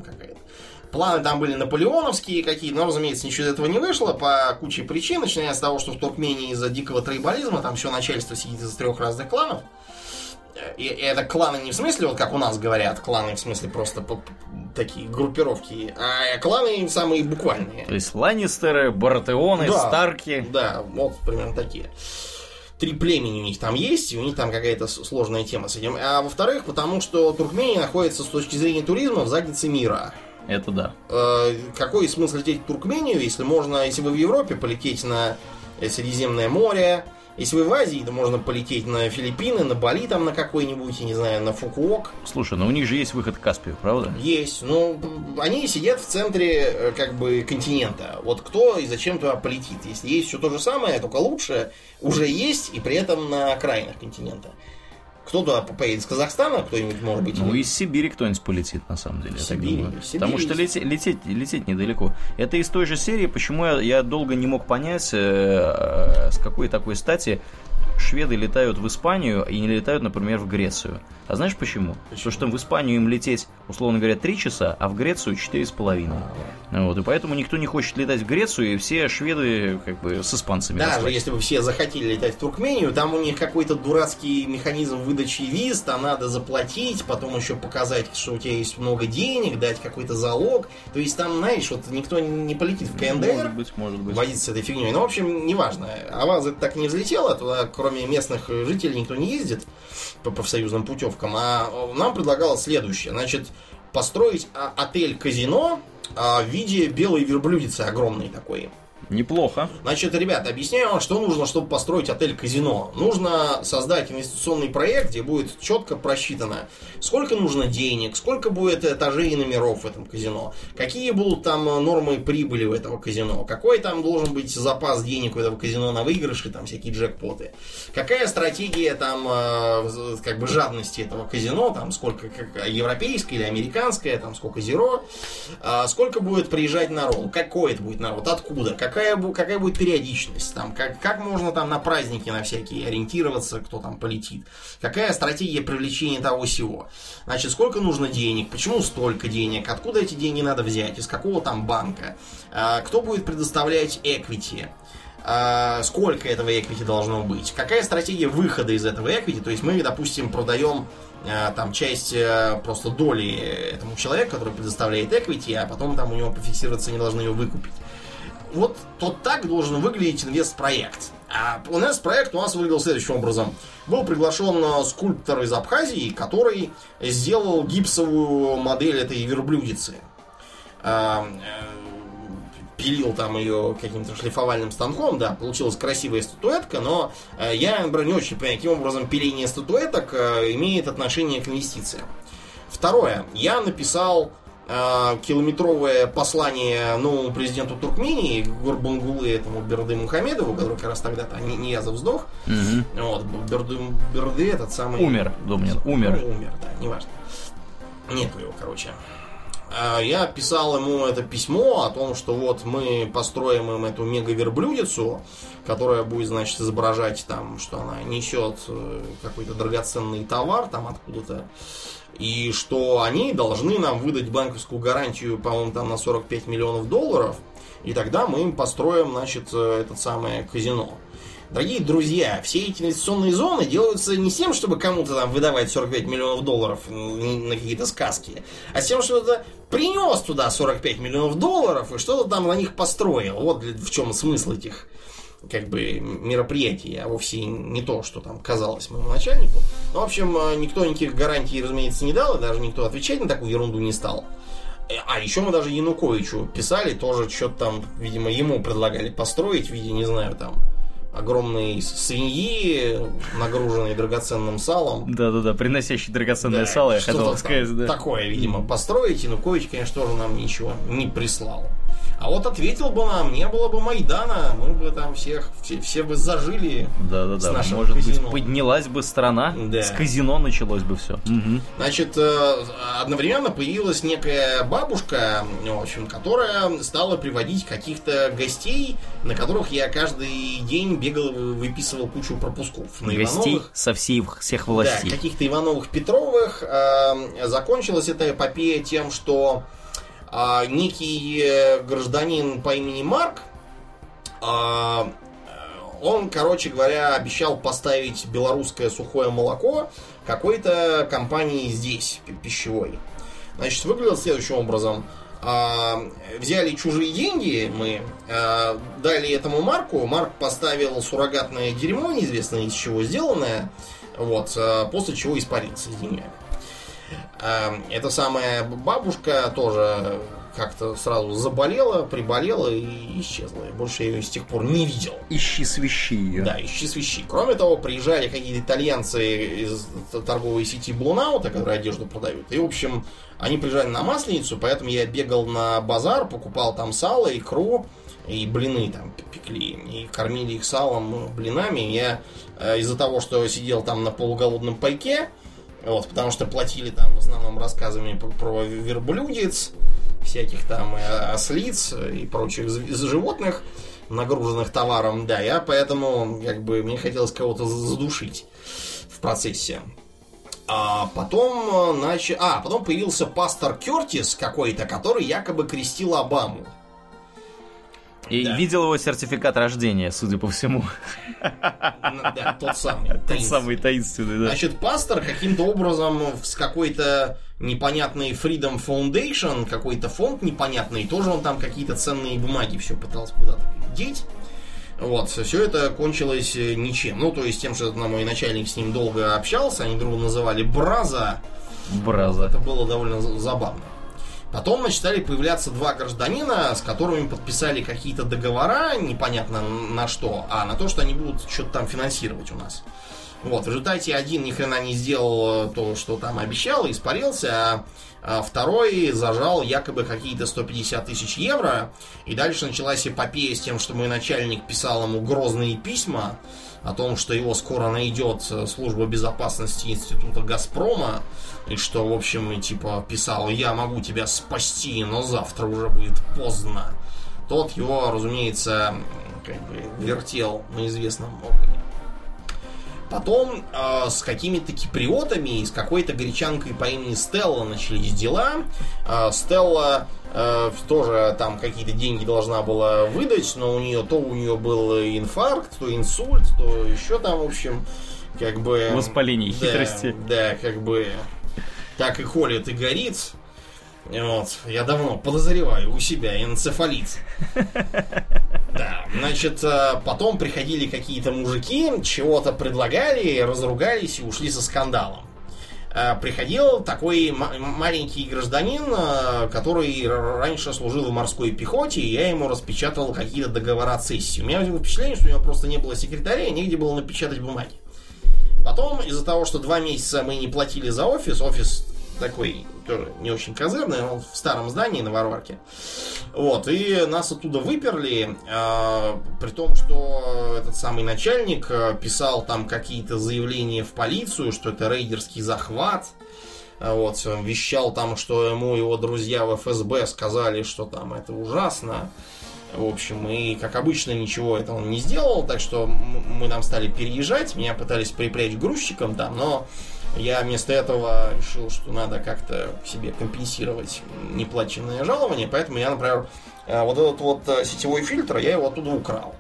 Планы там были наполеоновские какие-то, но, разумеется, ничего из этого не вышло по куче причин, начиная с того, что в Туркмении из-за дикого трибализма там все начальство сидит из 3 разных кланов. И это кланы не в смысле, вот как у нас говорят, кланы в смысле просто такие группировки, а кланы самые буквальные. То есть Ланнистеры, Баратеоны, да, Старки. Да, вот примерно такие. 3 племени у них там есть, и у них там какая-то сложная тема с этим. А во-вторых, потому что Туркмения находится с точки зрения туризма в заднице мира. Это да. Какой смысл лететь в Туркмению, если можно, если вы в Европе, полететь на Средиземное море, если вы в Азии, то можно полететь на Филиппины, на Бали там на какой-нибудь, я не знаю, на Фукуок. Слушай, но у них же есть выход к Каспию, правда? Есть, но они сидят в центре как бы континента. Вот кто и зачем туда полетит? Если есть все то же самое, только лучше, уже есть, и при этом на окраинах континента. Кто туда поедет? Из Казахстана кто-нибудь, может быть? Ну, из Сибири кто-нибудь полетит, на самом деле. Сибирь. Потому что лететь недалеко. Это из той же серии, почему я долго не мог понять, с какой такой стати шведы летают в Испанию и не летают, например, в Грецию. А знаешь почему? Потому что в Испанию им лететь, условно говоря, 3 часа, а в Грецию 4,5. Вот, и поэтому никто не хочет летать в Грецию, и все шведы как бы с испанцами. Даже если бы все захотели летать в Туркмению, там у них какой-то дурацкий механизм выдачи виз, там надо заплатить, потом еще показать, что у тебя есть много денег, дать какой-то залог. То есть там, знаешь, вот никто не полетит в КНДР, может быть. возиться с этой фигней. Ну, в общем, неважно. Аваза так не взлетела, туда кроме местных жителей никто не ездит по профсоюзным путевкам. А нам предлагалось следующее. Значит, построить отель-казино в виде белой верблюдицы огромной такой. Неплохо. Значит, ребята, объясняю вам, что нужно, чтобы построить отель-казино. Нужно создать инвестиционный проект, где будет четко просчитано, сколько нужно денег, сколько будет этажей и номеров в этом казино, какие будут там нормы прибыли в этого казино, какой там должен быть запас денег у этого казино на выигрыши, там всякие джекпоты, какая стратегия там как бы жадности этого казино, там сколько европейская или американская, там сколько зеро, сколько будет приезжать народ, какой это будет народ, откуда, какая будет периодичность, там, как можно там на праздники на всякие ориентироваться, кто там полетит, какая стратегия привлечения того сего. Значит, сколько нужно денег, почему столько денег, откуда эти деньги надо взять, из какого там банка, кто будет предоставлять equity, сколько этого equity должно быть, какая стратегия выхода из этого equity, то есть мы, допустим, продаем там часть просто доли этому человеку, который предоставляет equity, а потом там у него по фиксированной цене должны ее выкупить. Вот так должен выглядеть инвестпроект. А инвестпроект у нас выглядел следующим образом. Был приглашен скульптор из Абхазии, который сделал гипсовую модель этой верблюдицы. Пилил там ее каким-то шлифовальным станком, да, получилась красивая статуэтка, но я, например, не очень понимаю, каким образом пиление статуэток имеет отношение к инвестициям. Второе. Я написал километровое послание новому президенту Туркмении, Гурбангулы, этому Берды Мухамедову, который как раз тогда-то Ниязов сдох. Вот, Берды этот самый... Умер, думаю, умер. Ну, умер, да, неважно. Нету его, короче. Я писал ему это письмо о том, что вот мы построим им эту мега-верблюдицу, которая будет, значит, изображать там, что она несет какой-то драгоценный товар там откуда-то, и что они должны нам выдать банковскую гарантию, по-моему, там на 45 миллионов долларов, и тогда мы им построим, значит, это самое казино. Дорогие друзья, все эти инвестиционные зоны делаются не с тем, чтобы кому-то там выдавать 45 миллионов долларов на какие-то сказки, а с тем, что это принес туда 45 миллионов долларов и что-то там на них построил. Вот в чем смысл этих как бы мероприятий, а вовсе не то, что там казалось моему начальнику. Ну, в общем, никто никаких гарантий, разумеется, не дал, и даже никто отвечать на такую ерунду не стал. А еще мы даже Януковичу писали, тоже что-то там, видимо, ему предлагали построить в виде, не знаю, там, огромной свиньи, нагруженной драгоценным салом. Да-да-да, приносящий драгоценное сало, я хотел сказать. Да. Такое, видимо, построить. Янукович, конечно, тоже нам ничего не прислал. А вот ответил бы нам, не было бы Майдана, мы бы там все бы зажили. Да-да-да, может казино. Быть, поднялась бы страна, да. С казино началось бы все. Угу. Значит, одновременно появилась некая бабушка, в общем, которая стала приводить каких-то гостей, на которых я каждый день бегал и выписывал кучу пропусков. На гостей Ивановых, со всех властей. Да, каких-то Ивановых-Петровых. Закончилась эта эпопея тем, что некий гражданин по имени Марк, он, короче говоря, обещал поставить белорусское сухое молоко какой-то компании здесь, пищевой. Значит, выглядело следующим образом. Взяли чужие деньги, мы дали этому Марку. Марк поставил суррогатное дерьмо, неизвестно из чего сделанное, вот, после чего испарился с деньгами. Эта самая бабушка тоже как-то сразу заболела, приболела и исчезла. Я больше ее с тех пор не видел. Ищи свищи ее. Да, ищи свищи. Кроме того, приезжали какие-то итальянцы из торговой сети Блунаута, которые одежду продают. И, в общем, они приезжали на Масленицу, поэтому я бегал на базар, покупал там сало, икру, и блины там пекли. И кормили их салом, блинами. Я из-за того, что сидел там на полуголодном пайке, вот, потому что платили там в основном рассказами про верблюдец, всяких там ослиц и прочих животных, нагруженных товаром, да, я поэтому, как бы, мне хотелось кого-то задушить в процессе. Потом появился пастор Кертис какой-то, который якобы крестил Обаму. И да. Видел его сертификат рождения, судя по всему. Да, тот самый. Тот самый таинственный, да. Значит, пастор каким-то образом с какой-то непонятной Freedom Foundation, какой-то фонд непонятный, тоже он там какие-то ценные бумаги все пытался куда-то деть. Вот, все это кончилось ничем. Ну, то есть тем, что мой начальник с ним долго общался, они друга называли Браза. Браза. Это было довольно забавно. Потом, значит, стали появляться два гражданина, с которыми подписали какие-то договора, непонятно на что, а на то, что они будут что-то там финансировать у нас. Вот, в результате один ни хрена не сделал то, что там обещал, испарился, а второй зажал якобы какие-то 150 тысяч евро, и дальше началась эпопея с тем, что мой начальник писал ему грозные письма о том, что его скоро найдет служба безопасности института Газпрома, и что, в общем, типа писал: я могу тебя спасти, но завтра уже будет поздно. Тот его, разумеется, как бы вертел на известном органе. Потом с какими-то киприотами и с какой-то гречанкой по имени Стелла начались дела. Стелла тоже там какие-то деньги должна была выдать, но у нее был инфаркт, то инсульт, то еще там, в общем, как бы... Воспаление, хитрости. Да, как бы так и колет, и горит. Вот, я давно подозреваю у себя энцефалит. Да, значит, потом приходили какие-то мужики, чего-то предлагали, разругались и ушли со скандалом. Приходил такой маленький гражданин, который раньше служил в морской пехоте, и я ему распечатал какие-то договора цессии. У меня возникло впечатление, что у него просто не было секретаря, и негде было напечатать бумаги. Потом, из-за того, что 2 месяца мы не платили за офис такой тоже не очень козырный, он в старом здании на Варварке. Вот, и нас оттуда выперли, при том, что этот самый начальник писал там какие-то заявления в полицию, что это рейдерский захват. Вот, он вещал там, что ему его друзья в ФСБ сказали, что там это ужасно. В общем, и как обычно ничего этого он не сделал, так что мы там стали переезжать, меня пытались припрячь грузчиком там, но я вместо этого решил, что надо как-то себе компенсировать неплаченное жалование, поэтому я, например, вот этот вот сетевой фильтр, я его оттуда украл.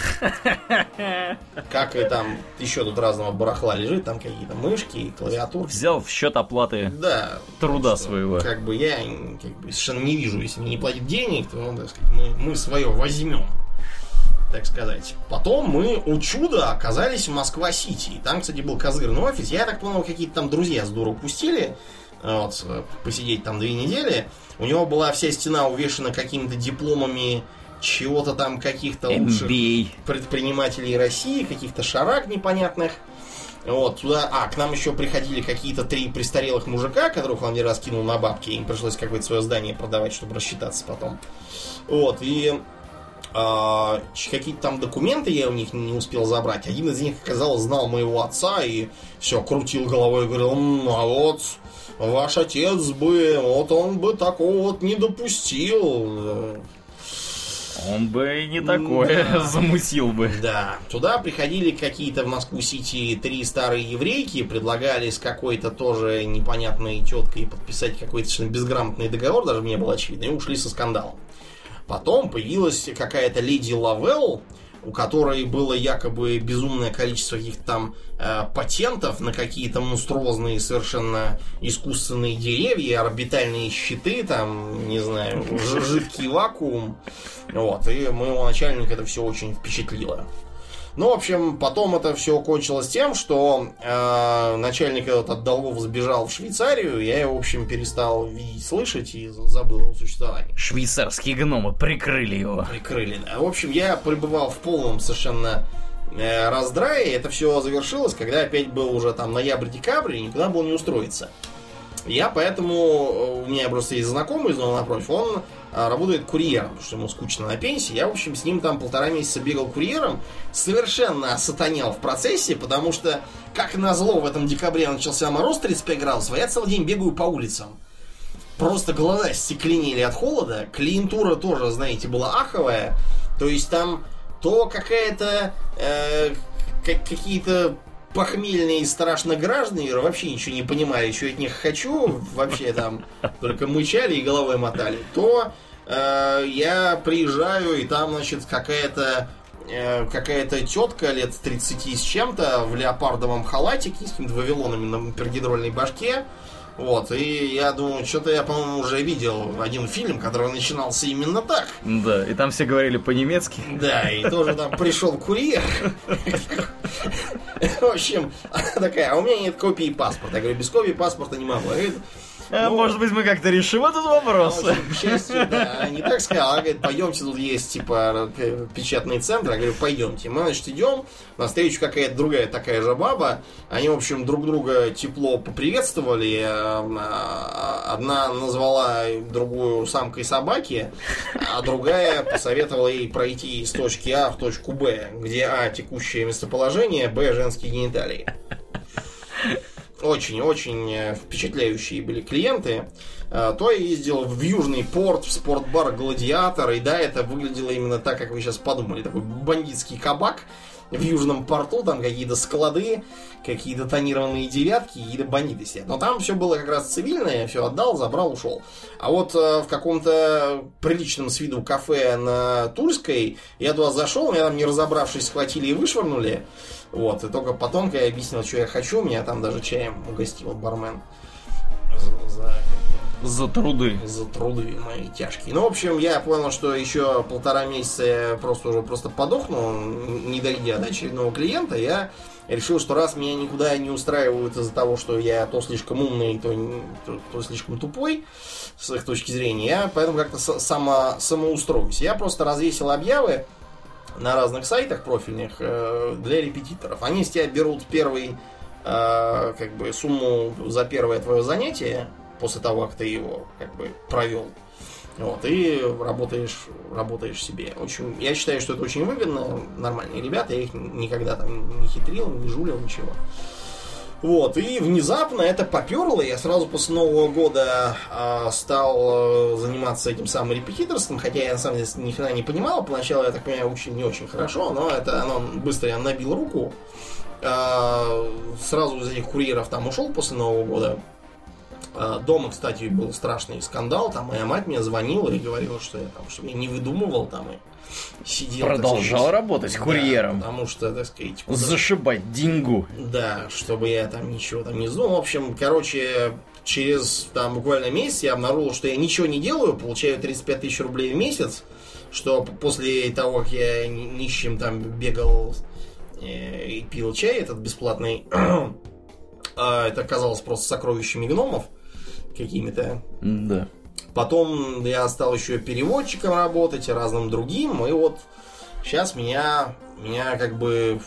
Как и там еще тут разного барахла лежит, там какие-то мышки, клавиатуры. Взял в счет оплаты труда своего. Как бы я совершенно не вижу, если мне не платят денег, то, так сказать, мы свое возьмем, так сказать. Потом мы, у чуда, оказались в Москва-Сити. И там, кстати, был козырный офис. Я так понял, какие-то там друзья с дуру пустили вот, посидеть там 2 недели. У него была вся стена увешана какими-то дипломами чего-то там, каких-то лучших предпринимателей России, каких-то шараг непонятных. Вот, туда, к нам еще приходили какие-то 3 престарелых мужика, которых он мне раскинул на бабки, им пришлось какое-то свое здание продавать, чтобы рассчитаться потом. Вот, и какие-то там документы я у них не успел забрать. Один из них, оказалось, знал моего отца и все, крутил головой и говорил: а вот ваш отец бы, вот он бы такого вот не допустил. Он бы и не такое замутил бы. Да. Туда приходили какие-то в Москву-Сити 3 старые еврейки, предлагали с какой-то тоже непонятной теткой подписать какой-то совершенно безграмотный договор, даже мне было очевидно, и ушли со скандалом. Потом появилась какая-то леди Лавелл, у которой было якобы безумное количество каких-то там патентов на какие-то монструозные совершенно искусственные деревья, орбитальные щиты, там, не знаю, жидкий вакуум. Вот, и моего начальника это все очень впечатлило. Ну, в общем, потом это все кончилось тем, что начальник этот от долгов сбежал в Швейцарию, я его, в общем, перестал видеть, слышать и забыл его существование. Швейцарские гномы прикрыли его. Прикрыли, да. В общем, я пребывал в полном совершенно раздрае, это все завершилось, когда опять был уже там ноябрь-декабрь, и никуда было не устроиться. Я поэтому, у меня просто есть знакомый из дома напротив, он работает курьером, потому что ему скучно на пенсии. Я, в общем, с ним там 1,5 месяца бегал курьером, совершенно осатанел в процессе, потому что, как назло, в этом декабре начался мороз 35 градусов, а я целый день бегаю по улицам. Просто глаза стекленели от холода, клиентура тоже, знаете, была аховая, то есть там то какая-то, какие-то похмельные страшно граждане вообще ничего не понимали, что я от них хочу, вообще там только мычали и головой мотали, то я приезжаю, и там, значит, какая-то тетка лет 30 с чем-то в леопардовом халатике с какими-то вавилонами на пергидрольной башке. Вот, и я думаю, что-то я, по-моему, уже видел один фильм, который начинался именно так. Да, и там все говорили по-немецки. Да, и тоже там пришел курьер. В общем, такая: а у меня нет копии паспорта. Я говорю: без копии паспорта не могу. Может быть, мы как-то решим этот вопрос. К счастью, да, не так сказал. Она говорит: пойдемте, тут есть, типа, печатный центр. Я говорю: пойдемте. Мы, значит, идем. Навстречу какая-то другая такая же баба. Они, в общем, друг друга тепло поприветствовали. Одна назвала другую самкой собаки, а другая посоветовала ей пройти с точки А в точку Б, где А — текущее местоположение, Б — женские гениталии. Очень-очень впечатляющие были клиенты. То я ездил в Южный порт, в спортбар «Гладиатор», и да, это выглядело именно так, как вы сейчас подумали. Такой бандитский кабак в Южном порту, там какие-то склады, какие-то тонированные девятки, какие-то бандиты сидят. Но там все было как раз цивильное, я все отдал, забрал, ушел. А вот в каком-то приличном с виду кафе на Тульской я туда зашел, меня там, не разобравшись, схватили и вышвырнули. Вот, и только потом, когда я объяснил, что я хочу, меня там даже чаем угостил бармен. За труды. За труды мои тяжкие. Ну, в общем, я понял, что еще 1,5 месяца я просто подохну, не дойдя до очередного клиента. Я решил, что раз меня никуда не устраивают из-за того, что я то слишком умный, то слишком тупой, с их точки зрения, я поэтому как-то самоустроюсь. Я просто развесил объявы на разных сайтах профильных для репетиторов. Они с тебя берут первый, сумму за первое твое занятие, после того, как ты его как бы провел. Вот, и работаешь себе. Очень, я считаю, что это очень выгодно. Нормальные ребята, я их никогда там не хитрил, не жулил, ничего. Вот, и внезапно это поперло. Я сразу после Нового года стал заниматься этим самым репетиторством, хотя я на самом деле ни хрена не понимал. Поначалу, я так понимаю, учил не очень хорошо, но это оно быстро я набил руку. Сразу из этих курьеров там ушел после Нового года. Дома, кстати, был страшный скандал. Там моя мать мне звонила и говорила, что я там, чтобы я не выдумывал там и сидел. Продолжал работать курьером. Да, потому что, так сказать, зашибать деньгу. Да, чтобы я там ничего там не знал. В общем, короче, через там буквально месяц я обнаружил, что я ничего не делаю, получаю 35 тысяч рублей в месяц, что после того, как я нищим там бегал и пил чай этот бесплатный, это оказалось просто сокровищами гномов какими-то. Да. Потом я стал еще переводчиком работать и разным другим. И вот сейчас меня как бы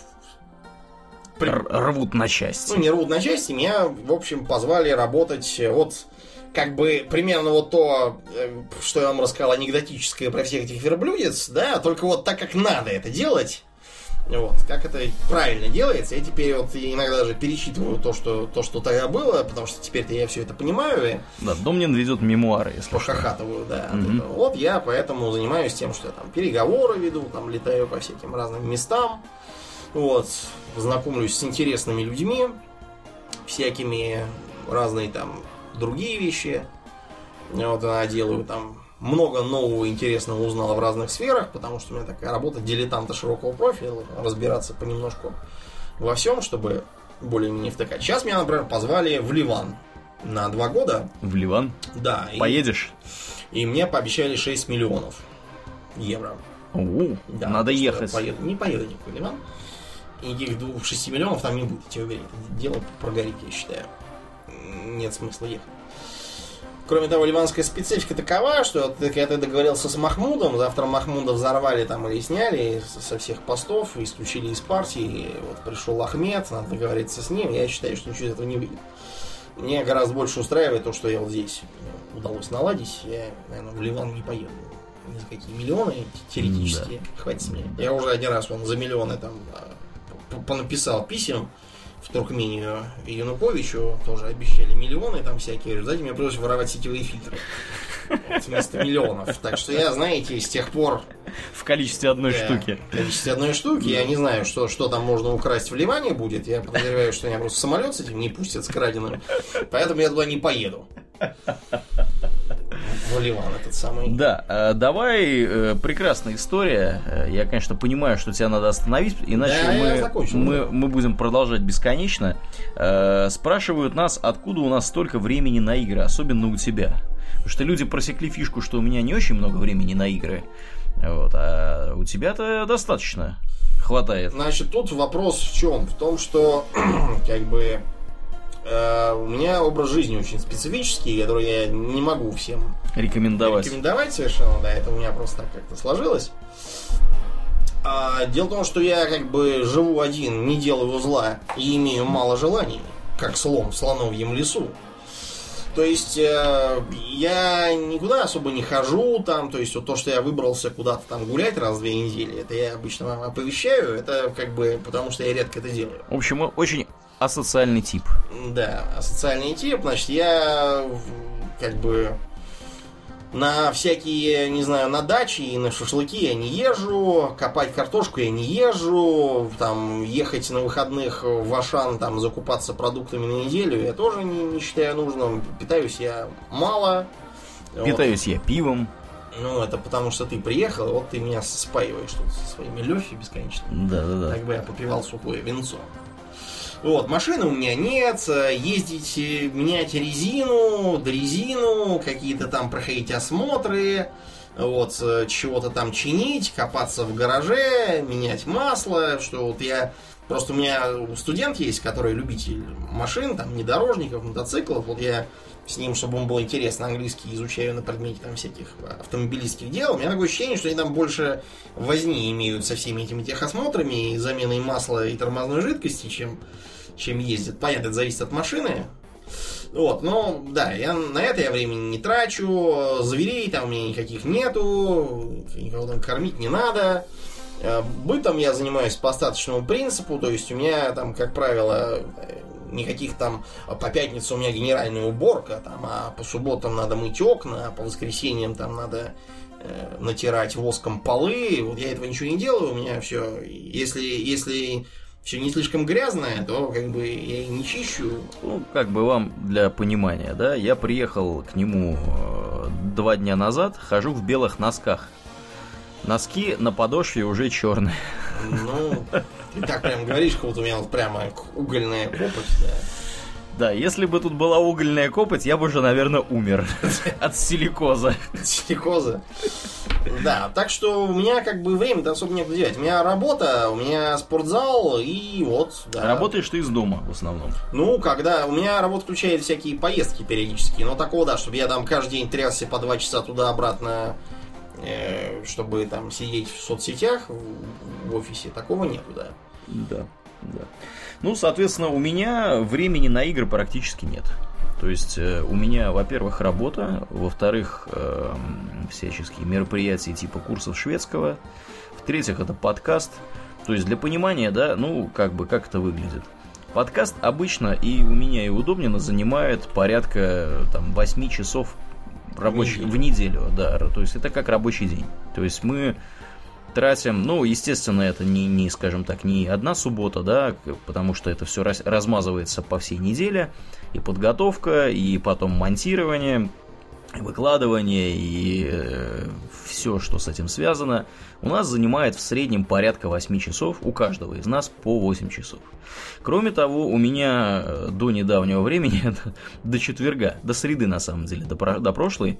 рвут на части. Ну, не рвут на части, меня, в общем, позвали работать вот как бы примерно вот то, что я вам рассказал, анекдотическое про всех этих верблюдец, да, только вот так, как надо это делать. Вот, как это правильно делается. Я теперь вот иногда даже перечитываю то, что тогда было, потому что теперь-то я все это понимаю. И да, Домнин ведет мемуары, если похохатываю, да. Вот я поэтому занимаюсь тем, что я там переговоры веду, там летаю по всяким разным местам. Вот, знакомлюсь с интересными людьми, всякими разные там другие вещи. Вот я делаю там много нового интересного узнал в разных сферах, потому что у меня такая работа дилетанта широкого профиля, разбираться понемножку во всем, чтобы более-менее втыкать. Сейчас меня, например, позвали в Ливан на 2 года. В Ливан? Да. Поедешь? И мне пообещали 6 миллионов евро. Да, надо ехать. Не поеду никакой в Ливан. И никаких 6 миллионов там не будет, я тебе уверен. Это дело прогорит, я считаю. Нет смысла ехать. Кроме того, ливанская специфика такова, что когда ты договорился с Махмудом, завтра Махмуда взорвали там или сняли со всех постов, исключили из партии, и вот пришел Ахмед, надо договориться с ним, я считаю, что ничего из этого не выйдет. Мне гораздо больше устраивает то, что я вот здесь удалось наладить, я, наверное, в Ливан не поеду. Ни за какие миллионы теоретически хватит мне. Я уже один раз за миллионы там понаписал писем в Туркмению и Януковичу, тоже обещали миллионы там всякие. Сзади мне пришлось воровать сетевые фильтры вместо миллионов. Так что я, знаете, с тех пор... В количестве одной штуки. В количестве одной штуки. Я не знаю, что там можно украсть в Ливане будет. Я подозреваю, что меня просто самолет с этим не пустят, с краденым. Поэтому я туда не поеду. В Ливан этот самый. Да, давай, прекрасная история. Я, конечно, понимаю, что тебя надо остановить, иначе мы будем продолжать бесконечно. Спрашивают нас, откуда у нас столько времени на игры, особенно у тебя. Потому что люди просекли фишку, что у меня не очень много времени на игры, вот, а у тебя-то достаточно хватает. Значит, тут вопрос в чем? В том, что как бы у меня образ жизни очень специфический, который я не могу всем рекомендовать совершенно, да, это у меня просто так как-то сложилось. Дело в том, что я как бы живу один, не делаю зла и имею мало желаний, как слон в слоновьем лесу. То есть я никуда особо не хожу там, то есть вот то, что я выбрался куда-то там гулять раз в 2 недели, это я обычно вам оповещаю, это как бы потому что я редко это делаю. В общем, очень асоциальный тип. Да, асоциальный тип, значит, я как бы на всякие, не знаю, на дачи и на шашлыки я не езжу, копать картошку я не езжу, там, ехать на выходных в Ашан, там, закупаться продуктами на неделю я тоже не считаю нужным, питаюсь я мало. Питаюсь я пивом. Ну, это потому что ты приехал, вот ты меня спаиваешь тут со своими лёфи бесконечно. Да. Так бы я попивал сухое винцо. Вот, машины у меня нет, ездить, менять резину, какие-то там проходить осмотры, вот, чего-то там чинить, копаться в гараже, менять масло, что вот я... Просто у меня студент есть, который любитель машин, там, внедорожников, мотоциклов, вот я с ним, чтобы ему было интересно, английский изучаю на предмете там всяких автомобилистских дел. У меня такое ощущение, что они там больше возни имеют со всеми этими техосмотрами и заменой масла и тормозной жидкости, чем ездят. Понятно, это зависит от машины. Вот, ну, да, я на это я времени не трачу, зверей там у меня никаких нету, никого там кормить не надо. Бытом я занимаюсь по остаточному принципу, то есть у меня там, как правило, никаких там по пятницу у меня генеральная уборка, там, а по субботам надо мыть окна, а по воскресеньям там надо натирать воском полы. Вот я этого ничего не делаю, у меня все, если все не слишком грязное, то как бы я и не чищу. Ну, как бы вам для понимания, да, я приехал к нему 2 дня назад, хожу в белых носках. Носки на подошве уже черные. Ну, ты так прям говоришь, как будто у меня вот прямо угольная копоть, да. Да, если бы тут была угольная копоть, я бы уже, наверное, умер от силикоза. Силикоза? Да, так что у меня как бы время-то особо некуда девать. У меня работа, у меня спортзал и вот, да. Работаешь ты из дома в основном? Ну, когда... У меня работа включает всякие поездки периодические, но такого, да, чтобы я там каждый день трясся по 2 часа туда-обратно, чтобы там сидеть в соцсетях, в офисе, такого нету, да. Да, да. Ну, соответственно, у меня времени на игры практически нет. То есть у меня, во-первых, работа, во-вторых, всяческие мероприятия типа курсов шведского, в-третьих, это подкаст. То есть для понимания, да, ну, как бы, как это выглядит. Подкаст обычно и у меня, и у Домнина занимает порядка там 8 часов рабочих в неделю, да, то есть это как рабочий день. То есть мы тратим, ну, естественно, это не, скажем так, не одна суббота, да, потому что это все размазывается по всей неделе, и подготовка, и потом монтирование, выкладывание, и все, что с этим связано, у нас занимает в среднем порядка 8 часов, у каждого из нас по 8 часов. Кроме того, у меня до недавнего времени, до четверга, до среды, на самом деле, до прошлой,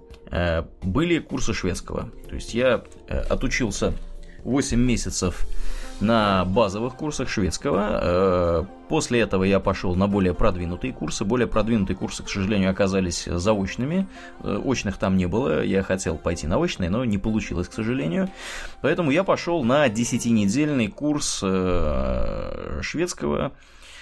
были курсы шведского. То есть я отучился 8 месяцев на базовых курсах шведского. После этого я пошел на более продвинутые курсы. Более продвинутые курсы, к сожалению, оказались заочными. Очных там не было. Я хотел пойти на очные, но не получилось, к сожалению. Поэтому я пошел на 10-недельный курс шведского.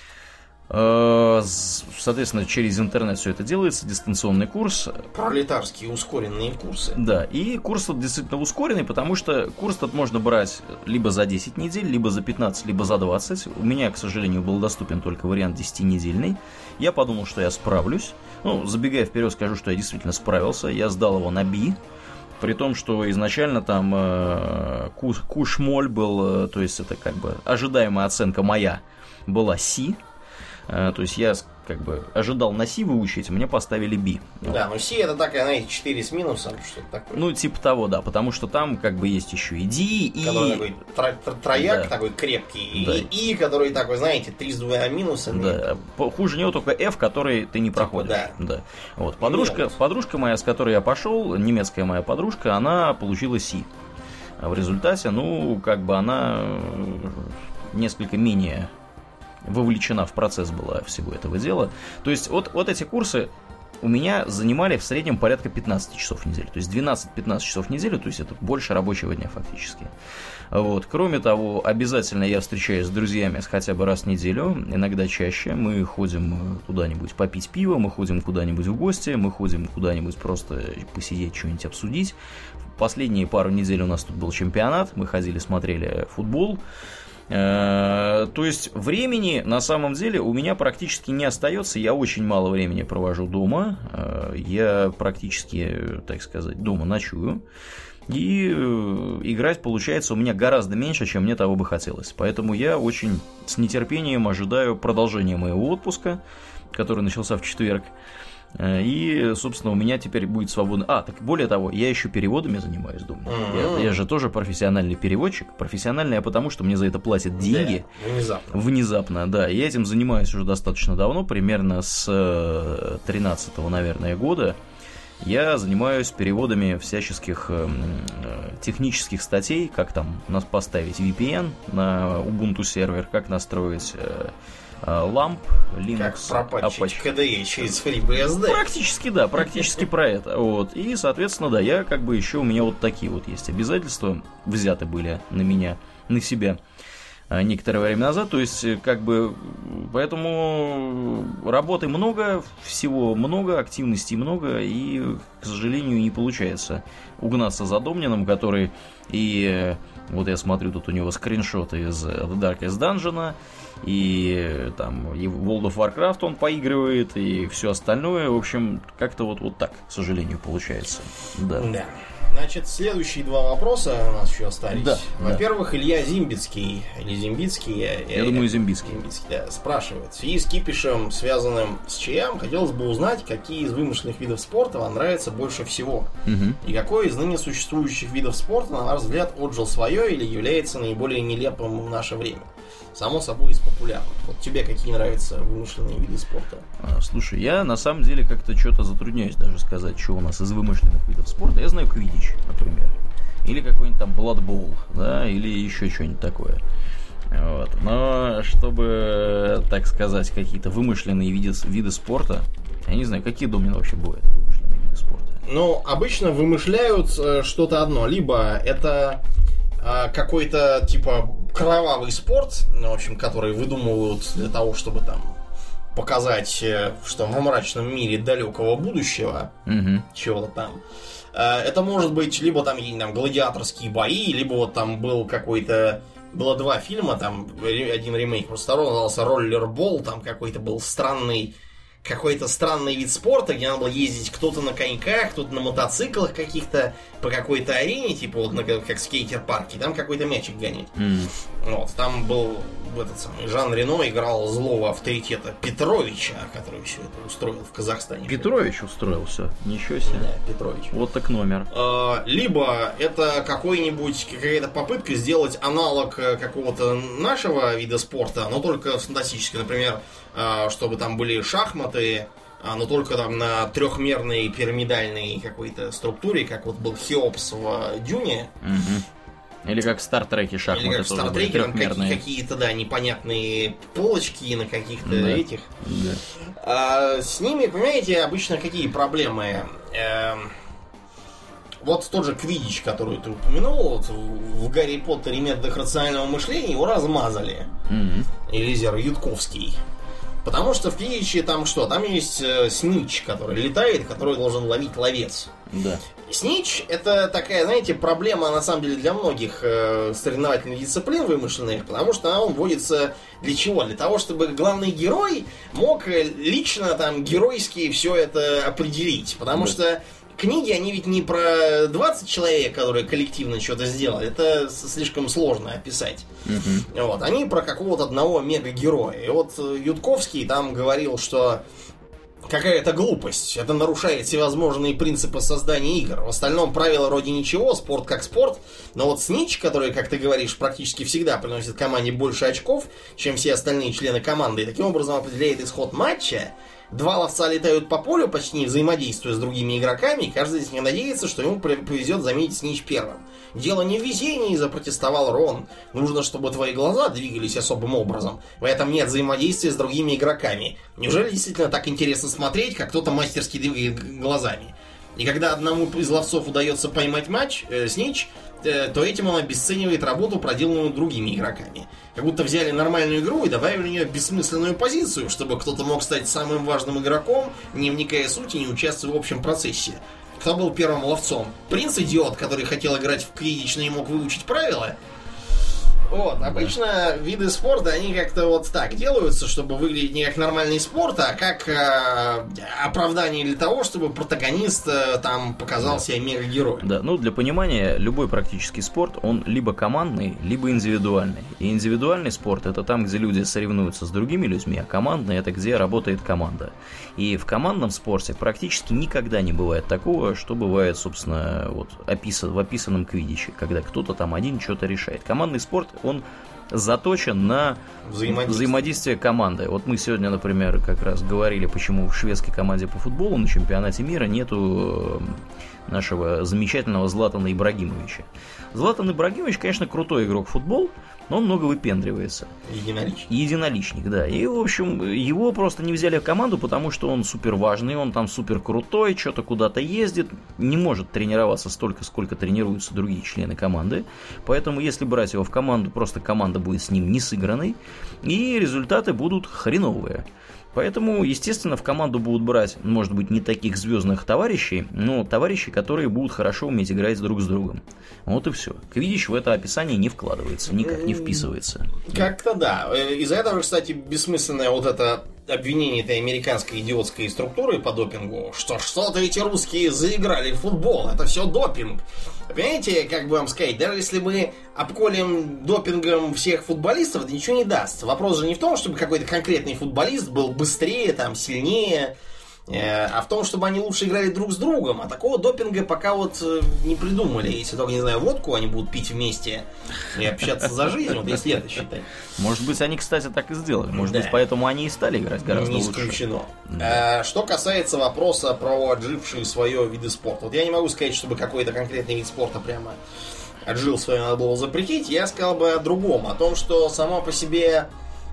Соответственно, через интернет все это делается, дистанционный курс. Пролетарские ускоренные курсы. Да, и курс тут действительно ускоренный, потому что курс тут можно брать либо за 10 недель, либо за 15, либо за 20. У меня, к сожалению, был доступен только вариант 10-недельный. Я подумал, что я справлюсь. Ну, забегая вперед, скажу, что я действительно справился. Я сдал его на B. При том, что изначально там кушмоль был, то есть это как бы ожидаемая оценка моя была C. То есть я как бы ожидал на C выучить, мне поставили B. Да, но C это такая, знаете, 4 с минусом, что-то такое. Ну, типа того, да, потому что там как бы есть еще и D, и... Который такой трояк, да, такой крепкий, да. И I, который такой, знаете, 3 с 2 минусами. Да, хуже него только F, который ты не проходишь. Да. Да. Вот, подружка моя, с которой я пошел, немецкая моя подружка, она получила C. А в результате, ну, как бы она несколько менее вовлечена в процесс была всего этого дела. То есть вот эти курсы у меня занимали в среднем порядка 15 часов в неделю. То есть 12-15 часов в неделю, то есть это больше рабочего дня фактически. Вот. Кроме того, обязательно я встречаюсь с друзьями хотя бы раз в неделю, иногда чаще. Мы ходим куда-нибудь попить пиво, мы ходим куда-нибудь в гости, мы ходим куда-нибудь просто посидеть, что-нибудь обсудить. Последние пару недель у нас тут был чемпионат, мы ходили, смотрели футбол. То есть времени на самом деле у меня практически не остается. Я очень мало времени провожу дома. Я практически, так сказать, дома ночую. И играть получается у меня гораздо меньше, чем мне того бы хотелось. Поэтому я очень с нетерпением ожидаю продолжения моего отпуска, который начался в четверг. И, собственно, у меня теперь будет свободно. Так более того, я еще переводами занимаюсь дома. Я же тоже профессиональный переводчик. Профессиональный, потому что мне за это платят деньги. Да, внезапно, да. Я этим занимаюсь уже достаточно давно, примерно с 13-го, наверное, года. Я занимаюсь переводами всяческих технических статей, как там нас поставить VPN на Ubuntu сервер, как настроить ламп, Linux, как пропатчить KDE через FreeBSD. Практически, да, практически про это. Вот. И, соответственно, да, я как бы еще у меня вот такие вот есть обязательства, взяты были на меня, на себя. некоторое время назад, то есть, как бы, поэтому работы много, всего много, активностей много, и, к сожалению, не получается угнаться за Домнином, который, и вот я смотрю, тут у него скриншоты из The Darkest Dungeon, и там и World of Warcraft он поигрывает, и все остальное, в общем, как-то вот так, к сожалению, получается. Да. Значит, следующие два вопроса у нас еще остались. Да, Во-первых, Илья Зимбицкий, или Зимбицкий, я думаю, Зимбицкий, да, спрашивает. В связи с кипишем, связанным с ЧМ, хотелось бы узнать, какие из вымышленных видов спорта вам нравятся больше всего. И какой из ныне существующих видов спорта, на ваш взгляд, отжил свое или является наиболее нелепым в наше время? Само собой, из популярных. Вот тебе какие нравятся вымышленные виды спорта? Слушай, я на самом деле как-то что-то затрудняюсь даже сказать, что у нас из вымышленных видов спорта. Я знаю квиддич, например. Или какой-нибудь там Blood Bowl, да, или еще что-нибудь такое. Вот. Но чтобы, так сказать, какие-то вымышленные виды спорта, я не знаю, какие, Домнин, вообще бывают вымышленные виды спорта? Ну, обычно вымышляют что-то одно. Либо это какой-то, типа, кровавый спорт, в общем, который выдумывают для того, чтобы там показать, что в мрачном мире далекого будущего, чего-то там. Это может быть либо там гладиаторские бои, либо вот там был какой-то... Было два фильма, там один ремейк просто второй назывался «Роллербол», там какой-то был какой-то странный вид спорта, где надо было ездить кто-то на коньках, кто-то на мотоциклах каких-то по какой-то арене, типа вот как в скейтер-парке, там какой-то мячик гонять. Вот, там был этот самый Жан Рено играл злого авторитета Петровича, который все это устроил в Казахстане. Петрович устроил все, ничего себе. Да, Петрович. Вот так номер. Либо это какая-то попытка сделать аналог какого-то нашего вида спорта, но только фантастический, например, чтобы там были шахматы, но только там на трехмерной пирамидальной какой-то структуре, как вот был Хеопс в Дюне. Или как в Стартреке шахматы. Или как в Стартреке, там какие-то, да, непонятные полочки на каких-то этих. Да. С ними, понимаете, обычно какие проблемы? Вот тот же квиддич, который ты упомянул, вот в Гарри Поттере методах рационального мышления его размазали. Элизер Ютковский. Потому что в квиддиче там что? Там есть снич, который летает, который должен ловить ловец. Да. Снич — это такая, знаете, проблема, на самом деле, для многих соревновательных дисциплин вымышленных, потому что он вводится для чего? Для того, чтобы главный герой мог лично там геройски все это определить. Потому что книги, они ведь не про 20 человек, которые коллективно что-то сделали. Это слишком сложно описать. Вот. Они про какого-то одного мега-героя. И вот Ютковский там говорил, что какая-то глупость. Это нарушает всевозможные принципы создания игр. В остальном правила вроде ничего, спорт как спорт. Но вот снич, который, как ты говоришь, практически всегда приносит команде больше очков, чем все остальные члены команды, и таким образом определяет исход матча. Два ловца летают по полю, почти не взаимодействуя с другими игроками, и каждый из них надеется, что ему повезет заметить снич первым. «Дело не в везении», — запротестовал Рон. «Нужно, чтобы твои глаза двигались особым образом. В этом нет взаимодействия с другими игроками. Неужели действительно так интересно смотреть, как кто-то мастерски двигает глазами?» И когда одному из ловцов удается поймать снич, то этим он обесценивает работу, проделанную другими игроками. Как будто взяли нормальную игру и добавили в нее бессмысленную позицию, чтобы кто-то мог стать самым важным игроком, не вникая в суть и не участвуя в общем процессе. Кто был первым ловцом? Принц-идиот, который хотел играть в квиддич, но не мог выучить правила? Вот, обычно виды спорта, они как-то вот так делаются, чтобы выглядеть не как нормальный спорт, а как оправдание для того, чтобы протагонист там показал себя мега-героем. Да, ну для понимания, любой практически спорт, он либо командный, либо индивидуальный. И индивидуальный спорт — это там, где люди соревнуются с другими людьми, а командный — это где работает команда. И в командном спорте практически никогда не бывает такого, что бывает, собственно, вот в описанном квиддиче, когда кто-то там один что-то решает. Командный спорт, он заточен на взаимодействие команды. Вот мы сегодня, например, как раз говорили, почему в шведской команде по футболу на чемпионате мира нету нашего замечательного Златана Ибрагимовича. Златан Ибрагимович, конечно, крутой игрок в футбол, но он много выпендривается. Единоличник, да. И, в общем, его просто не взяли в команду, потому что он супер важный, он там супер крутой, что-то куда-то ездит, не может тренироваться столько, сколько тренируются другие члены команды. Поэтому, если брать его в команду, просто команда будет с ним не сыгранной, и результаты будут хреновые. Поэтому, естественно, в команду будут брать, может быть, не таких звездных товарищей, но товарищей, которые будут хорошо уметь играть друг с другом. Вот и все. Квиддич в это описание не вкладывается, никак не вписывается. Как-то да. Из-за этого, кстати, бессмысленное вот это обвинение этой американской идиотской структуры по допингу, что-то эти русские заиграли в футбол, это все допинг. Понимаете, как бы вам сказать, даже если мы обколем допингом всех футболистов, это ничего не даст. Вопрос же не в том, чтобы какой-то конкретный футболист был быстрее, там, сильнее, а в том, чтобы они лучше играли друг с другом. А такого допинга пока вот не придумали. Если только, не знаю, водку они будут пить вместе и общаться за жизнь, вот если это считать. Может быть, они, кстати, так и сделали. Может быть, поэтому они и стали играть гораздо лучше. Не исключено. Да. Что касается вопроса про отжившие свое виды спорта. Вот я не могу сказать, чтобы какой-то конкретный вид спорта прямо отжил свое, надо было запретить. Я сказал бы о другом. О том, что само по себе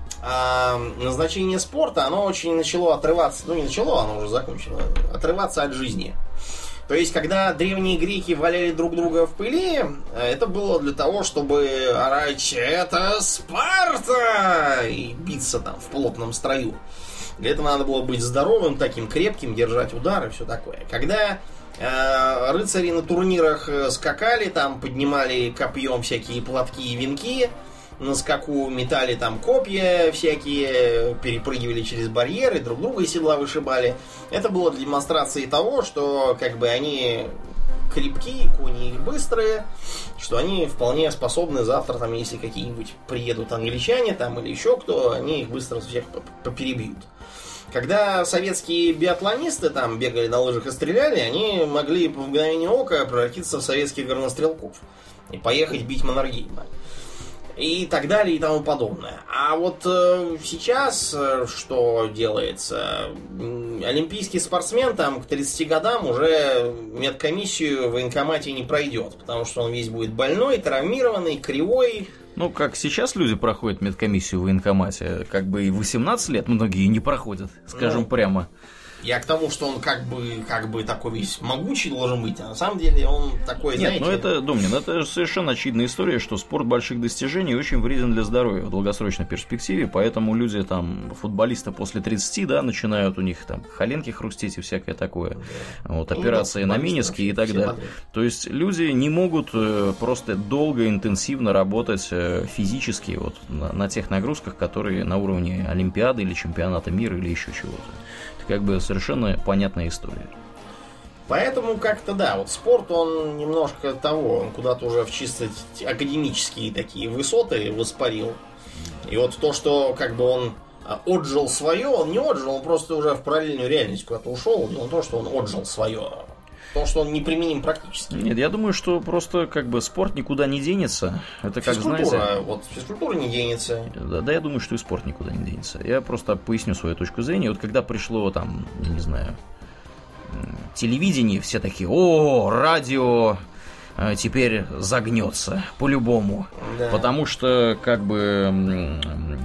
назначение спорта, оно очень начало отрываться, ну не начало, оно уже закончило, отрываться от жизни. То есть, когда древние греки валяли друг друга в пыли, это было для того, чтобы орать «Это Спарта!» и биться там в плотном строю. Для этого надо было быть здоровым, таким крепким, держать удар и все такое. Когда рыцари на турнирах скакали, там поднимали копьем всякие платки и венки, на скаку метали там копья всякие, перепрыгивали через барьеры, друг друга из седла вышибали. Это было для демонстрации того, что как бы они крепкие, кони их быстрые, что они вполне способны завтра, там, если какие-нибудь приедут англичане там или еще кто, они их быстро всех поперебьют. Когда советские биатлонисты там бегали на лыжах и стреляли, они могли по мгновению ока превратиться в советских горнострелков и поехать бить Маннергейма. И так далее, и тому подобное. А вот сейчас что делается? Олимпийский спортсмен там к 30 годам уже медкомиссию в военкомате не пройдет, потому что он весь будет больной, травмированный, кривой. Ну, как сейчас люди проходят медкомиссию в военкомате, как бы и 18 лет многие не проходят, скажем прямо. Я к тому, что он как бы такой весь могучий должен быть, а на самом деле он такой, знаете... Нет, ну это, Домнин, это совершенно очевидная история, что спорт больших достижений очень вреден для здоровья в долгосрочной перспективе, поэтому люди там, футболисты после 30, да, начинают у них там коленки хрустеть и всякое такое, вот, операции на миниске и так далее. Подряд. То есть люди не могут просто долго, интенсивно работать физически вот на тех нагрузках, которые на уровне Олимпиады или чемпионата мира или еще чего-то. Как бы совершенно понятная история. Поэтому как-то да, вот спорт, он немножко того, он куда-то уже в чисто академические такие высоты воспарил. И вот то, что как бы он отжил свое, он не отжил, он просто уже в параллельную реальность куда-то ушел, не то, что он отжил свое, то, что он неприменим практически. Нет, я думаю, что просто как бы спорт никуда не денется. Это как, знаете... Вот физкультура не денется. Да, я думаю, что и спорт никуда не денется. Я просто поясню свою точку зрения. Вот когда пришло там, не знаю, телевидение, все такие: о, радио теперь загнется по-любому. Да. Потому что как бы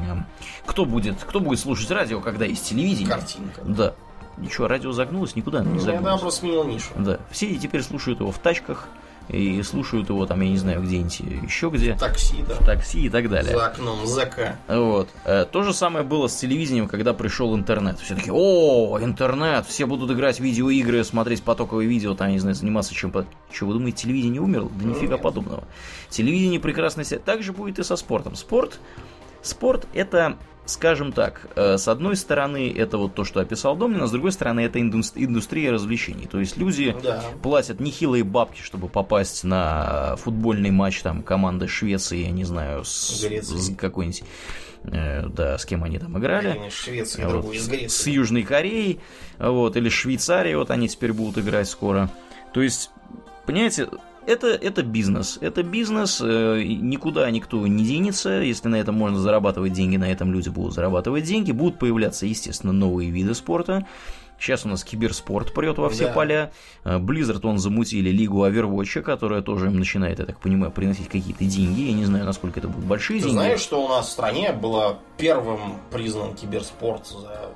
кто будет слушать радио, когда есть телевидение? Картинка. Да. Ничего, радио загнулось, никуда не загнулось. Да, просто сменил нишу. Да, все теперь слушают его в тачках, и слушают его там, я не знаю, где-нибудь еще где. В такси, да. В такси и так далее. За окном ЗК. Вот. То же самое было с телевидением, когда пришел интернет. Все такие: о, интернет, все будут играть в видеоигры, смотреть потоковые видео, там, не знаю, заниматься чем-то. Что, вы думаете, телевидение умерло? Да нифига нет. Подобного. Телевидение прекрасно себя. Так же будет и со спортом. Спорт это... Скажем так, с одной стороны, это вот то, что описал Домнин, а с другой стороны, это индустрия развлечений. То есть люди платят нехилые бабки, чтобы попасть на футбольный матч там команды Швеции, я не знаю, с какой-нибудь... Да, с кем они там играли. Швеция, вот, с Южной Кореей, вот, или Швейцарией, вот они теперь будут играть скоро. То есть, понимаете... Это бизнес. Это бизнес, никуда никто не денется. Если на этом можно зарабатывать деньги, на этом люди будут зарабатывать деньги. Будут появляться, естественно, новые виды спорта. Сейчас у нас киберспорт прет во все поля. Blizzard, он замутили лигу Overwatch, которая тоже им начинает, я так понимаю, приносить какие-то деньги. Я не знаю, насколько это будут большие деньги. Ты знаешь, что у нас в стране было первым признан киберспорт за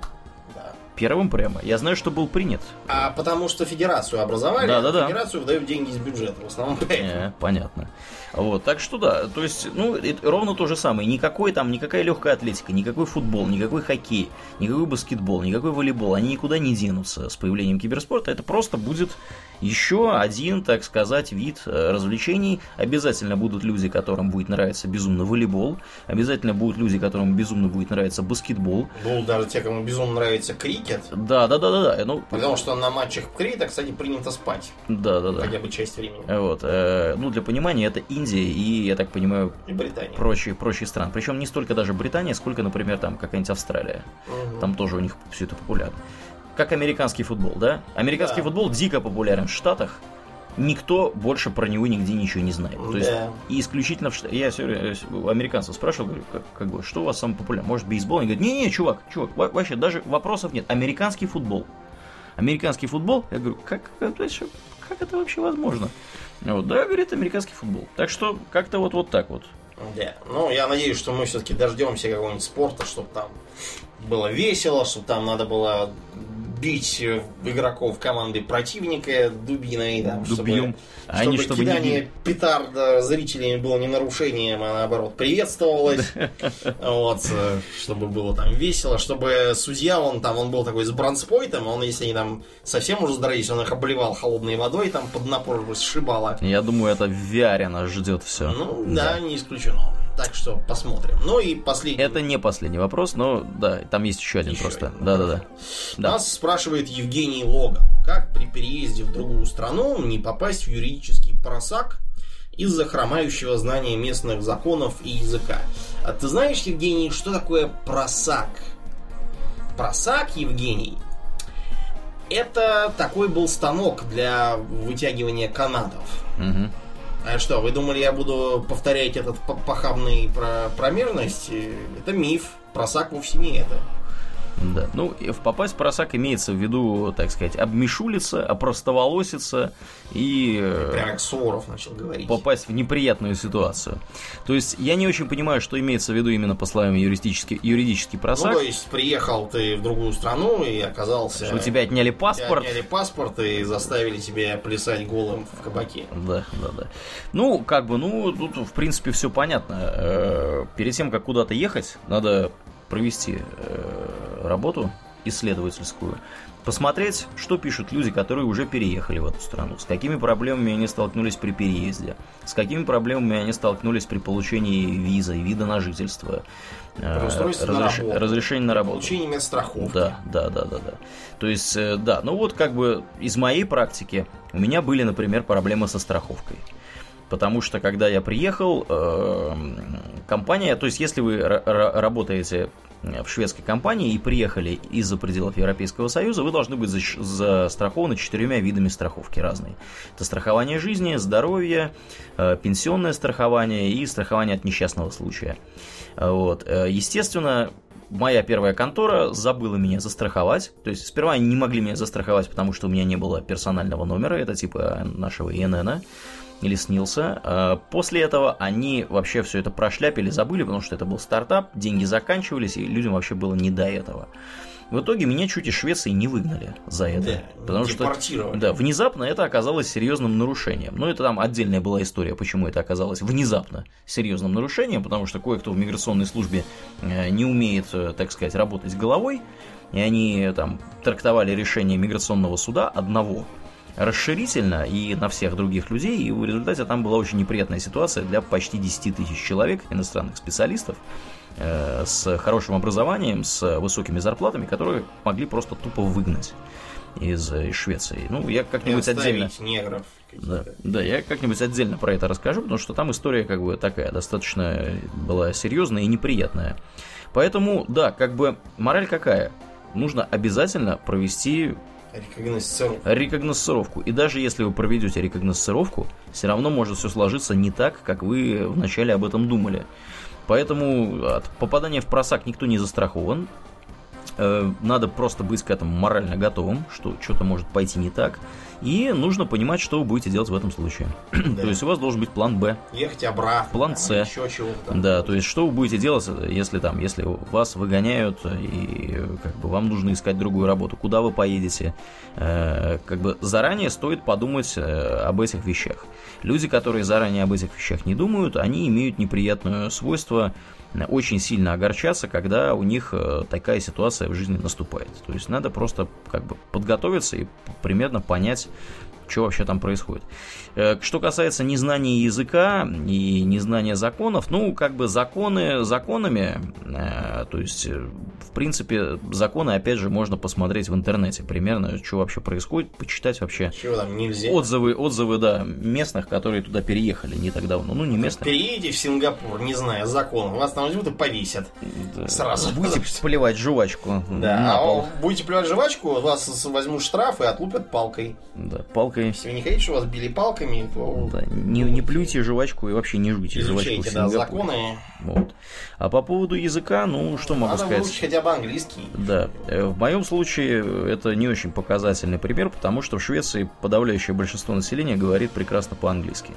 Да. Первым прямо. Я знаю, что был принят. А потому что федерацию образовали, да. федерацию выдают деньги из бюджета, в основном поэтому. Понятно. Вот, так что да, то есть, ровно то же самое. Никакая легкая атлетика, никакой футбол, никакой хоккей, никакой баскетбол, никакой волейбол, они никуда не денутся с появлением киберспорта. Это просто будет еще один, так сказать, вид развлечений. Обязательно будут люди, которым будет нравиться безумно волейбол. Обязательно будут люди, которым безумно будет нравиться баскетбол. Будут даже те, кому безумно нравится крикет. Да. Потому что на матчах крикета, кстати, принято спать. Да. Хотя бы часть времени. Вот. Для понимания, это Индия и, я так понимаю, и Британия. Прочие страны. Причем не столько даже Британия, сколько, например, там какая-нибудь Австралия. Угу. Там тоже у них все это популярно. Как американский футбол, да? Американский футбол дико популярен в Штатах. Никто больше про него нигде ничего не знает. То есть, и исключительно в Штатах. Я у американцев спрашивал, говорю, что у вас самое популярное? Может, бейсбол? Они говорят, не, чувак, вообще даже вопросов нет. Американский футбол. Американский футбол? Я говорю, как это вообще возможно? Вот, да, говорит, американский футбол. Так что как-то вот так вот. Да. Я надеюсь, что мы все-таки дождемся какого-нибудь спорта, чтобы там было весело, чтобы там надо было бить игроков команды противника дубиной, там, чтобы кидание петарда зрителями было не нарушением, а наоборот приветствовалось. Вот, чтобы было там весело, чтобы судья, он был такой с бронспойтом, если они там совсем уже сдрались, он их обливал холодной водой, там под напор сшибало. Я думаю, это в VR нас ждет все. Да, не исключено. Так что посмотрим. И последний. Это не последний вопрос, но да, там есть еще один просто. Да. Нас спрашивает Евгений Логан. Как при переезде в другую страну не попасть в юридический просак из-за хромающего знания местных законов и языка? А ты знаешь, Евгений, что такое просак? Просак, Евгений, это такой был станок для вытягивания канатов. Угу. А что, вы думали, я буду повторять этот похабный про промежность? Это миф. Просак вовсе не это. Да, попасть в просак имеется в виду, так сказать, обмешулиться, опростоволоситься и... Прямо как Суворов начал говорить. Попасть в неприятную ситуацию. То есть, я не очень понимаю, что имеется в виду именно по словам юридический просак. То есть, приехал ты в другую страну и оказался... Что у тебя отняли паспорт. Отняли паспорт и заставили тебя плясать голым в кабаке. Да. Тут, в принципе, все понятно. Перед тем, как куда-то ехать, надо провести работу исследовательскую, посмотреть, что пишут люди, которые уже переехали в эту страну, с какими проблемами они столкнулись при переезде, с какими проблемами они столкнулись при получении визы, вида на жительство, разрешение на работу, получение медстраховки. Да. То есть, из моей практики у меня были, например, проблемы со страховкой. Потому что, когда я приехал, компания, то есть, если вы работаете в шведской компании и приехали из-за пределов Европейского Союза, вы должны быть застрахованы 4 видами страховки разные. Это страхование жизни, здоровья, пенсионное страхование и страхование от несчастного случая. Вот. Естественно, моя первая контора забыла меня застраховать. То есть, сперва они не могли меня застраховать, потому что у меня не было персонального номера, это типа нашего ИНН. Или снился. После этого они вообще все это прошляпили, забыли, потому что это был стартап, деньги заканчивались, и людям вообще было не до этого. В итоге меня чуть из Швеции не выгнали за это. Да, потому что внезапно это оказалось серьезным нарушением. Это там отдельная была история, почему это оказалось внезапно серьезным нарушением, потому что кое-кто в миграционной службе не умеет, так сказать, работать головой, и они там трактовали решение миграционного суда одного расширительно и на всех других людей, и в результате там была очень неприятная ситуация для почти 10 тысяч человек, иностранных специалистов, с хорошим образованием, с высокими зарплатами, которые могли просто тупо выгнать из Швеции. Я как-нибудь отдельно... негров. Да, я как-нибудь отдельно про это расскажу, потому что там история такая, достаточно была серьезная и неприятная. Поэтому, да, мораль какая? Нужно обязательно провести рекогносцировку. И даже если вы проведете рекогносцировку, все равно может все сложиться не так, как вы вначале об этом думали. Поэтому от попадания в просак никто не застрахован. Надо просто быть к этому морально готовым, что что-то может пойти не так. И нужно понимать, что вы будете делать в этом случае. Да. То есть у вас должен быть план Б. Ехать обратно. План С. Еще чего-то там. Да, то есть что вы будете делать, если вас выгоняют, и как бы вам нужно искать другую работу, куда вы поедете. Как бы заранее стоит подумать об этих вещах. Люди, которые заранее об этих вещах не думают, они имеют неприятное свойство очень сильно огорчаться, когда у них такая ситуация в жизни наступает. То есть надо просто как бы подготовиться и примерно понять, что вообще там происходит. Что касается незнания языка и незнания законов, ну, как бы законы законами, то есть, в принципе, законы, опять же, можно посмотреть в интернете примерно, что вообще происходит, почитать вообще чего там нельзя? Отзывы, да, местных, которые туда переехали не так давно, ну, не местных. Переедете в Сингапур, не зная закон, вас там возьмут и повесят. Да. Сразу. Будете плевать жвачку на пол. Будете плевать жвачку, вас возьмут штраф и отлупят палкой. Да, палкой. Если вы не хотите, что вас били палками, то... Да, не плюйте жвачку и вообще не жуйте жвачку в Сингапуре. Законы. Вот. А по поводу языка, ну, что могу сказать? Надо выучить хотя бы английский. Да. В моем случае это не очень показательный пример, потому что в Швеции подавляющее большинство населения говорит прекрасно по-английски.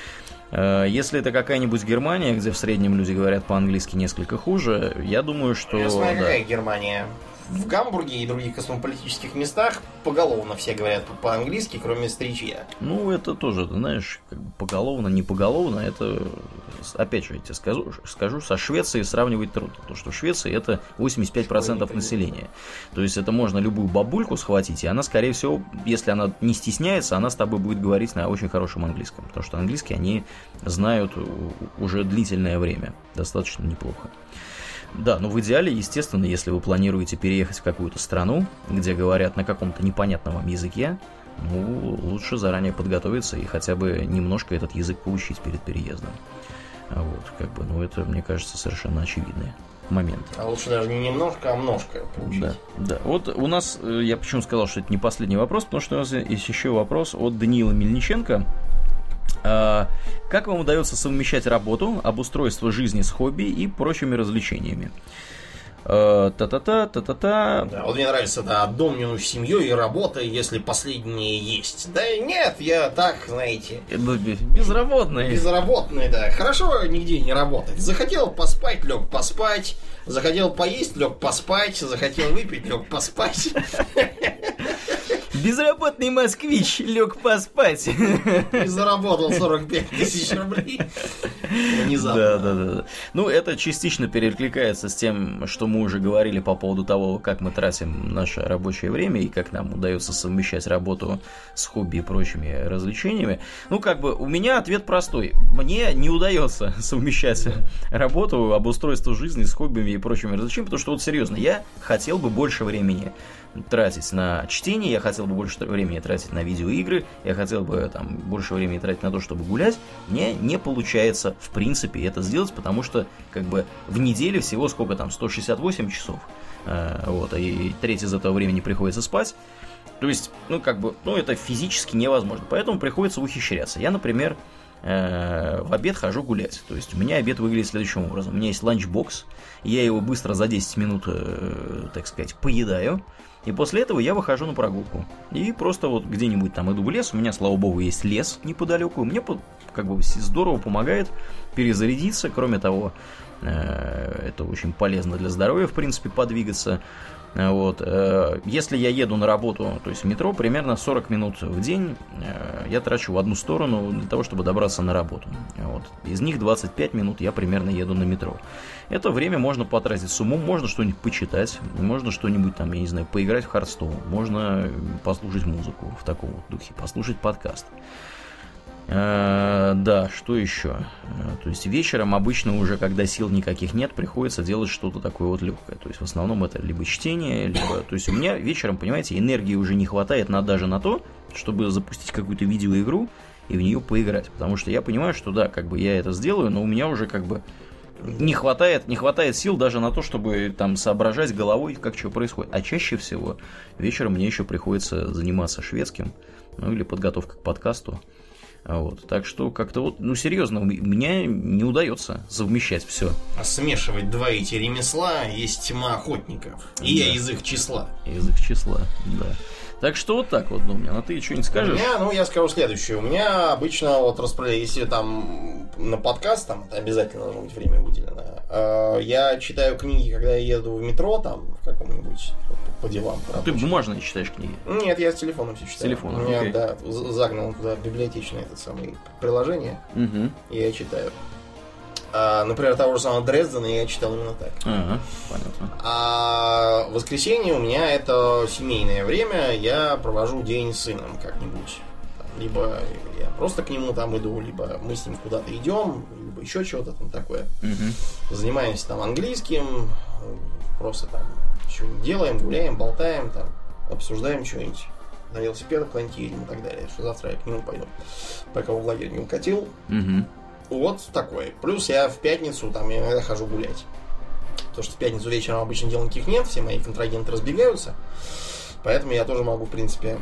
Если это какая-нибудь Германия, где в среднем люди говорят по-английски несколько хуже, я думаю, что... Я смотрю, какая Германия. В Гамбурге и других космополитических местах поголовно все говорят по-английски, кроме стричья. Ну, это тоже, ты знаешь, как бы поголовно, не поголовно, это, опять же, я тебе скажу, со Швецией сравнивать трудно, потому что в Швеции это 85% населения. То есть это можно любую бабульку схватить, и она, скорее всего, если она не стесняется, она с тобой будет говорить на очень хорошем английском, потому что английский они знают уже длительное время, достаточно неплохо. Да, но в идеале, естественно, если вы планируете переехать в какую-то страну, где говорят на каком-то непонятном вам языке, ну, лучше заранее подготовиться и хотя бы немножко этот язык поучить перед переездом. Вот, как бы, ну, это, мне кажется, совершенно очевидный момент. А лучше даже не немножко, а множко поучить. Да. Вот у нас, я почему сказал, что это не последний вопрос, потому что у нас есть еще вопрос от Даниила Мельниченко. Как вам удается совмещать работу, обустройство жизни с хобби и прочими развлечениями? Та-та-та. Да, вот мне нравится, да, дом между семьей и работой, если последнее есть. Да нет, я так, знаете... Безработный. Безработный, да. Хорошо нигде не работать. Захотел поспать, лег поспать. Захотел поесть, лег поспать. Захотел выпить, лег поспать. Безработный москвич лег поспать. И заработал 45 тысяч рублей. Внезапно. Да. Ну, это частично перекликается с тем, что мы уже говорили по поводу того, как мы тратим наше рабочее время и как нам удается совмещать работу с хобби и прочими развлечениями. Ну, как бы, у меня ответ простой. Мне не удается совмещать работу, обустройство жизни с хоббими и прочими развлечениями, потому что, вот серьезно, я хотел бы больше времени тратить на чтение, я хотел бы больше времени тратить на видеоигры, я хотел бы там больше времени тратить на то, чтобы гулять. Мне не получается, в принципе, это сделать, потому что как бы в неделе всего сколько там, 168 часов, вот, и треть из этого времени приходится спать. То есть, ну, как бы, ну, это физически невозможно, поэтому приходится ухищряться. Я, например, в обед хожу гулять. То есть у меня обед выглядит следующим образом. У меня есть ланчбокс, я его быстро за 10 минут, так сказать, поедаю. И после этого я выхожу на прогулку. И просто вот где-нибудь там иду в лес. У меня, слава богу, есть лес неподалеку. Мне как бы здорово помогает перезарядиться. Кроме того, это очень полезно для здоровья, в принципе, подвигаться. Вот. Если я еду на работу, то есть в метро, примерно 40 минут в день я трачу в одну сторону для того, чтобы добраться на работу. Вот. Из них 25 минут я примерно еду на метро. Это время можно потратить с умом, можно что-нибудь почитать, можно что-нибудь там, я не знаю, поиграть в Hearthstone, можно послушать музыку в таком вот духе, послушать подкаст. Да, что еще? То есть вечером обычно уже, когда сил никаких нет, приходится делать что-то такое вот легкое. То есть в основном это либо чтение, либо... То есть у меня вечером, понимаете, энергии уже не хватает даже на то, чтобы запустить какую-то видеоигру и в нее поиграть. Потому что я понимаю, что да, как бы я это сделаю, но у меня уже как бы не хватает сил даже на то, чтобы там соображать головой, как что происходит. А чаще всего вечером мне еще приходится заниматься шведским, ну или подготовкой к подкасту. Вот. Так что как-то вот, ну серьезно, у меня не удается совмещать все. А смешивать два эти ремесла есть тьма охотников. И я из их числа. Из их числа, да. Так что вот так вот, Домнин. А ты что-нибудь скажешь? Я скажу следующее. У меня обычно вот если там на подкаст, там обязательно должно быть время выделено. Я читаю книги, когда я еду в метро, там, в каком-нибудь по делам. Ты бумажные читаешь книги? Нет, я с телефоном все читаю. С телефоном, у меня, да, загнал туда библиотечное это самое приложение, и я читаю. Например, того же самого Дрездена я читал именно так. Ага, понятно. А в воскресенье у меня это семейное время, я провожу день с сыном как-нибудь. Либо я просто к нему там иду, либо мы с ним куда-то идем, либо еще чего-то там такое. Занимаемся там английским, просто там что-нибудь делаем, гуляем, болтаем, там, обсуждаем что-нибудь. На велосипедах куда-нибудь едем и так далее. Что завтра я к нему пойду, пока в лагерь не укатил. Вот такое. Плюс я в пятницу там я иногда хожу гулять. Потому что в пятницу вечером обычно дел никаких нет, все мои контрагенты разбегаются. Поэтому я тоже могу, в принципе,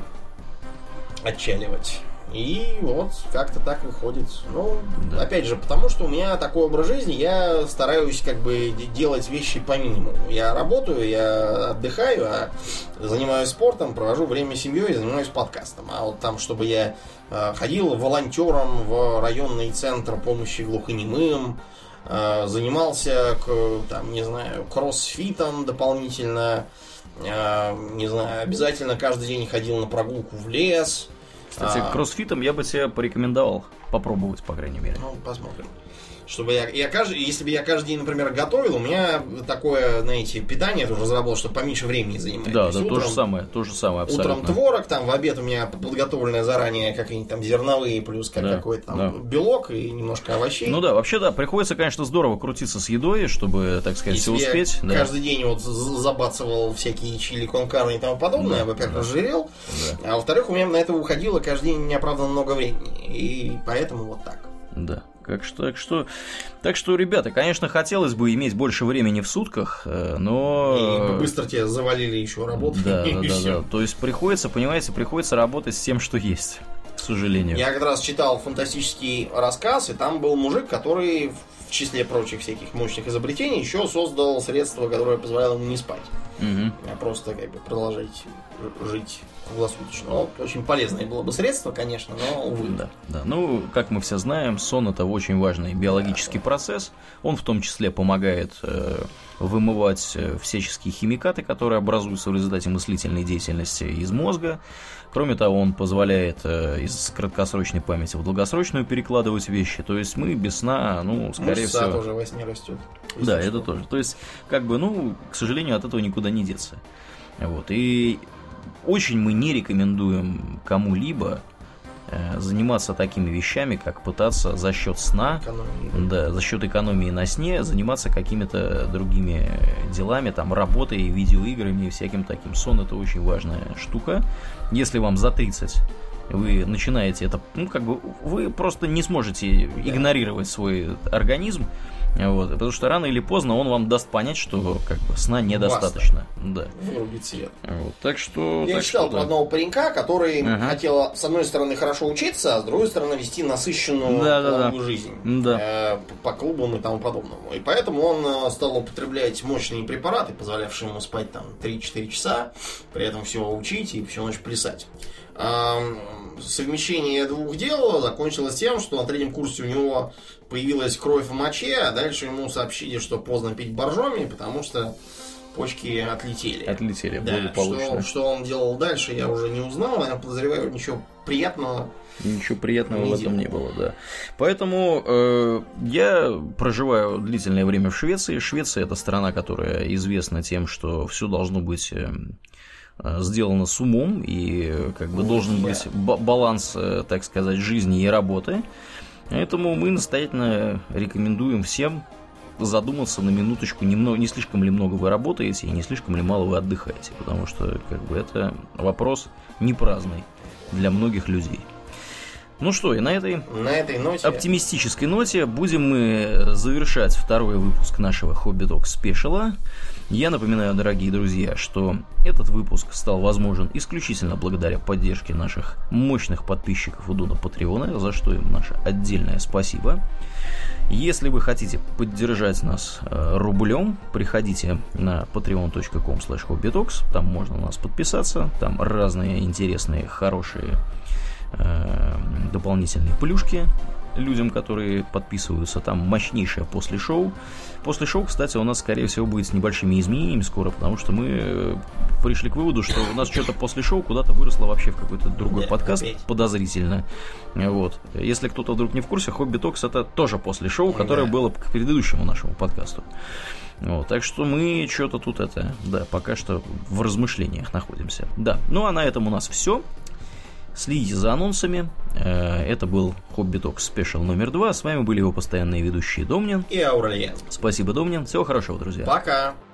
отчаливать. И вот как-то так выходит. Ну, опять же, потому что у меня такой образ жизни, я стараюсь как бы делать вещи по минимуму. Я работаю, я отдыхаю, а занимаюсь спортом, провожу время с семьей и занимаюсь подкастом. А вот там, чтобы я ходил волонтером в районный центр помощи глухонемым, занимался, там, не знаю, кроссфитом дополнительно, не знаю, обязательно каждый день ходил на прогулку в лес. Кстати, кроссфитом я бы тебе порекомендовал попробовать, по крайней мере. Ну, посмотрим. Чтобы если бы я каждый день, например, готовил, у меня такое, знаете, питание тоже разработал, чтобы поменьше времени занимать. Да, да, то же самое абсолютно. Утром творог, там в обед у меня подготовленное заранее какие-нибудь там зерновые, плюс какой-то там белок и немножко овощей. Ну да, вообще да, приходится, конечно, здорово крутиться с едой, чтобы, так сказать, все успеть. Я каждый день вот забацывал всякие чили кон карне и тому подобное, во-первых, разжирел, а во-вторых, у меня на это уходило каждый день неоправданно много времени, и поэтому вот так. Да. Так что, ребята, конечно, хотелось бы иметь больше времени в сутках, но... И быстро тебе завалили еще работу. Да. То есть приходится работать с тем, что есть, к сожалению. Я как раз читал фантастический рассказ, и там был мужик, который в числе прочих всяких мощных изобретений еще создал средство, которое позволяло ему не спать. А просто как бы продолжать жить круглосуточно. Вот, очень полезное было бы средство, конечно, но увы. Да. Ну, как мы все знаем, сон — это очень важный биологический процесс. Он в том числе помогает вымывать всяческие химикаты, которые образуются в результате мыслительной деятельности из мозга. Кроме того, он позволяет из краткосрочной памяти в долгосрочную перекладывать вещи. То есть мы без сна, скорее всего... тоже во сне растет. Да, это тоже. То есть, к сожалению, от этого никуда не деться. Вот. И очень мы не рекомендуем кому-либо заниматься такими вещами, как пытаться за счет сна, за счет экономии на сне, заниматься какими-то другими делами, там, работой, видеоиграми и всяким таким. Сон — это очень важная штука. Если вам за 30 вы начинаете это, вы просто не сможете игнорировать свой организм, вот, потому что рано или поздно он вам даст понять, что сна недостаточно. Да. Вырубить свет. Вот, так что... Я читал про одного паренька, который хотел, с одной стороны, хорошо учиться, а с другой стороны, вести насыщенную половую жизнь по клубам и тому подобному. И поэтому он стал употреблять мощные препараты, позволявшие ему спать там 3-4 часа, при этом все учить и всю ночь плясать. Совмещение двух дел закончилось тем, что на третьем курсе у него появилась кровь в моче, а дальше ему сообщили, что поздно пить боржоми, потому что почки отлетели. Благополучно. Что он делал дальше, я уже не узнал, я подозреваю, ничего приятного в этом не было, да. Поэтому я проживаю длительное время в Швеции. Швеция — это страна, которая известна тем, что все должно быть сделано с умом, и должен быть баланс, так сказать, жизни и работы. Поэтому мы настоятельно рекомендуем всем задуматься на минуточку, не слишком ли много вы работаете и не слишком ли мало вы отдыхаете, потому что это вопрос не праздный для многих людей. Ну что, и на этой ноте, оптимистической ноте будем мы завершать второй выпуск нашего Hobby Talk спешала. Я напоминаю, дорогие друзья, что этот выпуск стал возможен исключительно благодаря поддержке наших мощных подписчиков у Дона Патреона, за что им наше отдельное спасибо. Если вы хотите поддержать нас рублем, приходите на patreon.com/hobbytalks, там можно у нас подписаться, там разные интересные, хорошие дополнительные плюшки людям, которые подписываются, там мощнейшее после шоу. После шоу, кстати, у нас, скорее всего, будет с небольшими изменениями скоро, потому что мы пришли к выводу, что у нас что-то после шоу куда-то выросло вообще в какой-то другой подкаст, опять. Подозрительно. Вот. Если кто-то вдруг не в курсе, Hobby Talks — это тоже после шоу, которое было к предыдущему нашему подкасту. Вот, так что мы что-то тут пока что в размышлениях находимся. Да, ну а на этом у нас все. Следите за анонсами. Это был Hobby Talk Special номер 2. С вами были его постоянные ведущие Домнин и Аурельян. Спасибо, Домнин. Всего хорошего, друзья. Пока.